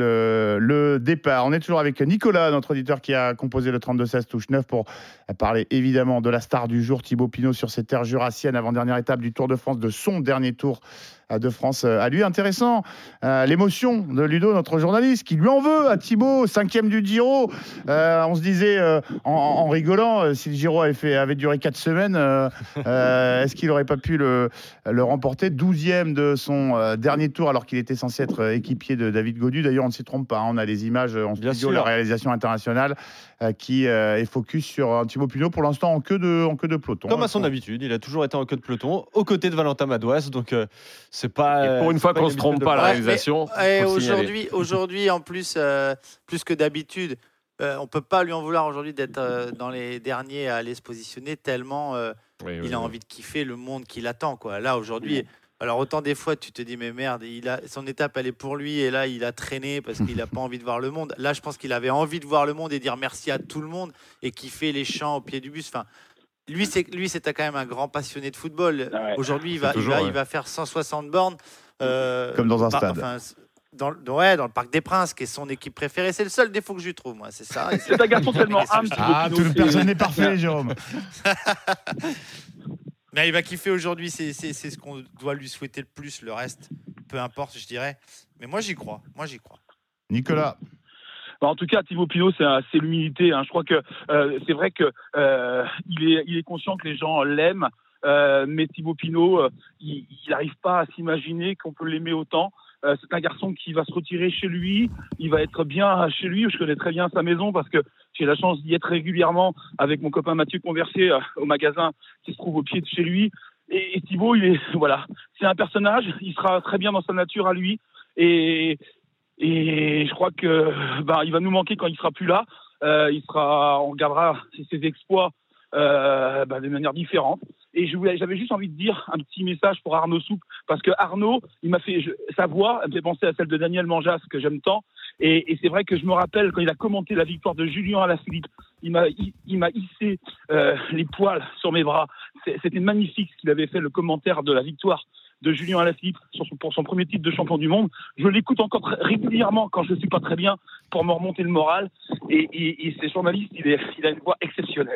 le départ. On est toujours avec Nicolas, notre auditeur qui a composé le 32-16 touche 9 pour parler évidemment de la star du jour, Thibaut Pinot, sur ces terres jurassiennes, avant-dernière étape du Tour de France, de son dernier Tour de France à lui. Intéressant, l'émotion de Ludo, notre journaliste, qui lui en veut à Thibaut, 5e du Giro. On se disait en rigolant, si le Giro avait duré 4 semaines, est-ce qu'il n'aurait pas pu le remporter? 12e de son dernier Tour, alors qu'il était censé être équipier de David Gaudu. D'ailleurs, on ne s'y trompe pas, on a les images en studio, la réalisation internationale qui est focus sur Thibaut Pinot, pour l'instant en queue de peloton. Comme à son habitude, il a toujours été en queue de peloton, aux côtés de Valentin Madouas, donc c'est pas... Et pour une fois qu'on ne se trompe pas à la réalisation. Aujourd'hui, en plus que d'habitude, on ne peut pas lui en vouloir aujourd'hui d'être dans les derniers à aller se positionner, tellement il a envie de kiffer le monde qui l'attend, quoi. Là, aujourd'hui... Alors autant des fois tu te dis mais merde, son étape elle est pour lui et là il a traîné parce qu'il n'a pas envie de voir le monde. Là je pense qu'il avait envie de voir le monde et dire merci à tout le monde et kiffer les chants au pied du bus. Enfin, lui c'était quand même un grand passionné de football. Aujourd'hui il va faire 160 bornes. Comme dans un stade. Dans le Parc des Princes, qui est son équipe préférée. C'est le seul défaut que je lui trouve, moi, c'est ça. C'est un garçon tellement âme. Personne n'est parfait, Jérôme. Mais il va kiffer aujourd'hui, c'est ce qu'on doit lui souhaiter le plus. Le reste, peu importe, je dirais. Mais moi, j'y crois. Nicolas. En tout cas, Thibaut Pinot, c'est l'humilité. Je crois que c'est vrai que il est conscient que les gens l'aiment, mais Thibaut Pinot, il n'arrive pas à s'imaginer qu'on peut l'aimer autant. C'est un garçon qui va se retirer chez lui, il va être bien chez lui. Je connais très bien sa maison parce que j'ai la chance d'y être régulièrement avec mon copain Mathieu Conversé au magasin qui se trouve au pied de chez lui. Et Thibaut, c'est un personnage, il sera très bien dans sa nature à lui. Et je crois que il va nous manquer quand il sera plus là. On regardera ses exploits de manière différente. Et j'avais juste envie de dire un petit message pour Arnaud Soupe, parce que Arnaud, sa voix, elle me fait penser à celle de Daniel Manjas, que j'aime tant. Et c'est vrai que je me rappelle quand il a commenté la victoire de Julien Alaphilippe, il m'a hissé les poils sur mes bras. C'était magnifique ce qu'il avait fait, le commentaire de la victoire de Julien Alaphilippe pour son premier titre de champion du monde. Je l'écoute encore régulièrement quand je ne suis pas très bien pour me remonter le moral. Et c'est journaliste, il a une voix exceptionnelle.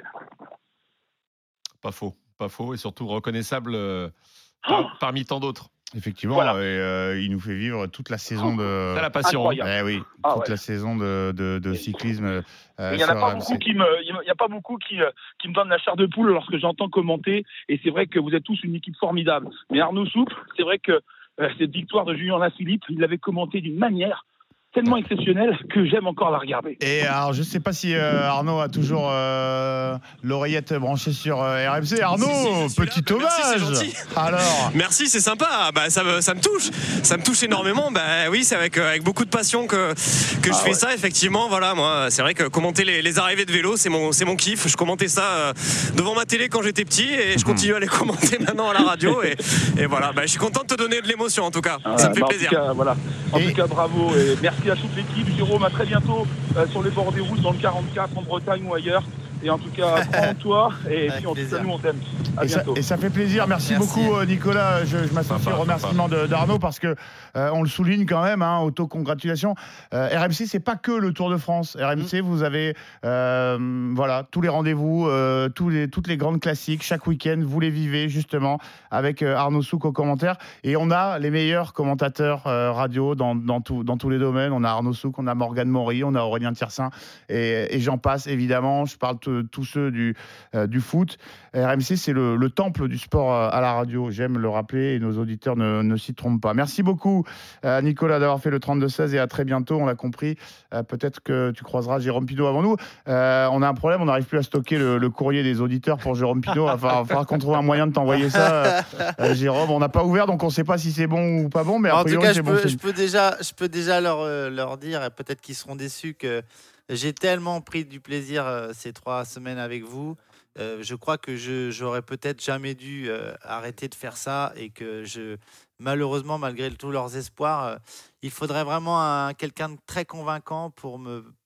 Pas faux, et surtout reconnaissable parmi tant d'autres. Effectivement, voilà. Et il nous fait vivre toute la saison de... C'est la passion. La saison de cyclisme. Il n'y en a pas beaucoup qui me donnent la chair de poule lorsque j'entends commenter, et c'est vrai que vous êtes tous une équipe formidable. Mais Arnaud Soupe, c'est vrai que cette victoire de Julien Alaphilippe, il l'avait commentée d'une manière tellement exceptionnelle que j'aime encore la regarder. Et alors, je ne sais pas si Arnaud a toujours l'oreillette branchée sur RMC. Arnaud, petit hommage. Merci, c'est gentil. Alors. Merci, c'est sympa. Ça me touche énormément. Oui, c'est avec beaucoup de passion que je fais ça. Effectivement, voilà, moi, c'est vrai que commenter les arrivées de vélo, c'est mon kiff. Je commentais ça devant ma télé quand j'étais petit, et je continue à les commenter maintenant à la radio. Et voilà, je suis content de te donner de l'émotion en tout cas. Ça me fait plaisir. En tout cas, bravo et merci à toute l'équipe. Jérôme, à très bientôt sur les bords des routes, dans le 44 en Bretagne ou ailleurs. Et en tout cas, prends-toi. Et puis, en tout cas, nous, on t'aime. À bientôt. Et ça fait plaisir. Merci beaucoup, Nicolas. Je m'associe au remerciement d'Arnaud parce que on le souligne quand même. Auto-congratulations. RMC, c'est pas que le Tour de France. RMC, vous avez tous les rendez-vous, toutes les grandes classiques. Chaque week-end, vous les vivez justement avec Arnaud Souk au commentaire. Et on a les meilleurs commentateurs radio dans tous les domaines. On a Arnaud Souk, on a Morgane Maury, on a Aurélien Tiersin et j'en passe évidemment. Je parle de tous ceux du foot. RMC, c'est le temple du sport à la radio. J'aime le rappeler et nos auditeurs ne s'y trompent pas. Merci beaucoup, Nicolas, d'avoir fait le 32-16 et à très bientôt. On l'a compris. Peut-être que tu croiseras Jérôme Pinault avant nous. On a un problème, on n'arrive plus à stocker le courrier des auditeurs pour Jérôme Pinault. Il va falloir qu'on trouve un moyen de t'envoyer ça, Jérôme. On n'a pas ouvert, donc on ne sait pas si c'est bon ou pas bon. Mais en tout cas, bon, je peux déjà leur dire, et peut-être qu'ils seront déçus, que j'ai tellement pris du plaisir ces 3 semaines avec vous. Je crois que j'aurais peut-être jamais dû arrêter de faire ça et que malheureusement, malgré tous leurs espoirs, il faudrait vraiment quelqu'un de très convaincant pour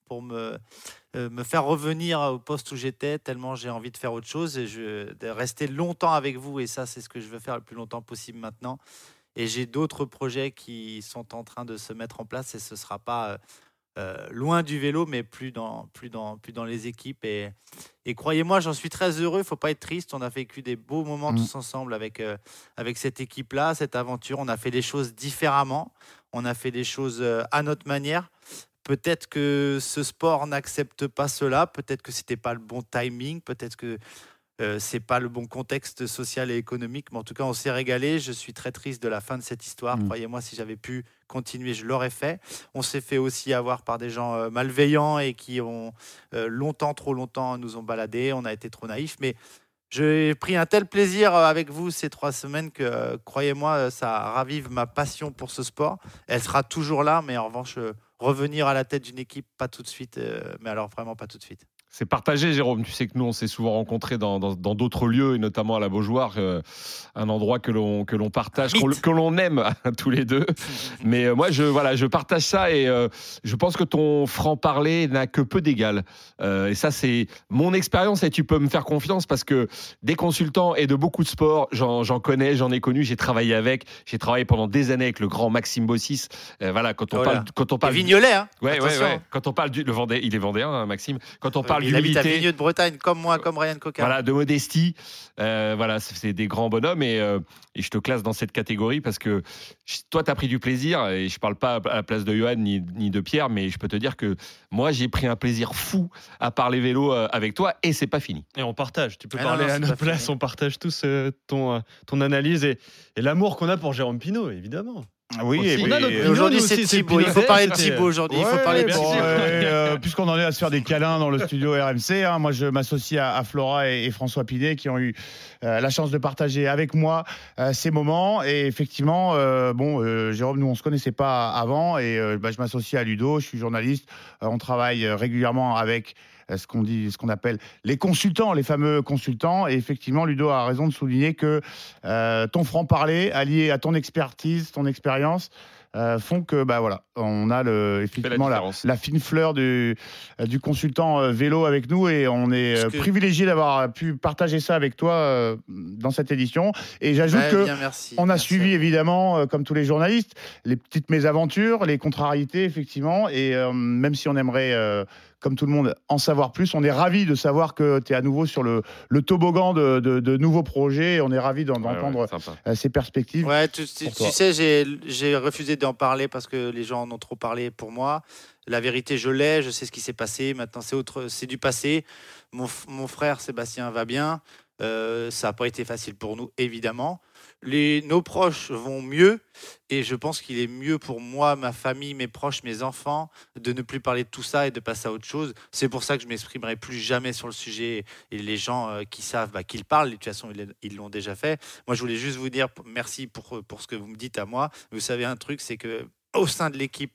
me faire revenir au poste où j'étais, tellement j'ai envie de faire autre chose et de rester longtemps avec vous. Et ça, c'est ce que je veux faire le plus longtemps possible maintenant. Et j'ai d'autres projets qui sont en train de se mettre en place et ce ne sera pas loin du vélo, mais plus dans les équipes. Et croyez-moi, j'en suis très heureux. Il ne faut pas être triste. On a vécu des beaux moments tous ensemble avec cette équipe-là, cette aventure. On a fait les choses différemment. On a fait les choses à notre manière. Peut-être que ce sport n'accepte pas cela. Peut-être que ce n'était pas le bon timing. Peut-être que c'est pas le bon contexte social et économique. Mais en tout cas, on s'est régalé. Je suis très triste de la fin de cette histoire. Croyez-moi, si j'avais pu continuer, je l'aurais fait. On s'est fait aussi avoir par des gens malveillants et qui ont trop longtemps nous ont baladés. On a été trop naïfs. Mais j'ai pris un tel plaisir avec vous ces 3 semaines que, croyez-moi, ça ravive ma passion pour ce sport. Elle sera toujours là, mais en revanche, revenir à la tête d'une équipe, pas tout de suite. Mais alors vraiment pas tout de suite. C'est partagé, Jérôme. Tu sais que nous, on s'est souvent rencontrés dans d'autres lieux, et notamment à la Beaujoire, un endroit que l'on partage, que l'on aime tous les deux. Mais moi, je partage ça et je pense que ton franc-parler n'a que peu d'égal. Et ça, c'est mon expérience et tu peux me faire confiance parce que des consultants et de beaucoup de sports, j'en connais, j'en ai connu, j'ai travaillé avec. J'ai travaillé pendant des années avec le grand Maxime Bossis. Quand on parle Vignolet, hein. Ouais. Quand on parle le Vendée, il est vendéen, Maxime. Quand on parle il habite à Vigneux de Bretagne, comme moi, comme Ryan Coquin. Voilà, de modestie. C'est des grands bonhommes et je te classe dans cette catégorie parce que toi, tu as pris du plaisir et je ne parle pas à la place de Johan ni de Pierre, mais je peux te dire que moi, j'ai pris un plaisir fou à parler vélo avec toi et c'est pas fini. Et on partage. Tu peux parler à notre place. On partage tous ton analyse et l'amour qu'on a pour Jérôme Pinault, évidemment. Oui, et aujourd'hui c'est Thibaut. Il faut parler de Thibaut aujourd'hui. Puisqu'on en est à se faire des câlins dans le studio RMC, moi je m'associe à Flora et François Pinet qui ont eu la chance de partager avec moi ces moments. Et effectivement, Jérôme, nous on se connaissait pas avant et je m'associe à Ludo. Je suis journaliste. On travaille régulièrement avec ce qu'on appelle les consultants, les fameux consultants. Et effectivement, Ludo a raison de souligner que ton franc-parler, allié à ton expertise, ton expérience, font que on a effectivement la fine fleur du consultant vélo avec nous et on est privilégié d'avoir pu partager ça avec toi dans cette édition. Et j'ajoute qu'on a suivi évidemment, comme tous les journalistes, les petites mésaventures, les contrariétés effectivement. Et même si on aimerait comme tout le monde, en savoir plus. On est ravis de savoir que tu es à nouveau sur le toboggan de nouveaux projets. Et on est ravis d'entendre ces perspectives. Ouais, tu sais, j'ai refusé d'en parler parce que les gens en ont trop parlé pour moi. La vérité, je l'ai, je sais ce qui s'est passé. Maintenant, c'est du passé. Mon frère Sébastien va bien. Ça n'a pas été facile pour nous, évidemment. Nos proches vont mieux et je pense qu'il est mieux pour moi, ma famille, mes proches, mes enfants de ne plus parler de tout ça et de passer à autre chose. C'est pour ça que je ne m'exprimerai plus jamais sur le sujet et les gens qui savent qu'ils parlent, de toute façon ils l'ont déjà fait. Moi je voulais juste vous dire merci pour ce que vous me dites à moi. Vous savez un truc, c'est que au sein de l'équipe,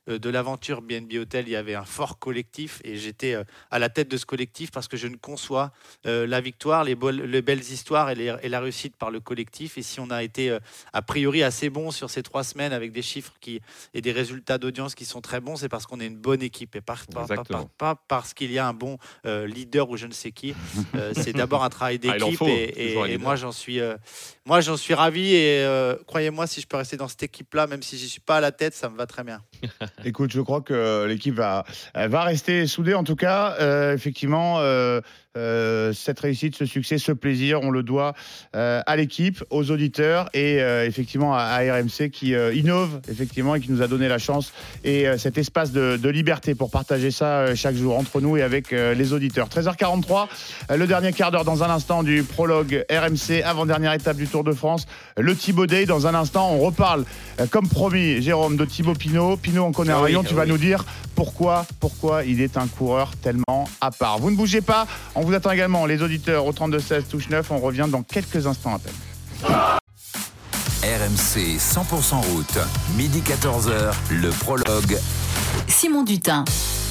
de l'aventure BNB Hotel, il y avait un fort collectif et j'étais à la tête de ce collectif parce que je ne conçois la victoire, les belles histoires et la réussite par le collectif. Et si on a été a priori assez bon sur ces 3 semaines avec des chiffres et des résultats d'audience qui sont très bons, c'est parce qu'on est une bonne équipe et pas parce qu'il y a un bon leader ou je ne sais qui. C'est d'abord un travail d'équipe et moi j'en suis ravi et croyez-moi, si je peux rester dans cette équipe-là, même si je ne suis pas à la tête, ça me va très bien. Écoute, je crois que l'équipe va rester soudée en tout cas. Effectivement, cette réussite, ce succès, ce plaisir, on le doit à l'équipe, aux auditeurs et effectivement à RMC qui innove effectivement et qui nous a donné la chance et cet espace de liberté pour partager ça chaque jour entre nous et avec les auditeurs. 13h43, le dernier quart d'heure dans un instant du prologue RMC, avant-dernière étape du Tour de France, le Thibaut Day. Dans un instant, on reparle comme promis, Jérôme, de Thibaut Pinot. Pinot, on connaît un rayon, tu vas nous dire pourquoi il est un coureur tellement à part. Vous ne bougez pas, on vous attend également, les auditeurs au 32-16 touche 9, on revient dans quelques instants à peine. RMC 100% route, midi 14h, le prologue. Simon Dutin.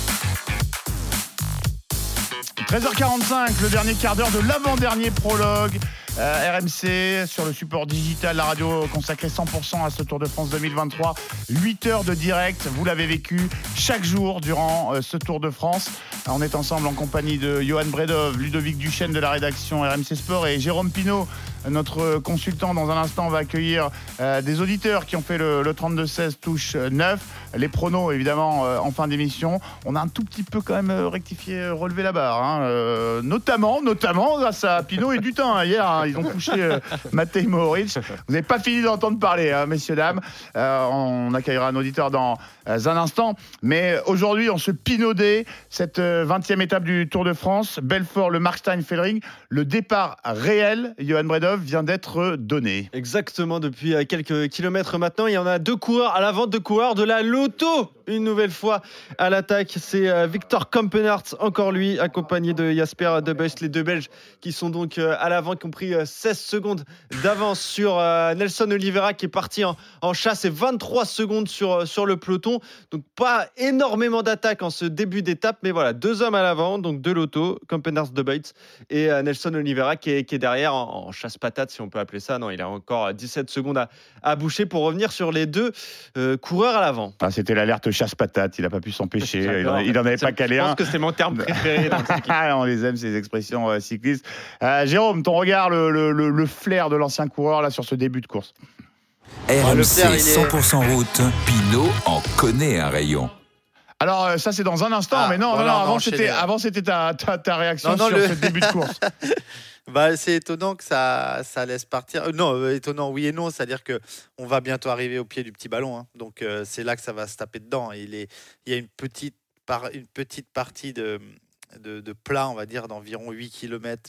13h45, le dernier quart d'heure de l'avant-dernier prologue. RMC sur le support digital, la radio consacrée 100% à ce Tour de France 2023. 8 heures de direct, vous l'avez vécu chaque jour durant ce Tour de France. On est ensemble en compagnie de Johan Bredov, Ludovic Duchesne de la rédaction RMC Sport et Jérôme Pinot, notre consultant. Dans un instant, on va accueillir des auditeurs qui ont fait le 32-16 touche 9. Les pronos, évidemment, en fin d'émission. On a un tout petit peu quand même rectifié, relevé la barre. Hein. Notamment grâce à Pinot et Dutin. Hier, hein, ils ont couché Matej Mohoric. Vous n'avez pas fini d'entendre parler, hein, messieurs, dames. On accueillera un auditeur dans un instant. Mais aujourd'hui, on se Pinodait cette 20e étape du Tour de France. Belfort, le Markstein-Fellering. Le départ réel, Johan Bredov, vient d'être donné. Exactement, depuis quelques kilomètres maintenant. Il y en a 2 coureurs à l'avant, 2 coureurs de la Lotto. Une nouvelle fois à l'attaque, c'est Victor Kampenaerts, encore lui, accompagné de Jasper De Buyst, les 2 Belges qui sont donc à l'avant, qui ont pris 16 secondes d'avance sur Nelson Oliveira qui est parti en chasse et 23 secondes sur le peloton. Donc pas énormément d'attaque en ce début d'étape, mais voilà, 2 hommes à l'avant, donc 2 Lotto, Kampenaerts, De Buyst et Nelson Oliveira qui est derrière en chasse patate, si on peut appeler ça. Non, il a encore 17 secondes à boucher pour revenir sur les 2 coureurs à l'avant. Ah, c'était l'alerte chasse-patate, il n'a pas pu s'empêcher, il n'en avait pas calé un. Je pense que c'est mon terme préféré dans cette équipe. On les aime, ces expressions cyclistes. Jérôme, ton regard, le flair de l'ancien coureur là sur ce début de course. RMC 100% route, Pinot en connaît un rayon. Alors ça c'est dans un instant, mais non, avant c'était ta réaction sur ce début de course. C'est étonnant que ça laisse partir. Étonnant oui et non, c'est-à-dire qu'on va bientôt arriver au pied du petit ballon. Hein. Donc c'est là que ça va se taper dedans. Il y a une petite partie de plat, on va dire, d'environ 8 km,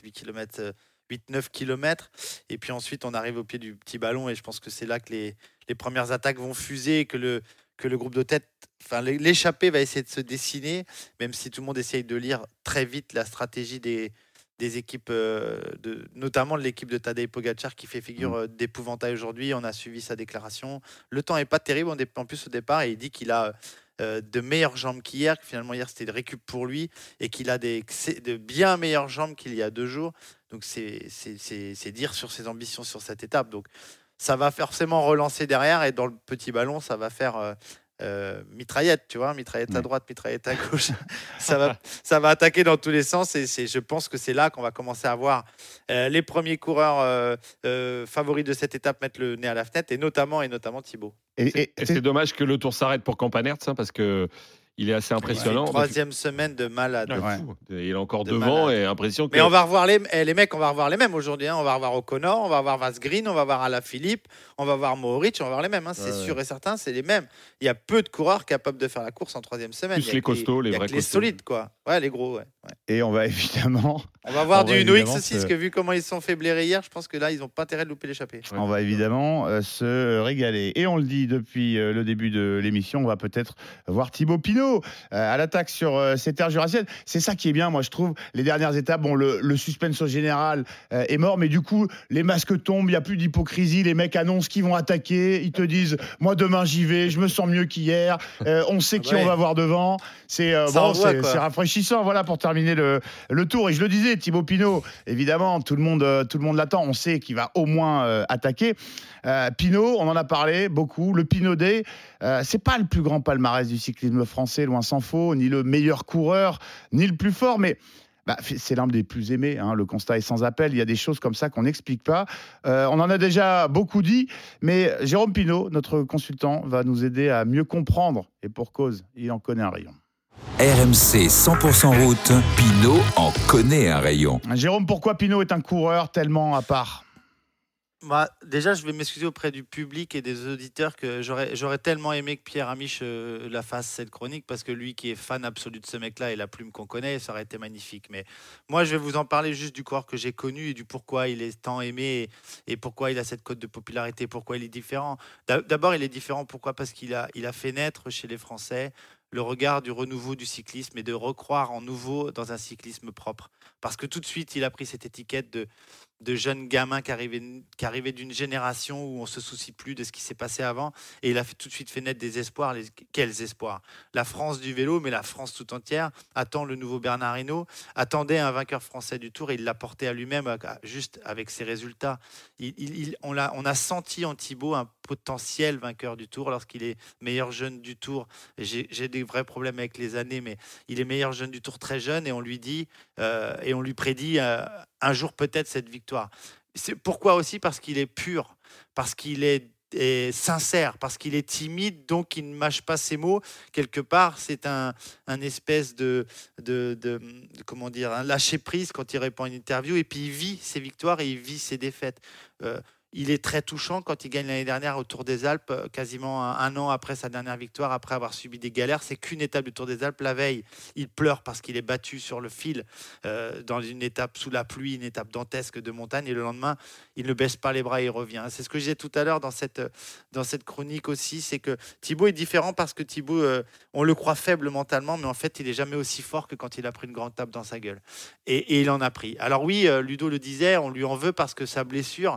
8-9 km. Et puis ensuite, on arrive au pied du petit ballon. Et je pense que c'est là que les premières attaques vont fuser, que le groupe de tête, enfin l'échappée va essayer de se dessiner, même si tout le monde essaye de lire très vite la stratégie des équipes, notamment de l'équipe de Tadej Pogacar qui fait figure d'épouvantail aujourd'hui. On a suivi sa déclaration. Le temps n'est pas terrible en plus au départ et il dit qu'il a de meilleures jambes qu'hier, que finalement hier c'était de récup pour lui et qu'il a de bien meilleures jambes qu'il y a 2 jours. Donc c'est dire sur ses ambitions sur cette étape. Donc ça va forcément relancer derrière et dans le petit ballon ça va faire mitraillette, tu vois, mitraillette à droite, mitraillette à gauche. ça va attaquer dans tous les sens et je pense que c'est là qu'on va commencer à voir les premiers coureurs favoris de cette étape mettre le nez à la fenêtre et notamment Thibaut. Et c'est dommage que le tour s'arrête pour Kampenaerts parce que il est assez impressionnant. 3e semaine de malade. Il est encore devant et impression que... Mais on va revoir les mecs, on va revoir les mêmes aujourd'hui. Hein. On va revoir O'Connor, on va revoir Vasgreen, on va voir Alaphilippe, on va voir Mohoric, on va voir les mêmes. Hein. C'est sûr et certain, c'est les mêmes. Il y a peu de coureurs capables de faire la course en 3e semaine. Plus les costauds, les vrais costauds. Les solides, quoi. Ouais, les gros, ouais. Et on va évidemment. On va voir du Uno X aussi, parce que vu comment ils se sont fait blairer hier, je pense que là, ils n'ont pas intérêt de louper l'échappée. On va évidemment se régaler. Et on le dit depuis le début de l'émission, on va peut-être voir Thibaut Pinot à l'attaque sur ces terres jurassiennes. C'est ça qui est bien, moi, je trouve. Les dernières étapes, bon, le suspense au général est mort, mais du coup, les masques tombent, il n'y a plus d'hypocrisie. Les mecs annoncent qu'ils vont attaquer. Ils te disent, moi, demain, j'y vais, je me sens mieux qu'hier. On sait qui on va voir devant. C'est rafraîchissant, voilà, pour terminer le tour. Et je le disais, Thibaut Pinot, évidemment, tout le monde l'attend. On sait qu'il va au moins attaquer. Pinot, on en a parlé beaucoup. Le Pinot Day, c'est pas le plus grand palmarès du cyclisme français, loin s'en faut, ni le meilleur coureur, ni le plus fort, mais c'est l'un des plus aimés, hein. Le constat est sans appel. Il y a des choses comme ça qu'on n'explique pas. On en a déjà beaucoup dit, mais Jérôme Pinot, notre consultant, va nous aider à mieux comprendre. Et pour cause, il en connaît un rayon. RMC 100% route, Pinot en connaît un rayon. Jérôme, pourquoi Pinot est un coureur tellement à part ? Déjà, je vais m'excuser auprès du public et des auditeurs que j'aurais tellement aimé que Pierre Amiche la fasse, cette chronique, parce que lui qui est fan absolu de ce mec-là et la plume qu'on connaît, ça aurait été magnifique. Mais moi, je vais vous en parler juste du coureur que j'ai connu et du pourquoi il est tant aimé et pourquoi il a cette cote de popularité, pourquoi il est différent. D'abord, il est différent, pourquoi ? Parce qu'il a fait naître chez les Français le regard du renouveau du cyclisme et de recroire en nouveau dans un cyclisme propre. Parce que tout de suite, il a pris cette étiquette de jeune gamin qui arrivait d'une génération où on ne se soucie plus de ce qui s'est passé avant. Et il a tout de suite fait naître des espoirs. Quels espoirs ? La France du vélo, mais la France tout entière, attend le nouveau Bernard Hinault, attendait un vainqueur français du Tour et il l'a porté à lui-même juste avec ses résultats. On a senti en Thibaut un potentiel vainqueur du Tour lorsqu'il est meilleur jeune du Tour. J'ai des vrais problèmes avec les années, mais il est meilleur jeune du Tour très jeune et on lui dit et on lui prédit un jour peut-être cette victoire. C'est pourquoi aussi ? Parce qu'il est pur, parce qu'il est sincère, parce qu'il est timide, donc il ne mâche pas ses mots. Quelque part, c'est un espèce de comment dire, un lâcher prise quand il répond à une interview, et puis il vit ses victoires et il vit ses défaites. Il est très touchant quand il gagne l'année dernière au Tour des Alpes, quasiment un an après sa dernière victoire, après avoir subi des galères. C'est qu'une étape du Tour des Alpes. La veille, il pleure parce qu'il est battu sur le fil dans une étape sous la pluie, une étape dantesque de montagne. Et le lendemain, il ne baisse pas les bras et il revient. C'est ce que je disais tout à l'heure dans cette chronique aussi, c'est que Thibaut est différent parce que Thibaut, on le croit faible mentalement, mais en fait, il n'est jamais aussi fort que quand il a pris une grande tape dans sa gueule. Et il en a pris. Alors oui, Ludo le disait, on lui en veut parce que sa blessure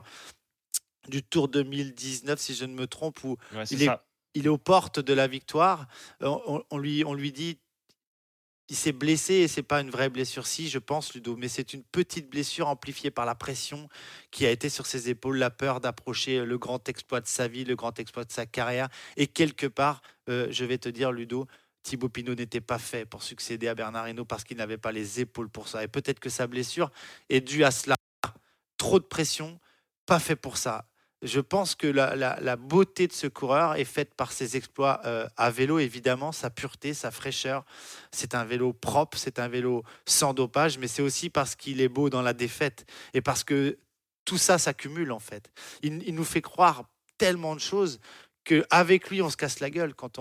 du Tour 2019, si je ne me trompe, où il est aux portes de la victoire. On lui dit, il s'est blessé et c'est pas une vraie blessure, si je pense, Ludo, mais c'est une petite blessure amplifiée par la pression qui a été sur ses épaules, la peur d'approcher le grand exploit de sa vie, le grand exploit de sa carrière. Et quelque part, je vais te dire, Ludo, Thibaut Pinot n'était pas fait pour succéder à Bernard Hinault parce qu'il n'avait pas les épaules pour ça. Et peut-être que sa blessure est due à cela. Trop de pression, pas fait pour ça. Je pense que la beauté de ce coureur est faite par ses exploits à vélo, évidemment, sa pureté, sa fraîcheur. C'est un vélo propre, c'est un vélo sans dopage, mais c'est aussi parce qu'il est beau dans la défaite et parce que tout ça s'accumule en fait. Il nous fait croire tellement de choses qu'avec lui, on se casse la gueule quand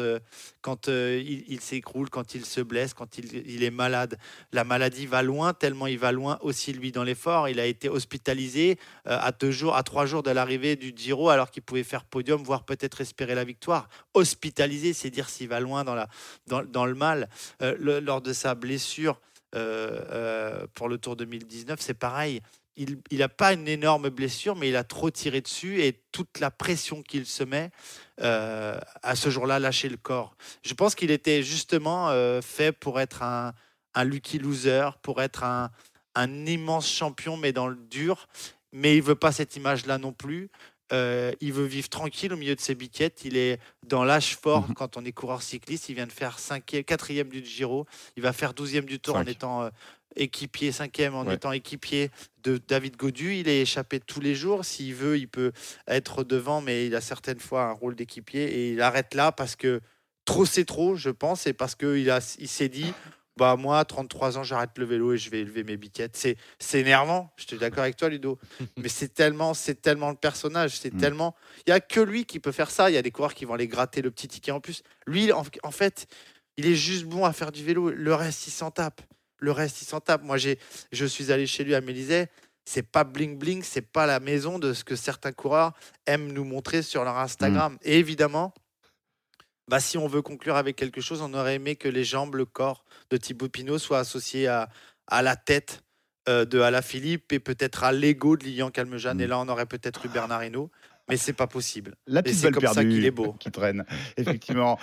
il s'écroule, quand il se blesse, quand il est malade. La maladie va loin, tellement il va loin aussi, lui, dans l'effort. Il a été hospitalisé à 3 jours de l'arrivée du Giro, alors qu'il pouvait faire podium, voire peut-être espérer la victoire. Hospitalisé, c'est dire s'il va loin dans le mal. Lors de sa blessure pour le Tour 2019, c'est pareil. Il n'a pas une énorme blessure, mais il a trop tiré dessus et toute la pression qu'il se met à ce jour-là, lâcher le corps. Je pense qu'il était justement fait pour être un lucky loser, pour être un immense champion, mais dans le dur. Mais il ne veut pas cette image-là non plus. Il veut vivre tranquille au milieu de ses biquettes. Il est dans l'âge fort quand on est coureur cycliste. Il vient de faire 4e du Giro. Il va faire 12e du Tour en étant équipier, 5e en étant équipier de David Gaudu. Il est échappé tous les jours. S'il veut, il peut être devant, mais il a certaines fois un rôle d'équipier. Et il arrête là parce que trop, c'est trop, je pense. Et parce qu'il s'est dit... moi, à 33 ans, j'arrête le vélo et je vais élever mes biquettes. C'est énervant, je suis d'accord avec toi, Ludo. Mais c'est tellement le personnage. Il n'y a que lui qui peut faire ça. Il y a des coureurs qui vont aller gratter le petit ticket en plus. Lui, en fait, Il est juste bon à faire du vélo. Le reste, il s'en tape. Moi, je suis allé chez lui à Mélisée. C'est pas bling-bling, c'est pas la maison de ce que certains coureurs aiment nous montrer sur leur Instagram. Et évidemment, si on veut conclure avec quelque chose, on aurait aimé que les jambes, le corps de Thibaut Pinot soient associés à la tête de Alaphilippe et peut-être à l'ego de Lilian Calmejane. Et là, on aurait peut-être eu Bernard Hinault. Mais c'est pas possible. La petite et c'est balle comme perdue ça qu'il est beau. qui traîne, effectivement.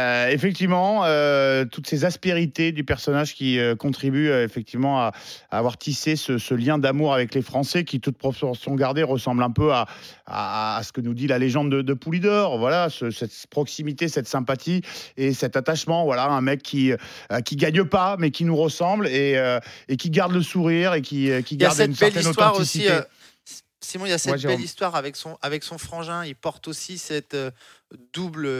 Toutes ces aspérités du personnage qui contribuent effectivement à avoir tissé ce lien d'amour avec les Français qui, toute proportion gardée, ressemble un peu à ce que nous dit la légende de Poulidor. Voilà, cette proximité, cette sympathie et cet attachement. Voilà, un mec qui gagne pas, mais qui nous ressemble et qui garde le sourire et qui garde une certaine authenticité. Simon, il y a cette belle histoire avec son frangin. Il porte aussi cette double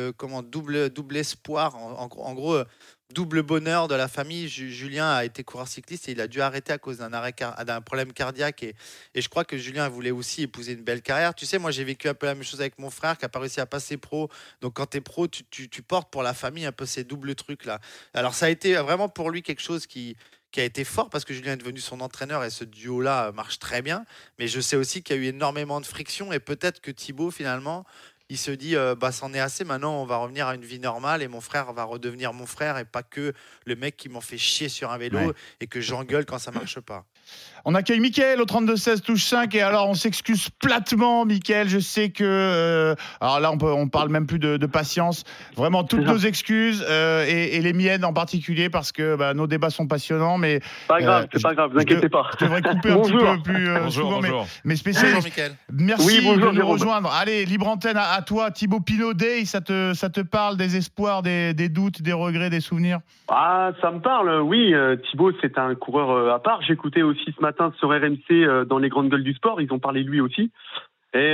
espoir, en gros, double bonheur de la famille. Julien a été coureur cycliste et il a dû arrêter à cause d'un problème cardiaque. Et je crois que Julien voulait aussi épouser une belle carrière. Tu sais, moi, j'ai vécu un peu la même chose avec mon frère qui n'a pas réussi à passer pro. Donc, quand tu es pro, tu portes pour la famille un peu ces doubles trucs-là. Alors, ça a été vraiment pour lui quelque chose qui a été fort parce que Julien est devenu son entraîneur et ce duo-là marche très bien. Mais je sais aussi qu'il y a eu énormément de friction et peut-être que Thibaut, finalement, il se dit c'en est assez, maintenant on va revenir à une vie normale et mon frère va redevenir mon frère et pas que le mec qui m'en fait chier sur un vélo et que j'engueule quand ça marche pas. On accueille Mickaël au 32-16 touche 5 et alors on s'excuse platement, Mickaël. Je sais que alors là on parle même plus de patience. Vraiment toutes nos excuses et les miennes en particulier parce que nos débats sont passionnants, mais c'est pas grave, vous inquiétez pas. Je devrais couper un petit peu plus souvent, mais spécialement. Merci de nous rejoindre. Allez, libre antenne à toi, Thibaut Pinot. Day, ça te parle des espoirs, des doutes, des regrets, des souvenirs? Ah, ça me parle, oui. Thibaut, c'est un coureur à part. J'écoutais aussi ce matin sur RMC dans les grandes gueules du sport. Ils ont parlé de lui aussi. Et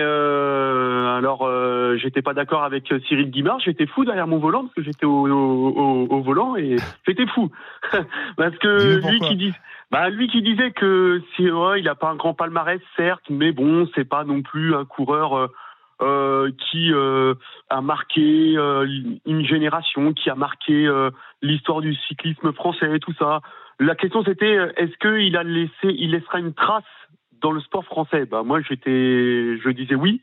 alors, j'étais pas d'accord avec Cyril Guimard. J'étais fou derrière mon volant parce que j'étais au volant et j'étais fou parce que lui qui disait que il a pas un grand palmarès, certes, mais bon, c'est pas non plus un coureur qui a marqué une génération, qui a marqué l'histoire du cyclisme français et tout ça. La question c'était est-ce qu'il laissera une trace dans le sport français? Moi je disais oui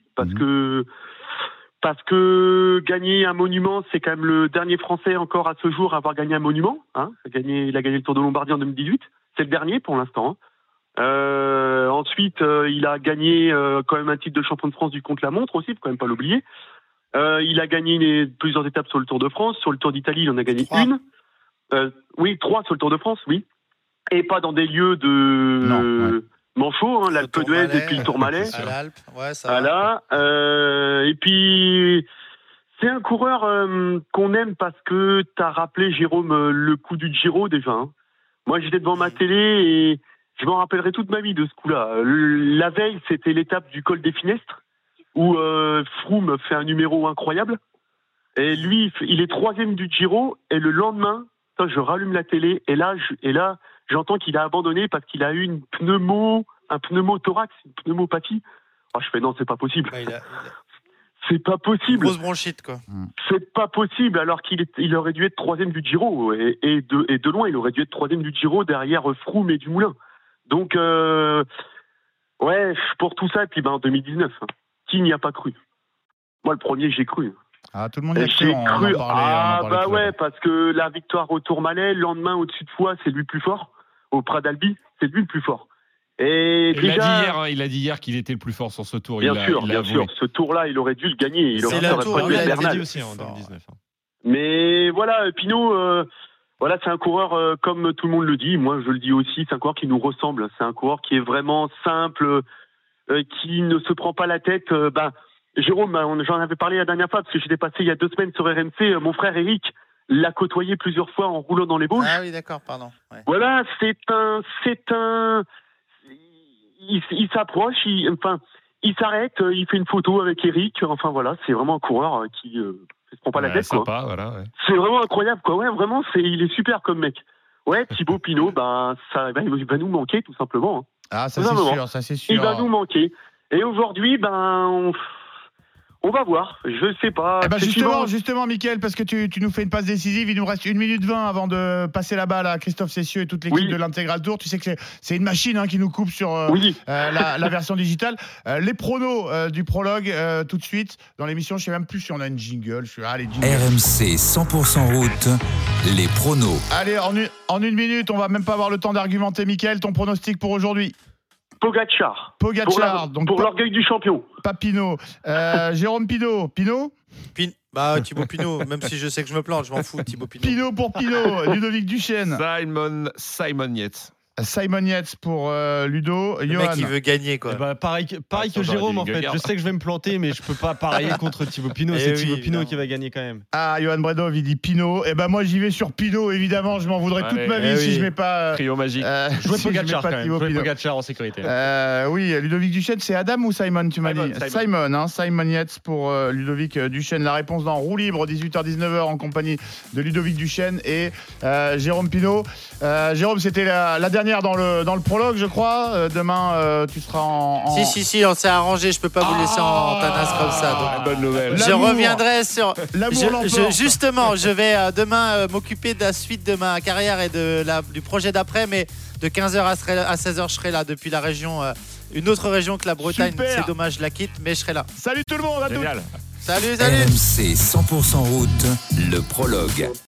parce que gagner un monument, c'est quand même le dernier Français encore à ce jour à avoir gagné un monument. Il a gagné le Tour de Lombardie en 2018, c'est le dernier pour l'instant. Ensuite, il a gagné quand même un titre de champion de France du contre-la-montre aussi, faut quand même pas l'oublier. Il a gagné plusieurs étapes sur le Tour de France, sur le Tour d'Italie, il en a gagné 3. Oui, 3 sur le Tour de France, oui. Et pas dans des lieux de manchot, l'Alpe d'Huez et puis le Tourmalet. À l'Alpe, ouais, ça va. Et puis, c'est un coureur qu'on aime parce que tu as rappelé, Jérôme, le coup du Giro déjà. Moi, j'étais devant ma télé et je m'en rappellerai toute ma vie de ce coup-là. La veille, c'était l'étape du col des Finestres où Froome fait un numéro incroyable. Et lui, il est 3e du Giro. Et le lendemain, je rallume la télé et là, j'entends qu'il a abandonné parce qu'il a eu un pneumothorax, une pneumopathie. Je fais non, c'est pas possible. C'est pas possible. Grosse bronchite, quoi. C'est pas possible, alors qu'il aurait dû être 3e du Giro. Et de loin, il aurait dû être 3e du Giro derrière Froome et Dumoulin. Donc, pour tout ça, et puis en 2019, qui n'y a pas cru? Moi, le premier, j'ai cru. Ah, tout le monde y a cru. Parce que la victoire au Tourmalet, le lendemain, au-dessus de Foix, c'est lui le plus fort. Au Prat d'Albi, c'est lui le plus fort. Et déjà, il a dit hier qu'il était le plus fort sur ce tour. Bien sûr. Ce tour-là, il aurait dû le gagner. C'est le tour, il l'a dit aussi en 2019. Mais voilà, Pinot, c'est un coureur comme tout le monde le dit. Moi, je le dis aussi, c'est un coureur qui nous ressemble. C'est un coureur qui est vraiment simple, qui ne se prend pas la tête. Jérôme, j'en avais parlé la dernière fois parce que j'étais passé il y a 2 semaines sur RMC. Mon frère Eric l'a côtoyé plusieurs fois en roulant dans les Bauges. Ah oui, d'accord, pardon. Ouais. Voilà, il s'approche, il s'arrête, il fait une photo avec Eric. Enfin voilà, c'est vraiment un coureur qui ne se prend pas la tête. Sympa, voilà, ouais. C'est vraiment incroyable, quoi. Ouais, vraiment, il est super comme mec. Ouais, Thibaut Pinot, il va nous manquer tout simplement. Ah, ça c'est sûr. Il va nous manquer. Et aujourd'hui, On va voir, je sais pas. Eh ben justement, Mickaël, parce que tu nous fais une passe décisive, il nous reste 1 minute 20 avant de passer la balle à Christophe Cessieux et toute l'équipe de l'Intégral Tour. Tu sais que c'est une machine qui nous coupe sur la version digitale. Les pronos du prologue tout de suite dans l'émission. Je sais même plus si on a une jingle. Les jingles. RMC 100% route, les pronos. Allez, en 1 minute, on va même pas avoir le temps d'argumenter. Mickaël, ton pronostic pour aujourd'hui? Pogacar. Pour l'orgueil du champion. Pas Pinot. Jérôme Pinot. Thibaut Pinot, même si je sais que je me plante, je m'en fous, Thibaut Pinot. Pinot pour Pinot. Ludovic Duchesne. Simon Yates. Simon Yates pour Ludo. Le mec, il veut gagner, quoi. Pareil que Jérôme, en fait. Je sais que je vais me planter, mais je peux pas parier contre Thibaut Pinot. C'est Thibaut Pinot qui va gagner quand même. Johan Bredov, il dit Pinot. Moi, j'y vais sur Pinot, évidemment. Je m'en voudrais toute ma vie si je mets pas. Trio magique. Jouez Pogacar quand même. Jouez Pogacar en sécurité. Ludovic Duchesne, c'est Adam ou Simon, tu m'as dit Simon Yates pour Ludovic Duchesne. La réponse dans Roue Libre, 18h-19h, en compagnie de Ludovic Duchesne et Jérôme Pinot. Jérôme, c'était la dernière dans le prologue, je crois. Demain, tu seras en... Si, on s'est arrangé. Je peux pas vous laisser en tanasse comme ça. Donc, bonne nouvelle. Je reviendrai sur... L'amour justement, je vais demain m'occuper de la suite de ma carrière et du projet d'après, mais de 15h à 16h, je serai là depuis la région, une autre région que la Bretagne. Super. C'est dommage, je la quitte, mais je serai là. Salut tout le monde, à tous. Salut. RMC 100% route, le prologue.